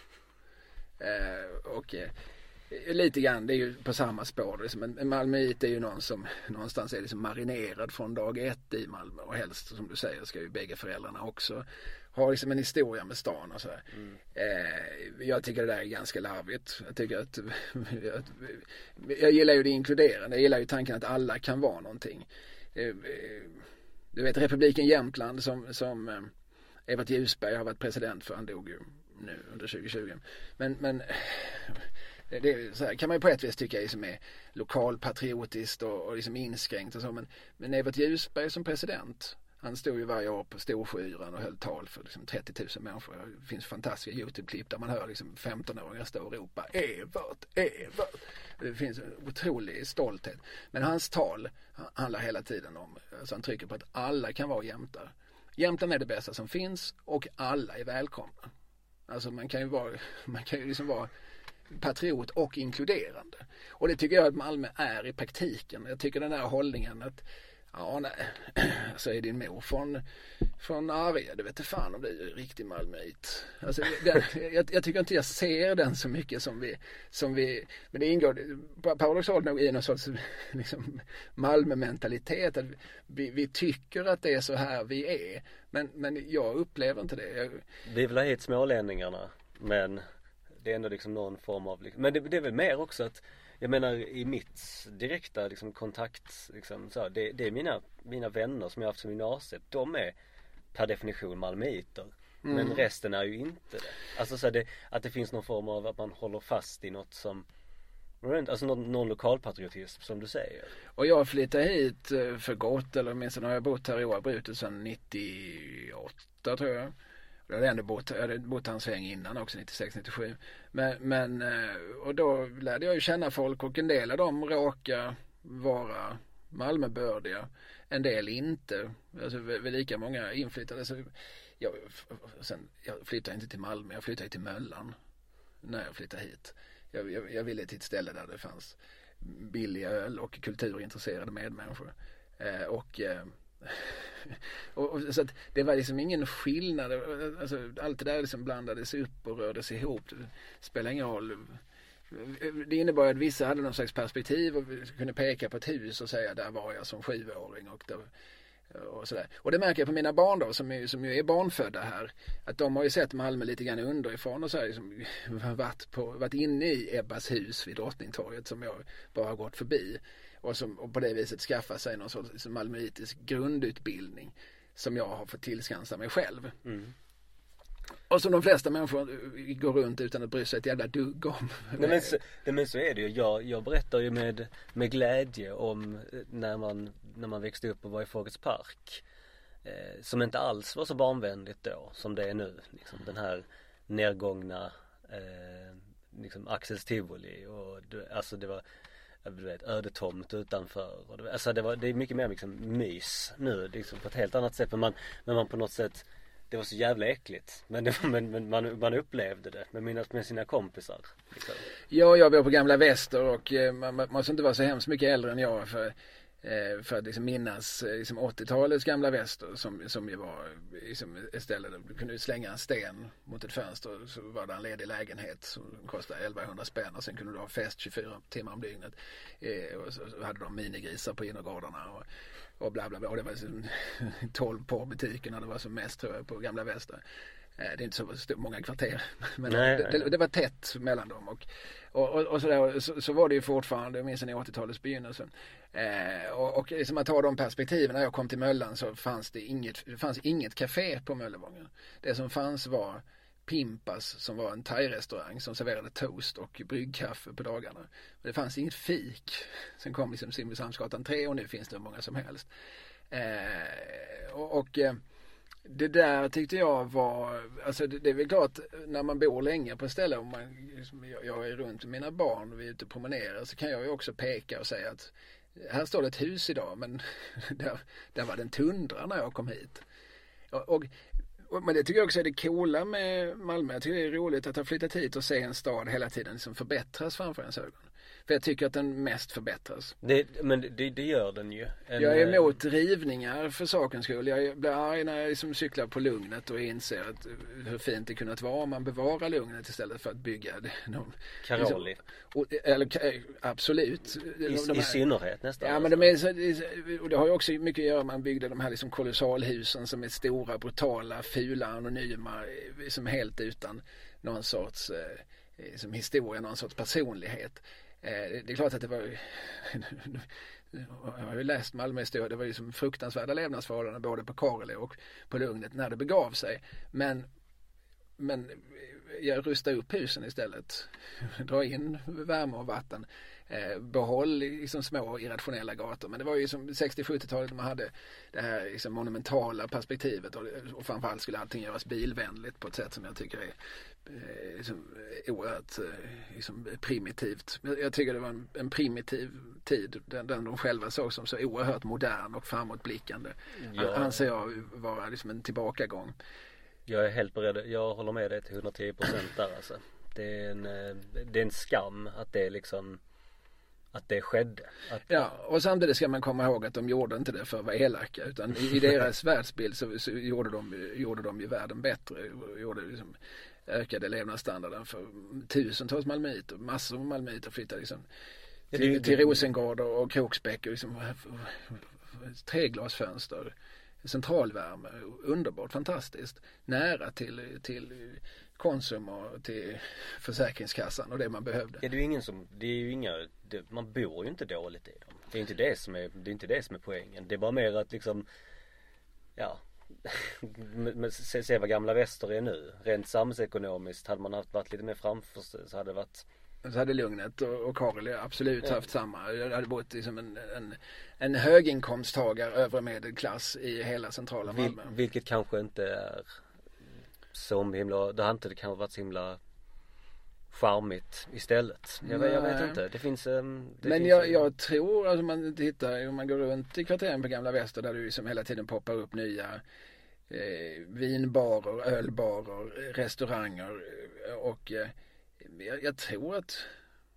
Eh, och eh, lite grann, det är ju på samma spår liksom. En malmöit är ju någon som någonstans är liksom marinerad från dag ett i Malmö, och helst som du säger ska ju bägge föräldrarna också ha liksom en historia med stan och så här. Mm. Eh, jag tycker det där är ganska larvigt. Jag tycker att, att jag gillar ju det inkluderande. Jag gillar ju tanken att alla kan vara någonting. Eh, du vet Republiken Jämtland som, som eh, Evert Ljusberg har varit president för, han dog ju nu under tjugo tjugo. Men, men det är så här, kan man ju på ett vis tycka är som är lokalpatriotiskt och, och liksom inskränkt och så, men, men Evert Ljusberg som president, han stod ju varje år på Storsjöyran och höll tal för liksom trettio tusen människor. Det finns fantastiska YouTube-klipp där man hör liksom femton-åringar stå och ropa Evert, Evert. Det finns en otrolig stolthet. Men hans tal handlar hela tiden om, alltså han trycker på att alla kan vara jämtar. Jämtarn är det bästa som finns och alla är välkomna. Alltså man kan ju vara, man kan ju liksom vara patriot och inkluderande. Och det tycker jag att Malmö är i praktiken. Jag tycker den här hållningen att ja, nej, så är din mor från, från Arja, det vet inte fan om det är riktig malmöit. Alltså, den, jag, jag tycker inte jag ser den så mycket som vi, som vi men det ingår paradoxalt nog i någon sorts liksom, Malmö-mentalitet. Att vi, vi tycker att det är så här vi är, men, men jag upplever inte det. Jag... Vi vill ha hit smålänningarna, men det är ändå liksom någon form av, men det, det är väl mer också att jag menar i mitt direkta liksom, kontakt liksom, så, det, det är mina, mina vänner som jag har haft som gymnasiet, de är per definition malmöiter. Mm. Men resten är ju inte det. Alltså så det, att det finns någon form av att man håller fast i något som, alltså någon, någon lokalpatriotism som du säger. Och jag flyttade hit för gott, eller minst har jag bott här i Åbrutet sedan nittioåtta tror jag. Jag hade ändå bott, jag hade bott hans sväng innan också, nittiosex nittiosju. Men, men, och då lärde jag ju känna folk, och en del av dem råkar vara Malmöbördiga. En del inte. Alltså vi lika många inflyttade. Så jag, sen, jag flyttade inte till Malmö, jag flyttade till Möllan när jag flyttade hit. Jag, jag, jag ville till ett ställe där det fanns billig öl och kulturintresserade medmänniskor. Eh, och... Eh, och, och, så att det var liksom ingen skillnad, alltså, allt det där liksom blandades upp och rördes ihop, det spelar ingen roll. Det innebar att vissa hade någon slags perspektiv och kunde peka på ett hus och säga där var jag som sjuåring och, där, och sådär. Och det märker jag på mina barn då som, är, som ju är barnfödda här, att de har ju sett Malmö lite grann underifrån och så här, liksom, varit, på, varit inne i Ebbas hus vid Drottningtorget som jag bara har gått förbi. Och, som, och på det viset skaffa sig någon sorts malmöitisk grundutbildning som jag har fått tillskansa mig själv. Mm. Och som de flesta människor går runt utan att bry sig ett jävla dugg om. Nej, men, så, men så är det ju. Jag, jag berättar ju med, med glädje om när man, när man växte upp och var i Folkets park. Eh, som inte alls var så barnvänligt då som det är nu. Liksom, den här nedgångna eh, liksom Axels Tivoli. Och, alltså det var... du vet, ödetomt utanför och det, alltså det, var, det är mycket mer liksom mys nu liksom, på ett helt annat sätt, men man, men man på något sätt, det var så jävla äckligt, men, det, men, men man, man upplevde det med, mina, med sina kompisar liksom. Ja, jag var på Gamla Väster och eh, man, man måste inte vara så hemskt mycket äldre än jag, för Eh, för att liksom minnas eh, liksom åttiotalets gamla väster som, som ju var liksom ett ställe där du kunde slänga en sten mot ett fönster, så var det en ledig lägenhet som kostade elvahundra spänn och sen kunde du ha fest tjugofyra timmar om dygnet. Eh, och så, så hade de minigrisar på innergårdarna och, och bla bla bla. Och det var liksom tolv porrbutikerna det var som mest, tror jag, på gamla väster. Det är inte så stor, många kvarter, men nej, det, det, det var tätt mellan dem och, och, och, och så, där, så, så var det ju fortfarande, jag minns i åttiotalets begynnelse. Eh, och, och liksom att ta de perspektiven, när jag kom till Möllan så fanns det inget, det fanns inget café på Möllevången. Det som fanns var Pimpas, som var en thai-restaurang som serverade toast och bryggkaffe på dagarna. Men det fanns inget fik. Sen kom liksom Simrishamnsgatan tre och nu finns det många som helst. Eh, och... och det där tyckte jag var, alltså det, det är väl klart när man bor länge på ställen, om man, jag, jag är runt med mina barn och vi är ute och promenerar, så kan jag ju också peka och säga att här står det ett hus idag, men där, där var det en tundra när jag kom hit. Och, och, och, men det tycker jag också är det coola med Malmö. Jag tycker det är roligt att ha flyttat hit och se en stad hela tiden som förbättras framför ens ögon. För jag tycker att den mest förbättras. Det, men det, det gör den ju. En, jag är emot rivningar för sakens skull. Jag blir arg när jag liksom cyklar på Lugnet och inser att hur fint det kunnat vara om man bevarar Lugnet istället för att bygga det. Någon, Karoli. Liksom, och, eller, absolut. I, de, de här, i synnerhet nästan. Ja, men de är så, och det har ju också mycket att göra med att man byggde de här liksom kolossalhusen som är stora, brutala, fula, anonyma, som helt utan någon sorts eh, som historia, någon sorts personlighet. Det är klart att det var, jag har ju läst Malmö historia, det var ju som fruktansvärda levnadsförhållanden både på Kareli och på Lugnet när det begav sig. Men, men jag rustar upp husen istället, dra in värme och vatten, eh, behåll liksom små irrationella gator. Men det var ju som sextio-sjuttiotalet man hade det här liksom monumentala perspektivet och, och framförallt skulle allting göras bilvänligt på ett sätt som jag tycker är eh, liksom, oerhört eh, liksom primitivt. Jag tycker det var en, en primitiv tid, den, den de själva såg som så oerhört modern och framåtblickande. Ja. Anser jag vara liksom en tillbakagång. Jag är helt beredd, jag håller med dig till hundratio procent där alltså. Det är en, det är en skam att det liksom, att det skedde. Att... Ja, och samtidigt ska man komma ihåg att de gjorde inte det för att vara elaka, utan i, i deras världsbild så, så gjorde, de, gjorde de ju världen bättre, gjorde liksom, ökade levnadsstandarden för tusentals malmöiter, massor av malmöiter flyttade liksom till, ja, det, till Rosengård och, och Kroksbäck och liksom treglasfönster, centralvärme, underbart, fantastiskt, nära till, till Konsum och till Försäkringskassan och det man behövde. Ja, det är ju ingen som, det är ju inga, det, man bor ju inte dåligt i dem. Det är inte det som är, det är inte det som är poängen. Det är bara mer att liksom, ja, men se, se vad gamla väster är nu. Rent samhällsekonomiskt hade man haft varit lite mer framför så hade det varit. Så hade Lugnet och, och Kareli absolut ja. haft samma. Jag hade bott liksom en, en, en höginkomsttagare övre medelklass i hela centrala Malmö. Vil, vilket kanske inte är så himla, det har inte det kanske varit så himla charmigt istället. Jag, vet, jag vet inte. Det finns um, det Men finns jag, en... jag tror, alltså man tittar, om man går runt i kvarteren på gamla väster där du liksom hela tiden poppar upp nya eh, vinbarer, ölbarer, restauranger och eh, jag, jag tror att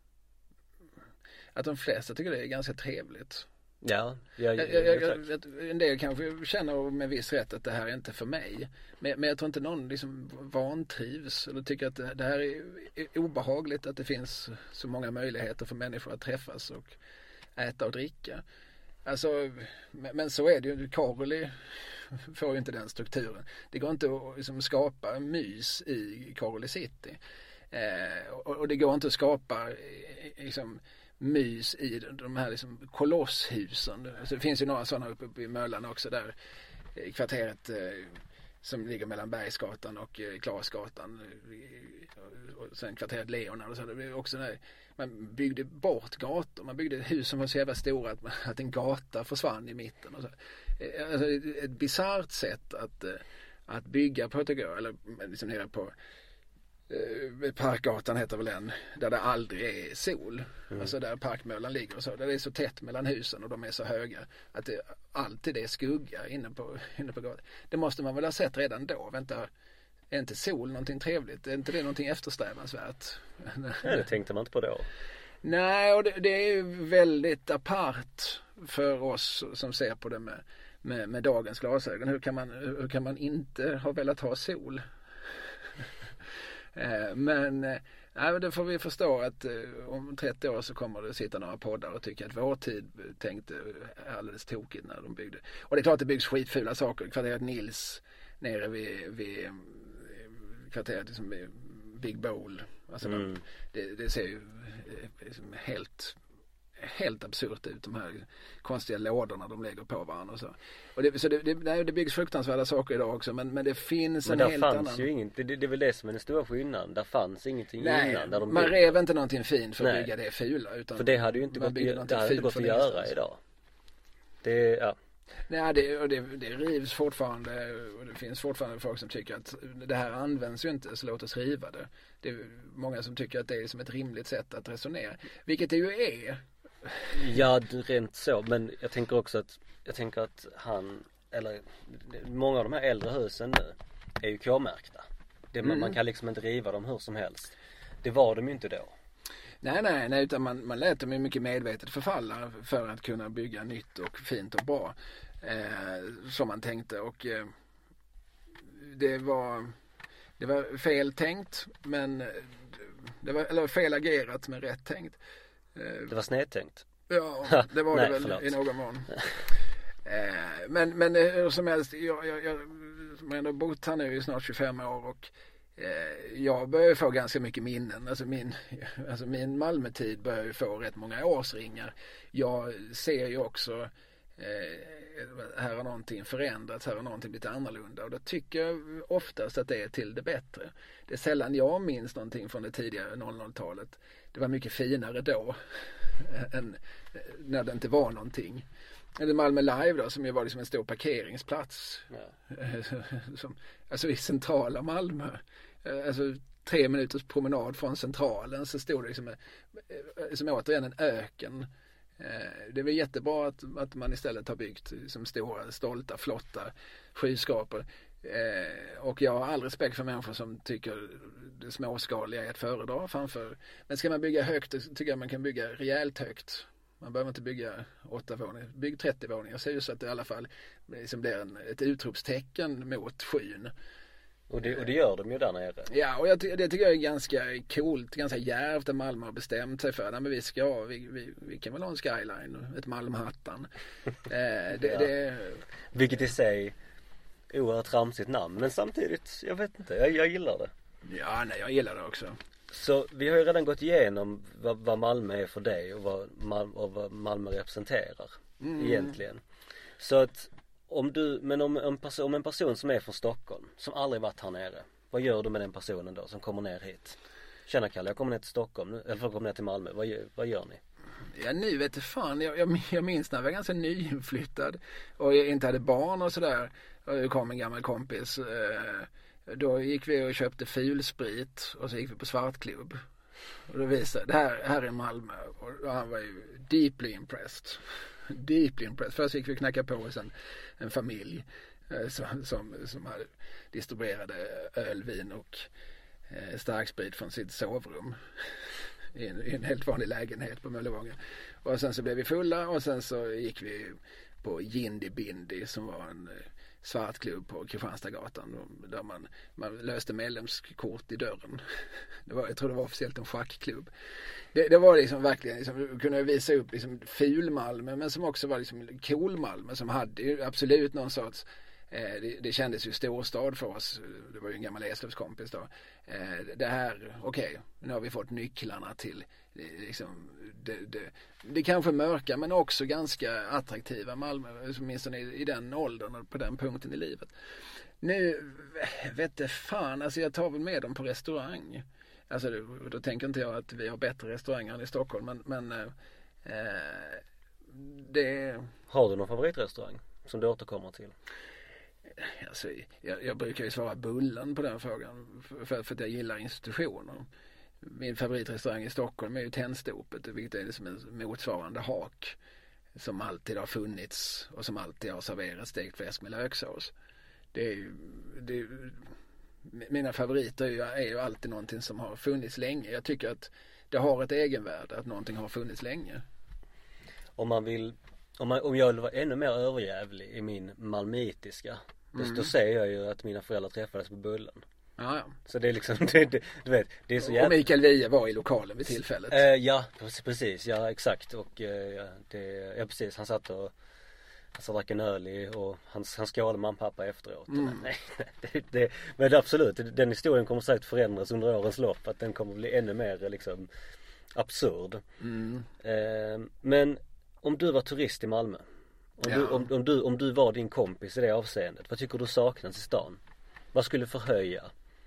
att de flesta tycker det är ganska trevligt. Ja, jag, jag, jag, jag, jag, en del kanske känner med viss rätt att det här är inte för mig. Men, men jag tror inte någon liksom vantrivs eller tycker att det, det här är, är obehagligt, att det finns så många möjligheter för människor att träffas och äta och dricka. Alltså, men, men så är det ju. Kareli får ju inte den strukturen. Det går inte att liksom skapa mys i Kareli City. Eh, och, och det går inte att skapa liksom mys i de här liksom kolosshusen. Så det finns ju några sådana uppe, uppe i Möllan också där i kvarteret eh, som ligger mellan Bergsgatan och eh, Klasgatan och, och sen kvarteret Leonard och så. Det blev också där, man byggde bort gator, man byggde hus som var så jävla stora att, man, att en gata försvann i mitten och så. Eh, alltså ett, ett bizarrt sätt att, eh, att bygga på, tycker jag, eller liksom nere på Parkgatan heter väl den, där det aldrig är sol. Mm. Alltså där Parkmöllan ligger och så. Där det är så tätt mellan husen och de är så höga att det alltid är skugga inne på, inne på gatan. Det måste man väl ha sett redan då. Vänta, är inte sol någonting trevligt? Är inte det någonting eftersträvansvärt? Ja, det tänkte man inte på då. Nej, och det, det är ju väldigt apart för oss som ser på det med, med, med dagens glasögon. Hur kan man, hur kan man inte ha velat ha sol? Men nej, det får vi förstå att om trettio år så kommer det sitta några poddar och tycka att vår tid tänkte alldeles tokigt när de byggde. Och det är klart det byggs skitfula saker. Kvarteret Nils nere vid, vid kvarteret liksom vid Big Bowl. Alltså mm. de, det, det ser ju liksom helt helt absurt ut, de här konstiga lådorna de lägger på varandra och så. Och det, så det, det, nej, det byggs fruktansvärda saker idag också, men, men det finns men en helt annan. Men där fanns ju inget, det, det är väl det som är den stora skillnaden. Där fanns ingenting nej, innan. Där de man byggde. rev inte någonting fint för att nej. bygga det fula. Utan för det hade ju inte gått, det hade inte gått att göra idag. Det, ja. Nej, det, och det, det rivs fortfarande och det finns fortfarande folk som tycker att det här används ju inte, så låt oss riva det. Det är många som tycker att det är som ett rimligt sätt att resonera, vilket det ju är. Ja, rent så, men jag tänker också att jag tänker att han, eller många av de här äldre husen nu är ju K-märkta. Det, mm. Man kan liksom inte riva dem hur som helst. Det var de ju inte då. Nej, nej, nej, utan man, man lät dem ju mycket medvetet förfalla för att kunna bygga nytt och fint och bra eh, som man tänkte, och eh, det var det var fel tänkt, men det var, eller fel agerat men rätt tänkt. Det var snedtänkt. Ja, det var Nej, det väl förlåt. i någon mån. eh, men, men hur som helst, jag, jag, jag har ändå bott här nu i snart tjugofem år och eh, jag börjar få ganska mycket minnen. Alltså min, alltså min Malmötid börjar ju få rätt många årsringar. Jag ser ju också eh, här har någonting förändrats, här har någonting blivit annorlunda, och då tycker jag oftast att det är till det bättre. Det är sällan jag minns någonting från det tidigare noll noll-talet. Det var mycket finare då än när det inte var någonting. Eller Malmö Live då, som ju var liksom en stor parkeringsplats. Ja. Som, alltså i centrala Malmö. Alltså tre minuters promenad från centralen så stod det liksom som återigen en öken. Det är väl jättebra att, att man istället har byggt som stora, stolta, flotta skyskrapor. Eh, och jag har all respekt för människor som tycker det småskaliga är ett föredra framför. Men ska man bygga högt, så tycker jag man kan bygga rejält högt. Man behöver inte bygga åtta våningar. Bygg trettio våningar, så just att det i alla fall liksom blir en, ett utropstecken mot skyn. Och det, och det gör de ju där nere. Ja, och jag, det tycker jag är ganska coolt, ganska djärvt att Malmö har bestämt sig för. Nej, men vi ska ha, vi, vi, vi kan väl ha en skyline, ett Malmhattan. eh, det, ja. det... Vilket i sig oerhört tramsigt namn, men samtidigt, jag vet inte, jag, jag gillar det. Ja, nej, jag gillar det också. Så vi har ju redan gått igenom vad, vad Malmö är för dig och vad, Mal- och vad Malmö representerar mm. egentligen. Så att om du, men om en, person, om en person som är från Stockholm, som aldrig varit här nere, vad gör du med den personen då som kommer ner hit? Tjena Kalle, jag kommer ner till Stockholm, eller jag kommer ner till Malmö, vad, vad gör ni? Ja, nu vet jag fan, jag, jag, jag minns när jag var ganska nyinflyttad och jag inte hade barn och sådär, och det kom en gammal kompis, eh, då gick vi och köpte fulsprit och så gick vi på svartklubb och då visade det här, här är Malmö, och han var ju deeply impressed deeply impressed. Först gick vi och knackade på oss en, en familj eh, som, som, som hade distribuerade öl, vin och eh, starksprit från sitt sovrum i en, i en helt vanlig lägenhet på Möllevången. Och sen så blev vi fulla och sen så gick vi på Jindy Bindi som var en eh, svartklubb på Kristianstadsgatan där man, man löste medlemskort i dörren. Det var, jag tror det var officiellt en schackklubb. Det, det var liksom verkligen, liksom, kunde visa upp liksom ful Malmö, men som också var liksom cool Malmö, som hade ju absolut någon sorts, eh, det, det kändes ju storstad för oss. Det var ju en gammal Eslövskompis då. Eh, det här, okej, okay, nu har vi fått nycklarna till liksom, det, det, det kanske mörka men också ganska attraktiva Malmö, åtminstone i, i den åldern och på den punkten i livet. Nu vet jag fan, alltså jag tar väl med dem på restaurang. Alltså då, då tänker inte jag att vi har bättre restauranger än i Stockholm, men, men eh, det... Har du någon favoritrestaurang som du återkommer till? Alltså, jag, jag brukar ju svara Bullen på den frågan för, för att jag gillar institutioner. Min favoritrestaurang i Stockholm är ju Tennstopet, vilket är liksom en motsvarande hak som alltid har funnits och som alltid har serverat stekt fläsk med löksås. Det är ju, det, mina favoriter är ju, är ju alltid någonting som har funnits länge. Jag tycker att det har ett egenvärde att någonting har funnits länge. Om man vill, om, man, om jag vill vara ännu mer överjävlig i min malmöitiska, mm. då, då säger jag ju att mina föräldrar träffades på Bullen. Ja, ja. Så det är liksom, det, det, du vet, det är så jävla... Och Mikael Wiehe var i lokalen vid tillfället. Eh, ja, precis, ja exakt. Och eh, det, ja precis, han satt och han satt och drack en öl i, och han, han skålade mamma och pappa efteråt. Mm. Nej, det, det, men det, absolut, den historien kommer säkert förändras under årens lopp. Att den kommer bli ännu mer liksom absurd. Mm. Eh, men om du var turist i Malmö, om, ja. du, om, om, du, om du var din kompis i det avseendet, vad tycker du saknas i stan? Vad skulle förhöja?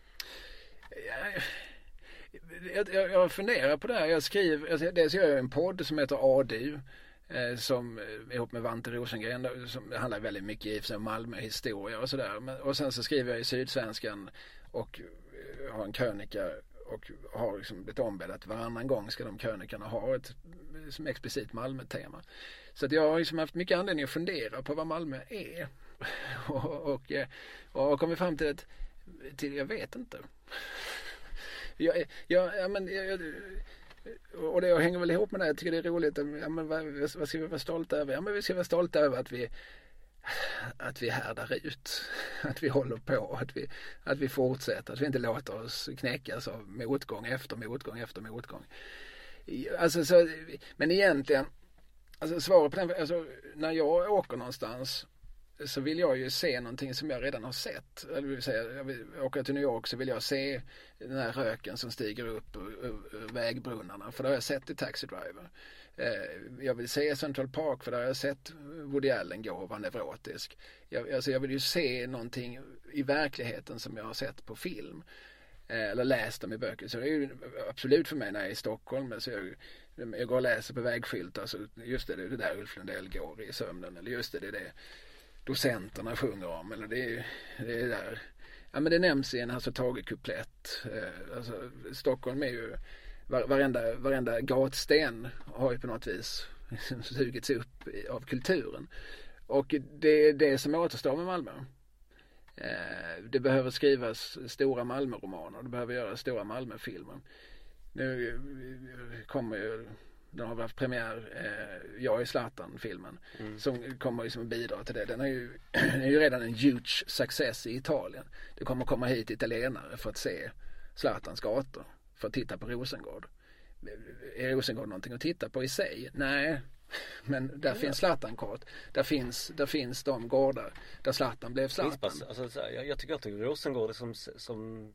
Jag, jag, jag funderar på det här. Jag skriver, alltså, dels gör jag en podd som heter A D U eh, som eh, ihop med Vante Rosengren då, som handlar väldigt mycket i för Malmö historia och sådär. Och sen så skriver jag i Sydsvenskan och eh, har en krönika och har liksom blivit ombedd varannan gång ska de krönikorna ha ett som explicit Malmö-tema. Så att jag har liksom haft mycket anledning att fundera på vad Malmö är. och, och, och, och kommit fram till att till, jag vet inte. Jag, jag, ja, men, jag, och det hänger väl ihop med det. Jag tycker det är roligt. Ja, men, vad, vad ska vi vara stolta över? Ja, men vi ska vara stolta över att vi att vi härdar ut. Att vi håller på. Att vi, att vi fortsätter. Att vi inte låter oss knäckas av motgång efter motgång efter motgång. Alltså, så, men egentligen alltså, svaret på den, alltså, när jag åker någonstans så vill jag ju se någonting som jag redan har sett. Eller vill säga, jag vill åka till New York så vill jag se den här röken som stiger upp ur, ur, ur vägbrunnarna. För det har jag sett i Taxi Driver. Eh, jag vill se Central Park för det har jag sett Woody Allen gå och vara neurotisk. Jag, alltså jag vill ju se någonting i verkligheten som jag har sett på film. Eh, eller läst dem i böcker. Så det är ju absolut för mig när jag är i Stockholm. Så jag, jag går och läser på vägskyltar. Så just det, det är det där Ulf Lundell går i sömnen. Eller just det, det är det docenterna sjunger om, eller det är det är där. Ja, men det nämns i en Hasse Tage-kuplett. Eh, alltså, Stockholm är ju var, varenda, varenda gatsten har ju på något vis sugits upp av kulturen. Och det är det som återstår med Malmö. Eh, det behöver skrivas stora Malmö-romaner. Det behöver göras stora Malmö-filmer. Nu kommer ju den har haft premiär, eh, Jag är Zlatan-filmen mm. som kommer liksom att bidra till det. Den är ju, är ju redan en huge success i Italien. Det kommer komma hit italienare för att se Zlatans gator, för att titta på Rosengård. Är Rosengård någonting att titta på i sig? Nej, men där ja. finns Zlatan-kort. Där finns, där finns de gårdar där Zlatan blev Zlatan. Alltså, jag, jag tycker att Rosengård är som... som...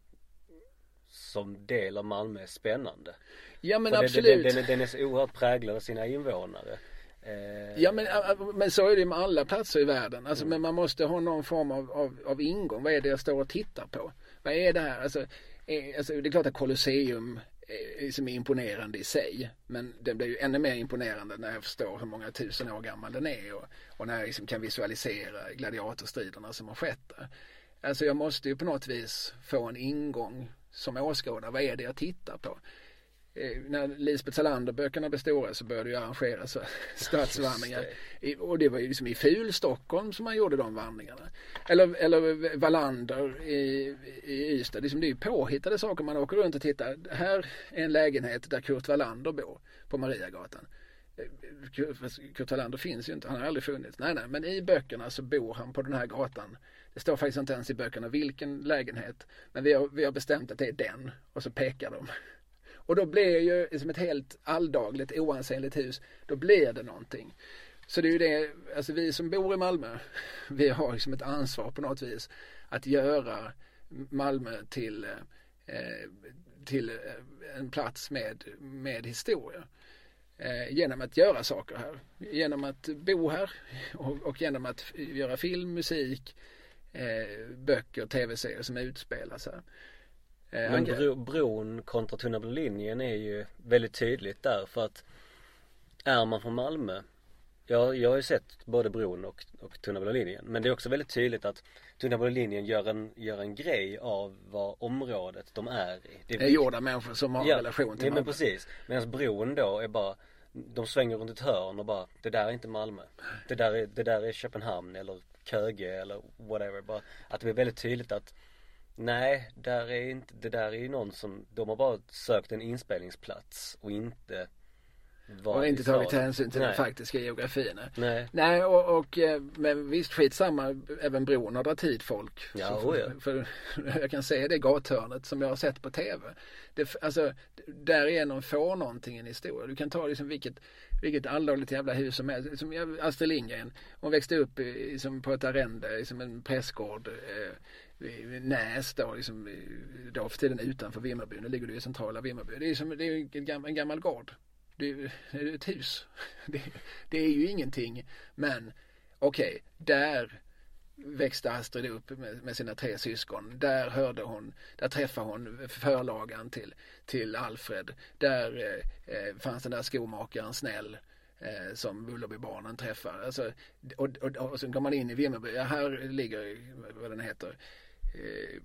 som del av Malmö är spännande. Ja, men för absolut. Den, den, den är så oerhört präglad av sina invånare. Eh... Ja, men, men så är det med alla platser i världen. Alltså, mm. Men man måste ha någon form av, av, av ingång. Vad är det jag står och tittar på? Vad är det här? Alltså, är, alltså, det är klart att Colosseum är, som är imponerande i sig. Men den blir ju ännu mer imponerande när jag förstår hur många tusen år gammal den är. Och, och när jag liksom kan visualisera gladiatorstriderna som har skett där. Alltså jag måste ju på något vis få en ingång som åskådare. Vad är det jag tittar på? Eh, när Lisbeth Salander-böckerna blev stora så började ju arrangeras stadsvandringar. I, och det var ju liksom i ful Stockholm som man gjorde de vandringarna. Eller, eller Wallander i, i Ystad. Liksom det är ju påhittade saker man åker runt och tittar. Här är en lägenhet där Kurt Wallander bor på Mariagatan. Kurt Wallander finns ju inte, han har aldrig funnits. Nej, nej, men i böckerna så bor han på den här gatan. Det står faktiskt inte ens i böckerna vilken lägenhet. Men vi har, vi har bestämt att det är den. Och så pekar de. Och då blir ju som ett helt alldagligt, oansenligt hus. Då blir det någonting. Så det är ju det, alltså vi som bor i Malmö, vi har liksom ett ansvar på något vis att göra Malmö till, eh, till en plats med, med historia. Eh, genom att göra saker här. Genom att bo här och, och genom att göra film, musik, eh, böcker, tv-serier som utspelas här. Eh, Men bro, bron kontra Tunna blå linjen är ju väldigt tydligt där, för att är man från Malmö, jag, jag har ju sett både bron och, och Tunna blå linjen, men det är också väldigt tydligt att Tunna blå linjen gör en, gör en grej av vad området de är i. Det är, är gjorda människor som har ja, relation till ja, Malmö. Men precis, medan bron då är bara, de svänger runt ett hörn och bara, det där är inte Malmö, det där är, det där är Köpenhamn eller Köge eller whatever. Bara att det blir väldigt tydligt att Nej, där är inte, det där är ju någon som, de har bara sökt en inspelningsplats och inte och inte tagit hänsyn till Nej. den faktiska geografin. Nej. Nej, och, och men visst skitsamma, även bron har dragit hit folk. Ja, för, ja. För, för jag kan säga det gathörnet som jag har sett på tv. Det, alltså, därigenom får någonting i en historia. Du kan ta liksom vilket, vilket allvarligt jävla hus som helst. Som Astrid Lindgren, hon växte upp i, som på ett arrende, som en prästgård. Eh, Näs då, liksom, då för tiden utanför Vimmerby. Nu ligger det i centrala Vimmerby. Det är, som, det är en, gammal, en gammal gård. Det är, det är ett hus. Det, det är ju ingenting. Men okej, okay, där växte Astrid upp med, med sina tre syskon. Där hörde hon, där träffade hon förlagan till, till Alfred. Där eh, fanns den där skomakaren Snäll. Eh, som Bullerbybarnen träffar. Alltså, och, och, och så går man in i Vimmerby. Ja, här ligger, vad den heter, eh,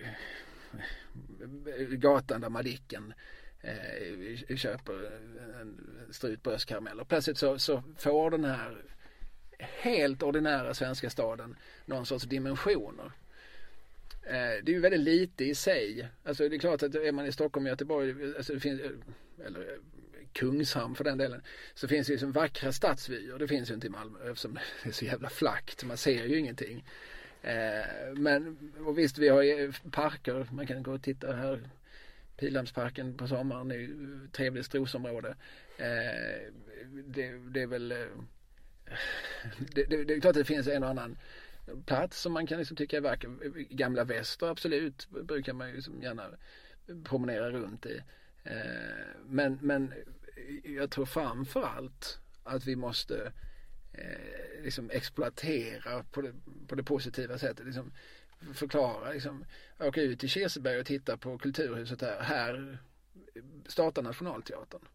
gatan där Madicken eh, köper en strut bröstkaramell. Och plötsligt så, så får den här helt ordinära svenska staden någon sorts dimensioner. Eh, det är ju väldigt lite i sig. Alltså det är klart att är man i Stockholm och Göteborg, alltså det finns, eller Kungshamn för den delen, så finns det ju som vackra stadsvyer. Det finns ju inte i Malmö eftersom det är så jävla flackt. Man ser ju ingenting. Eh, men och visst, vi har ju parker. Man kan gå och titta här. Pildammsparken på sommaren är ju ett trevligt strosområde. Eh, det, det är väl... Eh, det, det, det är klart att det finns en och annan plats som man kan liksom tycka är vacker. Gamla Väster, absolut. Brukar man ju som gärna promenera runt i. Men, men jag tror framförallt att vi måste eh, liksom exploatera på det, på det positiva sättet. Liksom förklara, liksom, åka ut i Kirseberg och titta på Kulturhuset här. Här startar Nationalteatern.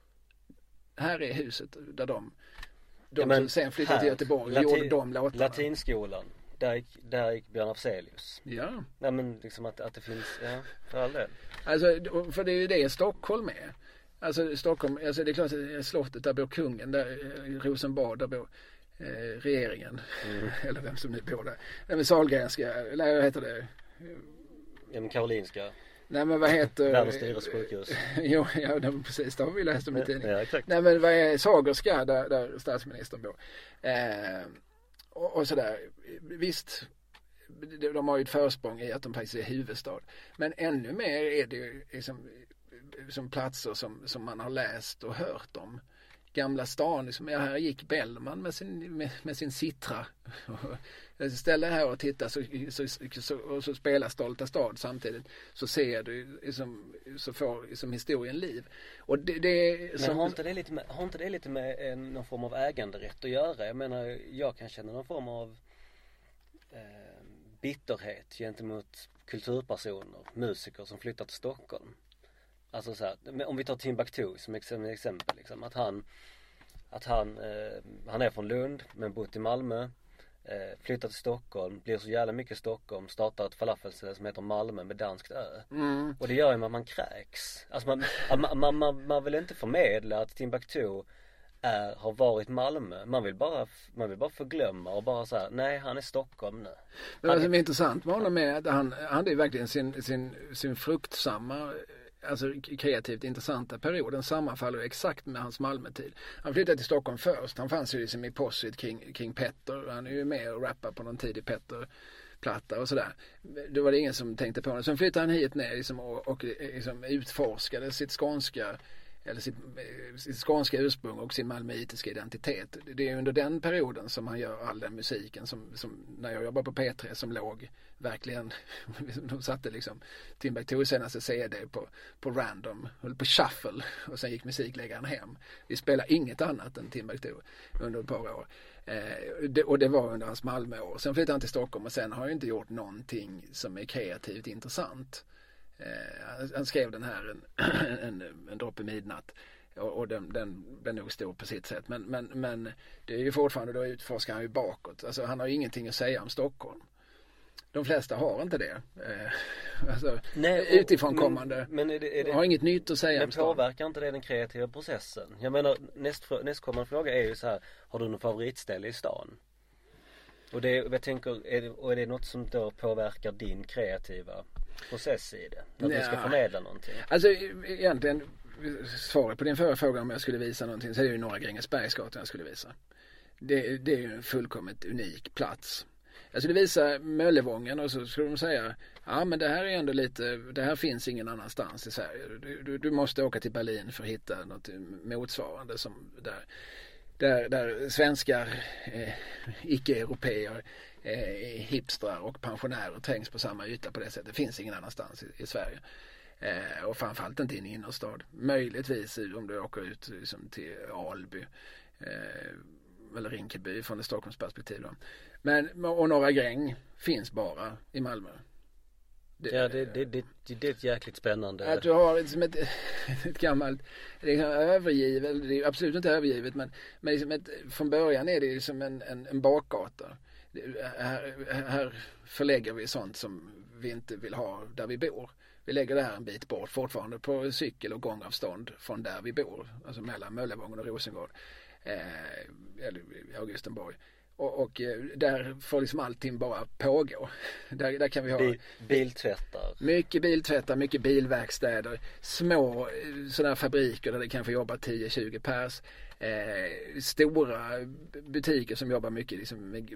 Här är huset där de, de ja, men som sen flyttade till Göteborg och gjorde de låtarna. Latinskolan. Där gick, där gick Björn Afzelius. Ja. Nej men liksom att, att det finns, ja, för all del. Alltså, för det är ju det Stockholm är. Alltså Stockholm, alltså det är klart att slottet, där bor kungen, där Rosenbad, där bor eh, regeringen. Mm. Eller vem som nu bor där. Nej men Sahlgrenska, eller vad heter det? Ja men Karolinska. Nej men vad heter... Världens dyraste sjukhus. Jo, ja det, precis, det har vi läst om i tidningen. Ja, exakt. Nej men vad är Sagerska, där, där statsministern bor. Eh, och, och sådär, visst, de har ju ett försprång i att de faktiskt är huvudstad. Men ännu mer är det ju liksom, som platser som, som man har läst och hört om. Gamla stan, liksom, ja, här gick Bellman med sin, med, med sin citra. Jag ställer här och tittar så, så, så, och så spelar Stolta stad samtidigt. Så ser du, liksom, så får liksom, historien liv. Och det, det, Men som, har inte det lite med, har inte det lite med en, någon form av äganderätt att göra? Jag menar, jag kan känna någon form av eh, bitterhet gentemot kulturpersoner, musiker som flyttar till Stockholm. Alltså så här, om vi tar Timbuktu som exempel liksom, att han att han eh, han är från Lund men bott i Malmö, eh, flyttar till Stockholm, blir så jävla mycket Stockholm, startar ett falafelställe som heter Malmö med danskt ö. Mm. Och det gör ju att man kräks. Alltså man, man, man, man, man vill inte förmedla att Timbuktu är, har varit Malmö. Man vill bara man vill bara förglömma och bara säga nej, han är Stockholm nu. Men vad som är intressant med honom är att han han hade ju verkligen sin sin sin fruktsamma, alltså kreativt intressanta period. Den sammanfaller exakt med hans Malmötid. Han flyttade till Stockholm först. Han fanns ju liksom i posset kring, kring Petter. Han är ju med och rappar på någon tidig Petter-platta och sådär. Det var det ingen som tänkte på det. Sen flyttade han hit ner liksom och, och liksom utforskade sitt skånska eller sitt, sitt skånska ursprung och sin malmöitiska identitet. Det är under den perioden som han gör all den musiken som, som när jag jobbade på P tre som låg verkligen, de satte liksom Timbuktu senaste C D på, på random, höll på shuffle och sen gick musikläggaren hem. Vi spelar inget annat än Timbuktu under ett par år. Eh, det, och det var under hans Malmöår. Sen flyttade han till Stockholm och sen har han inte gjort någonting som är kreativt intressant. Eh, han skrev den här en, en, en droppe midnatt och, och den, den, den är nog stor på sitt sätt, men, men, men det är ju fortfarande, då utforskar han ju bakåt. Alltså han har ju ingenting att säga om Stockholm. De flesta har inte det. Eh, alltså, Nej, och, utifrån kommande men, men är det, är det, har inget nytt att säga men om Stockholm. Men påverkar inte det den kreativa processen? Jag menar, näst, nästkommande fråga är ju så här, har du någon favoritställe i stan? Och det, jag tänker, är det, och är det något som då påverkar din kreativa process i det? När du ska förmedla någonting? Alltså egentligen, svaret på din förra fråga om jag skulle visa någonting, så är det ju Norra Grängesbergsgatan jag skulle visa. Det, det är ju en fullkomligt unik plats. Jag skulle visa Möllevången och så skulle de säga, ja men det här är ändå lite, det här finns ingen annanstans i Sverige. Du, du, du måste åka till Berlin för att hitta något motsvarande som där, där, där svenskar, eh, icke-europeer, eh, hipstrar och pensionärer trängs på samma yta på det sättet. Det finns ingen annanstans i, i Sverige. Eh, och framförallt inte i en innerstad. Möjligtvis om du åker ut liksom, till Alby. Eh, eller Rinkeby från ett Stockholmsperspektiv då. Men, och Norra Gräng finns bara i Malmö. Det, ja, det, det, det, det är ett jäkligt spännande. Att du har liksom ett, ett gammalt, det är övergivet, det är absolut inte övergivet, men, men liksom ett, från början är det som en, en, en bakgata. Det, här, här förlägger vi sånt som vi inte vill ha där vi bor. Vi lägger det här en bit bort, fortfarande på cykel- och gångavstånd från där vi bor. Alltså mellan Möllevången och Rosengård. Eh, eller Augustenborg. Och, och där får liksom allting bara pågå. Där, där kan vi ha Bil, biltvättar. Mycket biltvättar, mycket bilverkstäder. Små sådana fabriker där det kan få jobba tio tjugo pers. Eh, stora butiker som jobbar mycket liksom med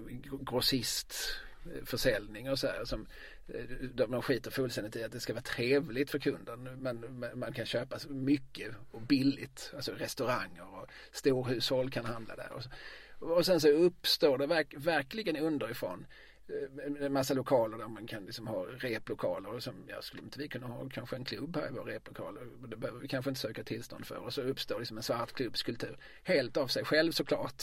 grossistförsäljning och så här. Som, de skiter fullständigt i att det ska vara trevligt för kunden. Men man kan köpa mycket och billigt. Alltså restauranger och storhushåll kan handla där. Och så. Och sen så uppstår det verk, verkligen underifrån en massa lokaler där man kan liksom ha replokaler. Och som, ja, skulle inte vi kunna ha kanske en klubb här i våra replokaler? Det behöver vi kanske inte söka tillstånd för. Och så uppstår liksom en svart klubbskulptur. Helt av sig själv såklart.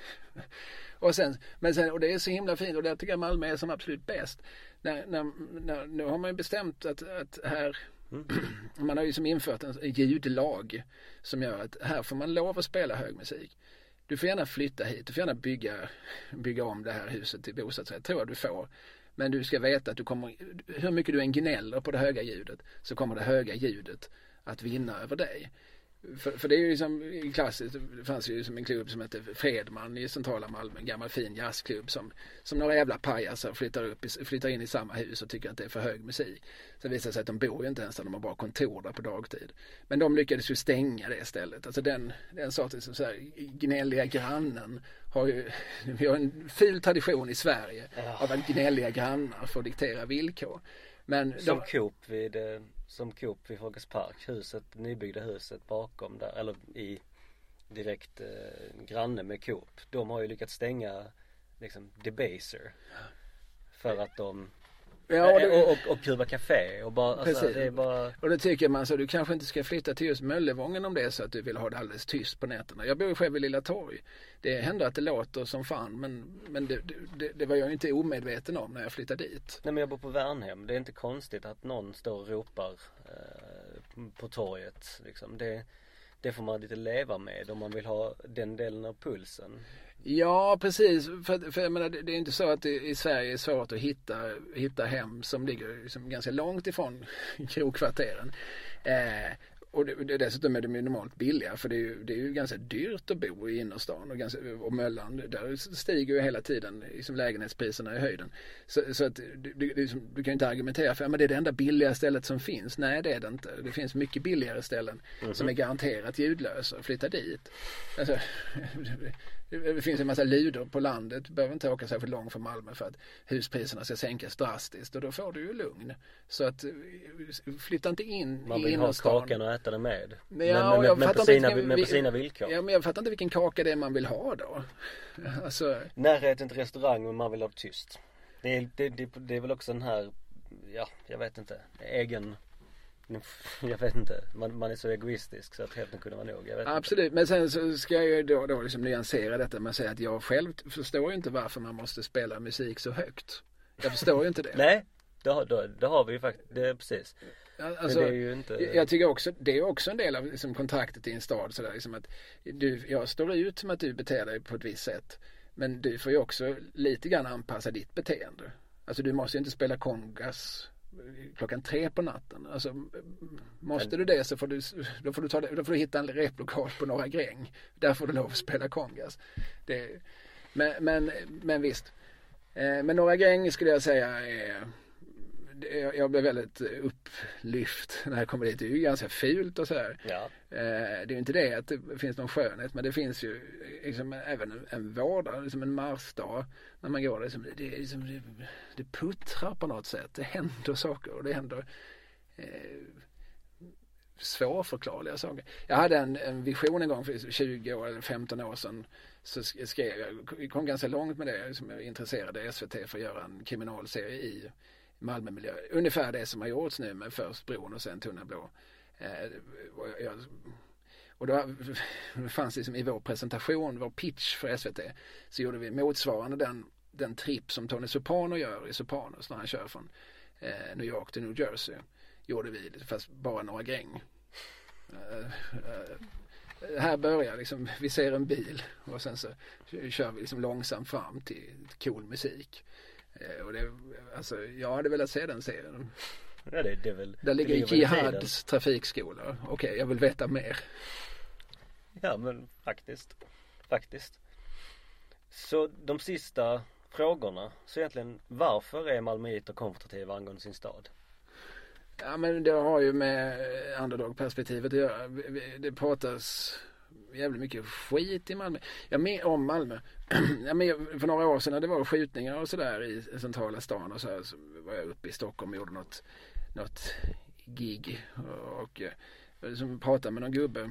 Och sen, men sen, och det är så himla fint, och det tycker jag Malmö är som absolut bäst. När, när, när, nu har man ju bestämt att, att här, mm. man har ju som infört en ljudlag som gör att här får man lov att spela hög musik. Du får gärna flytta hit, du får gärna bygga, bygga om det här huset till bostadsrätt, tror jag du får. Men du ska veta att du kommer, hur mycket du än gnäller på det höga ljudet, så kommer det höga ljudet att vinna över dig. För, för det är ju som klassiskt, det fanns ju som en klubb som heter Fredman i centrala Malmö, en gammal fin jazzklubb som, som några jävla pajaser flyttar, upp, flyttar in i samma hus och tycker att det är för hög musik. Sen visar det sig att de bor ju inte ens där, de har bara kontor där på dagtid. Men de lyckades ju stänga det istället. Alltså den, den sortens så här, gnälliga grannen har ju, vi har en ful tradition i Sverige av att gnälliga grannar får diktera villkor. Men som de, Coop vid som Coop vid Folkets Park, huset, nybyggda huset bakom där, eller i direkt eh, granne med Coop. De har ju lyckats stänga liksom Debaser för att de ja, och, det, och, och, och Kuba Café och bara, alltså, det är bara... Och då tycker man så, du kanske inte ska flytta till just Möllevången om det är så att du vill ha det alldeles tyst på nätterna. Jag bor ju själv i Lilla Torg. Det händer att det låter som fan, men, men det, det, det var jag inte omedveten om när jag flyttade dit. Nej, men jag bor på Värnhem. Det är inte konstigt att någon står och ropar eh, på torget liksom. Det, det får man lite leva med om man vill ha den delen av pulsen. Ja, precis. För, för jag menar, det, det är inte så att det i Sverige är svårt att hitta, hitta hem som ligger liksom ganska långt ifrån krogkvarteren. Eh, och det, det, dessutom är de ju normalt billiga, för det är ju, det är ju ganska dyrt att bo i innerstan och, ganska, och Möllan, där stiger ju hela tiden liksom lägenhetspriserna i höjden. Så, så att du, du, du, du kan ju inte argumentera för att det är det enda billiga stället som finns. Nej, det är det inte. Det finns mycket billigare ställen mm-hmm. som är garanterat ljudlösa. Flytta dit. Alltså, det finns en massa luder på landet. Du behöver inte åka särskilt långt från Malmö för att huspriserna ska sänkas drastiskt. Och då får du ju lugn. Så att flytta inte in man i vill innerstan. Ha kakan och äta den med. Men, ja, men, men, på, sina, vilken, men på sina villkor. Ja, men jag fattar inte vilken kaka det är man vill ha då. Alltså... Närheten till restaurang, men man vill ha det tyst. Det är, det, det, det är väl också den här, ja, jag vet inte, egen... Jag vet inte, man, man är så egoistisk så att hälften kunde vara nog. Jag vet Absolut, inte. Men sen så ska jag ju då, då liksom nyansera detta med att säga att jag själv förstår ju inte varför man måste spela musik så högt. Jag förstår ju inte det. Nej, då, då, då har vi ju faktiskt, det är precis. Alltså, men det är ju inte... Jag tycker också, det är också en del av liksom, kontraktet i en stad sådär, liksom att du, jag står ut med att du beter dig på ett visst sätt, men du får ju också lite grann anpassa ditt beteende. Alltså du måste ju inte spela kongas klockan tre på natten. Alltså, måste du det så får du, då får du, ta det, då får du hitta en replokal på Norra Gräng. Där får du lov att spela kongas. Det, men, men, men visst, Eh, men Norra Gräng skulle jag säga är, jag, jag blev väldigt upplyft när jag kommer dit. Det är ju ganska fult och sådär. Ja. Eh, det är ju inte det att det finns någon skönhet, men det finns ju liksom även en, en vardag, liksom en marsdag när man går. Liksom, det, det, liksom, det, det puttrar på något sätt. Det händer saker och det händer eh, svårförklarliga saker. Jag hade en, en vision en gång för tjugo eller femton år sedan, så skrev jag, jag kom ganska långt med det, som jag intresserade S V T för att göra en kriminalserie i Malmömiljö. Ungefär det som har gjorts nu med först Bron och sen Tunnelblå. Eh, och, jag, och då fanns det liksom i vår presentation, vår pitch för S V T, så gjorde vi motsvarande den, den trip som Tony Soprano gör i Sopranos när han kör från eh, New York till New Jersey. Gjorde vi, fast bara Norra Gräng. Uh, uh, här börjar liksom, vi ser en bil och sen så kör vi liksom långsamt fram till cool musik. Uh, och det, alltså, jag hade velat se den serien. Ja, det, det är väl, där ligger Jihads trafikskola. Okej, okay, jag vill veta mer. Ja, men faktiskt. Faktiskt. Så de sista frågorna, så egentligen, varför är malmöiter konfrontativa angående sin stad? Ja, men det har ju med underdog-perspektivet att göra. Det pratas jävligt mycket skit i Malmö. Jag med om Malmö. Jag med, för några år sedan när det var skjutningar och sådär i centrala stan och så här, så var jag uppe i Stockholm och gjorde något, något gig och, och som pratade med någon gubbe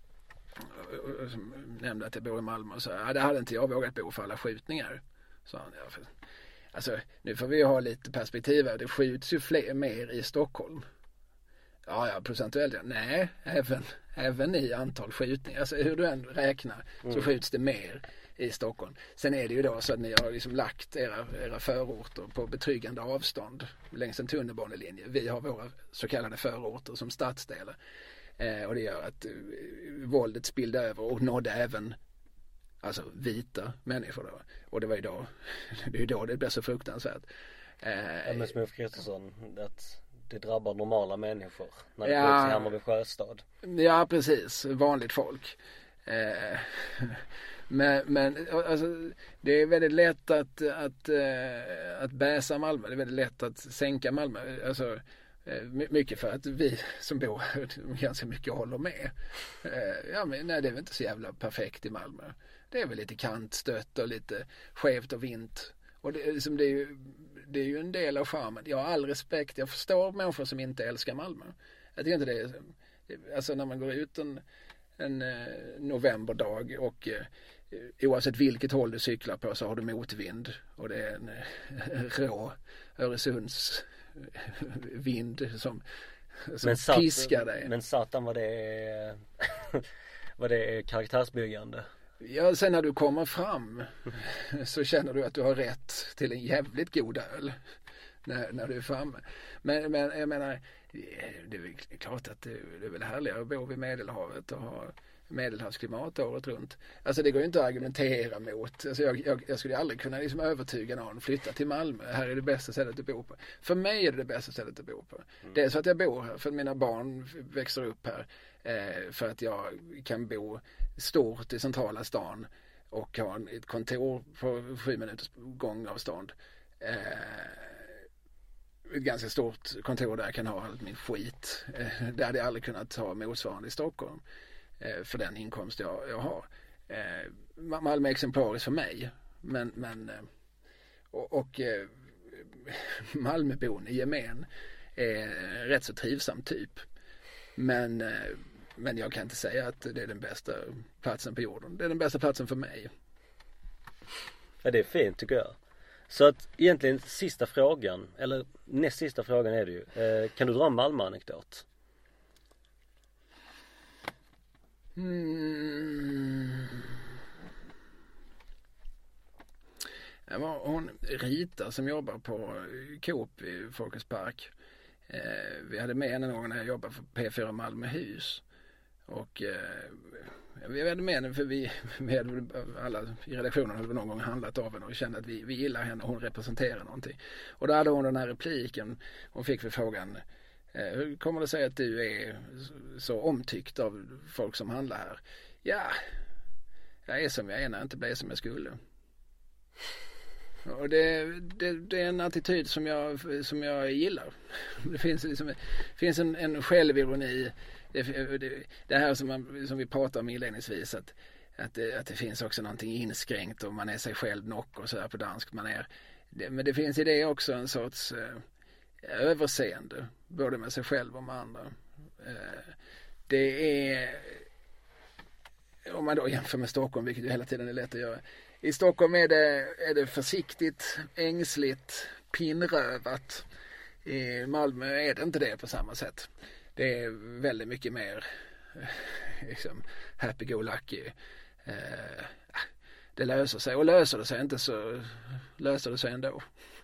och, som nämnde att jag bor i Malmö och så här, ja, det hade inte jag vågat bo för alla skjutningar. Så han, ja, för, alltså, nu får vi ha lite perspektiv här. Det skjuts ju fler, mer i Stockholm. Ja, ja, procentuellt. Ja. Nej, även, även i antal skjutningar. Alltså hur du än räknar mm. så skjuts det mer i Stockholm. Sen är det ju då så att ni har liksom lagt era, era förorter på betryggande avstånd längs en tunnelbanelinje. Vi har våra så kallade förorter som stadsdelar. Eh, och det gör att eh, våldet spillde över och nådde även alltså vita människor då. Och det var ju då, det är ju då det blir så fruktansvärt. Eh, ja, men som Ulf Kristersson, att det drabbar normala människor när det ja, skjuts i Hammarby Sjöstad. Ja, precis. Vanligt folk. Eh, men men alltså, det är väldigt lätt att, att, att, att bäsa Malmö. Det är väldigt lätt att sänka Malmö. Alltså, mycket för att vi som bor ganska mycket håller med. Ja, men nej, det är väl inte så jävla perfekt i Malmö. Det är väl lite kantstött och lite skevt och vint. Och det, liksom, det, är ju, det är ju en del av charmen. Jag har all respekt. Jag förstår människor som inte älskar Malmö. Jag tycker inte det är, alltså när man går ut en, en novemberdag och eh, oavsett vilket håll du cyklar på så har du motvind. Och det är en eh, rå Öresunds vind som, som sat, piskar dig. Men satan vad det är vad det är karaktärsbyggande. Ja, sen när du kommer fram så känner du att du har rätt till en jävligt god öl när, när du är framme. Men, men jag menar, det är väl klart att det, det är väl härligare att bo vid Medelhavet och ha medelhavsklimat året runt. Alltså det går ju inte att argumentera mot. Alltså jag, jag, jag skulle aldrig kunna liksom övertyga någon flytta till Malmö. Här är det bästa stället att bo på. För mig är det det bästa stället att bo på. Mm. Det är så att jag bor här för att mina barn växer upp här. Eh, för att jag kan bo stort i centrala stan och ha ett kontor på sju minuters gångavstånd. Eh, ett ganska stort kontor där jag kan ha allt min skit. Eh, det hade jag aldrig kunnat ha motsvarande i Stockholm. För den inkomst jag, jag har. Eh, Malmö är exemplariskt för mig. Men, men och, och eh, Malmöbon i gemen är rätt så trivsam typ. Men, eh, men jag kan inte säga att det är den bästa platsen på jorden. Det är den bästa platsen för mig. Ja, det är fint tycker jag. Så att egentligen sista frågan, eller näst sista frågan är det ju. Eh, kan du dra en Malmö-anekdot? Mm. Det var hon Rita som jobbar på Coop i Folkets Park. Eh, vi hade med henne någon gång när jag jobbade för P fyra Malmöhus. Och eh, vi hade med henne för vi, vi hade alla i redaktionen hade någon gång handlat av henne och kände att vi, vi gillar henne och hon representerar någonting. Och då hade hon den här repliken. Hon fick för frågan: hur kommer det sig att du är så omtyckt av folk som handlar här? Ja, jag är som jag är när jag inte blev som jag skulle. Och det, det, det är en attityd som jag, som jag gillar. Det finns, liksom, det finns en, en självironi. Det, det, det här som, man, som vi pratade om inledningsvis, att, att, det, att det finns också någonting inskränkt och man är sig själv nock och så här på dansk manér. Det, men det finns i det också en sorts eh, överseende, både med sig själv och med andra. Eh, det är, om man då jämför med Stockholm, vilket ju hela tiden är lätt att göra. I Stockholm är det, är det försiktigt, ängsligt, pinnrövat. I Malmö är det inte det på samma sätt. Det är väldigt mycket mer liksom, happy-go-lucky. Eh, det löser sig. Och löser det sig inte så löser det sig ändå.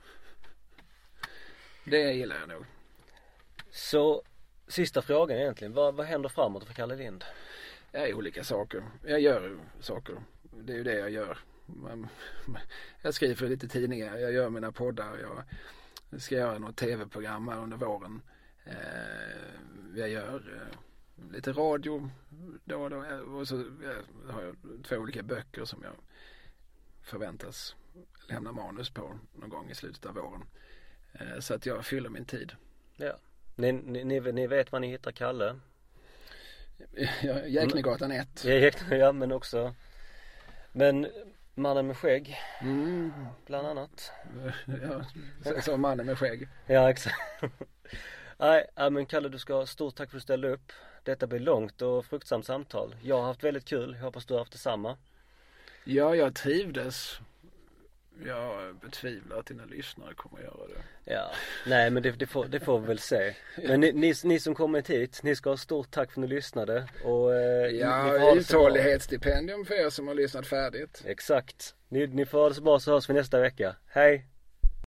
Det gillar jag nog. Så sista frågan egentligen. Vad, vad händer framåt för Kalle Lind? Jag gör olika saker. Jag gör saker. Det är ju det jag gör. Jag skriver för lite tidningar. Jag gör mina poddar. Jag ska göra något tv-program här under våren. Jag gör lite radio då och då. Och så har jag två olika böcker som jag förväntas lämna manus på någon gång i slutet av våren. Så att jag fyller min tid. Ja. Ni, ni, ni vet var ni hittar Kalle? Ja, Jäknegatan ett. Ja, ja, men också. Men Mannen med skägg. Mm. Bland annat. Ja, så, så Mannen med skägg. Ja, exakt. Nej, men Kalle, du ska ha stort tack för att du ställde upp. Detta blir långt och fruktsamt samtal. Jag har haft väldigt kul. Jag hoppas du har haft detsamma. Ja, jag trivdes. Jag betvivlar att dina lyssnare kommer att göra det. Ja, nej men det, det, får, det får vi väl se. Men ni, ni, ni som kommit hit, ni ska ha stort tack för att ni lyssnade. Och, eh, ja, uthållighetsstipendium för er som har lyssnat färdigt. Exakt. Ni, ni får ha det så bra, så hörs vi nästa vecka. Hej!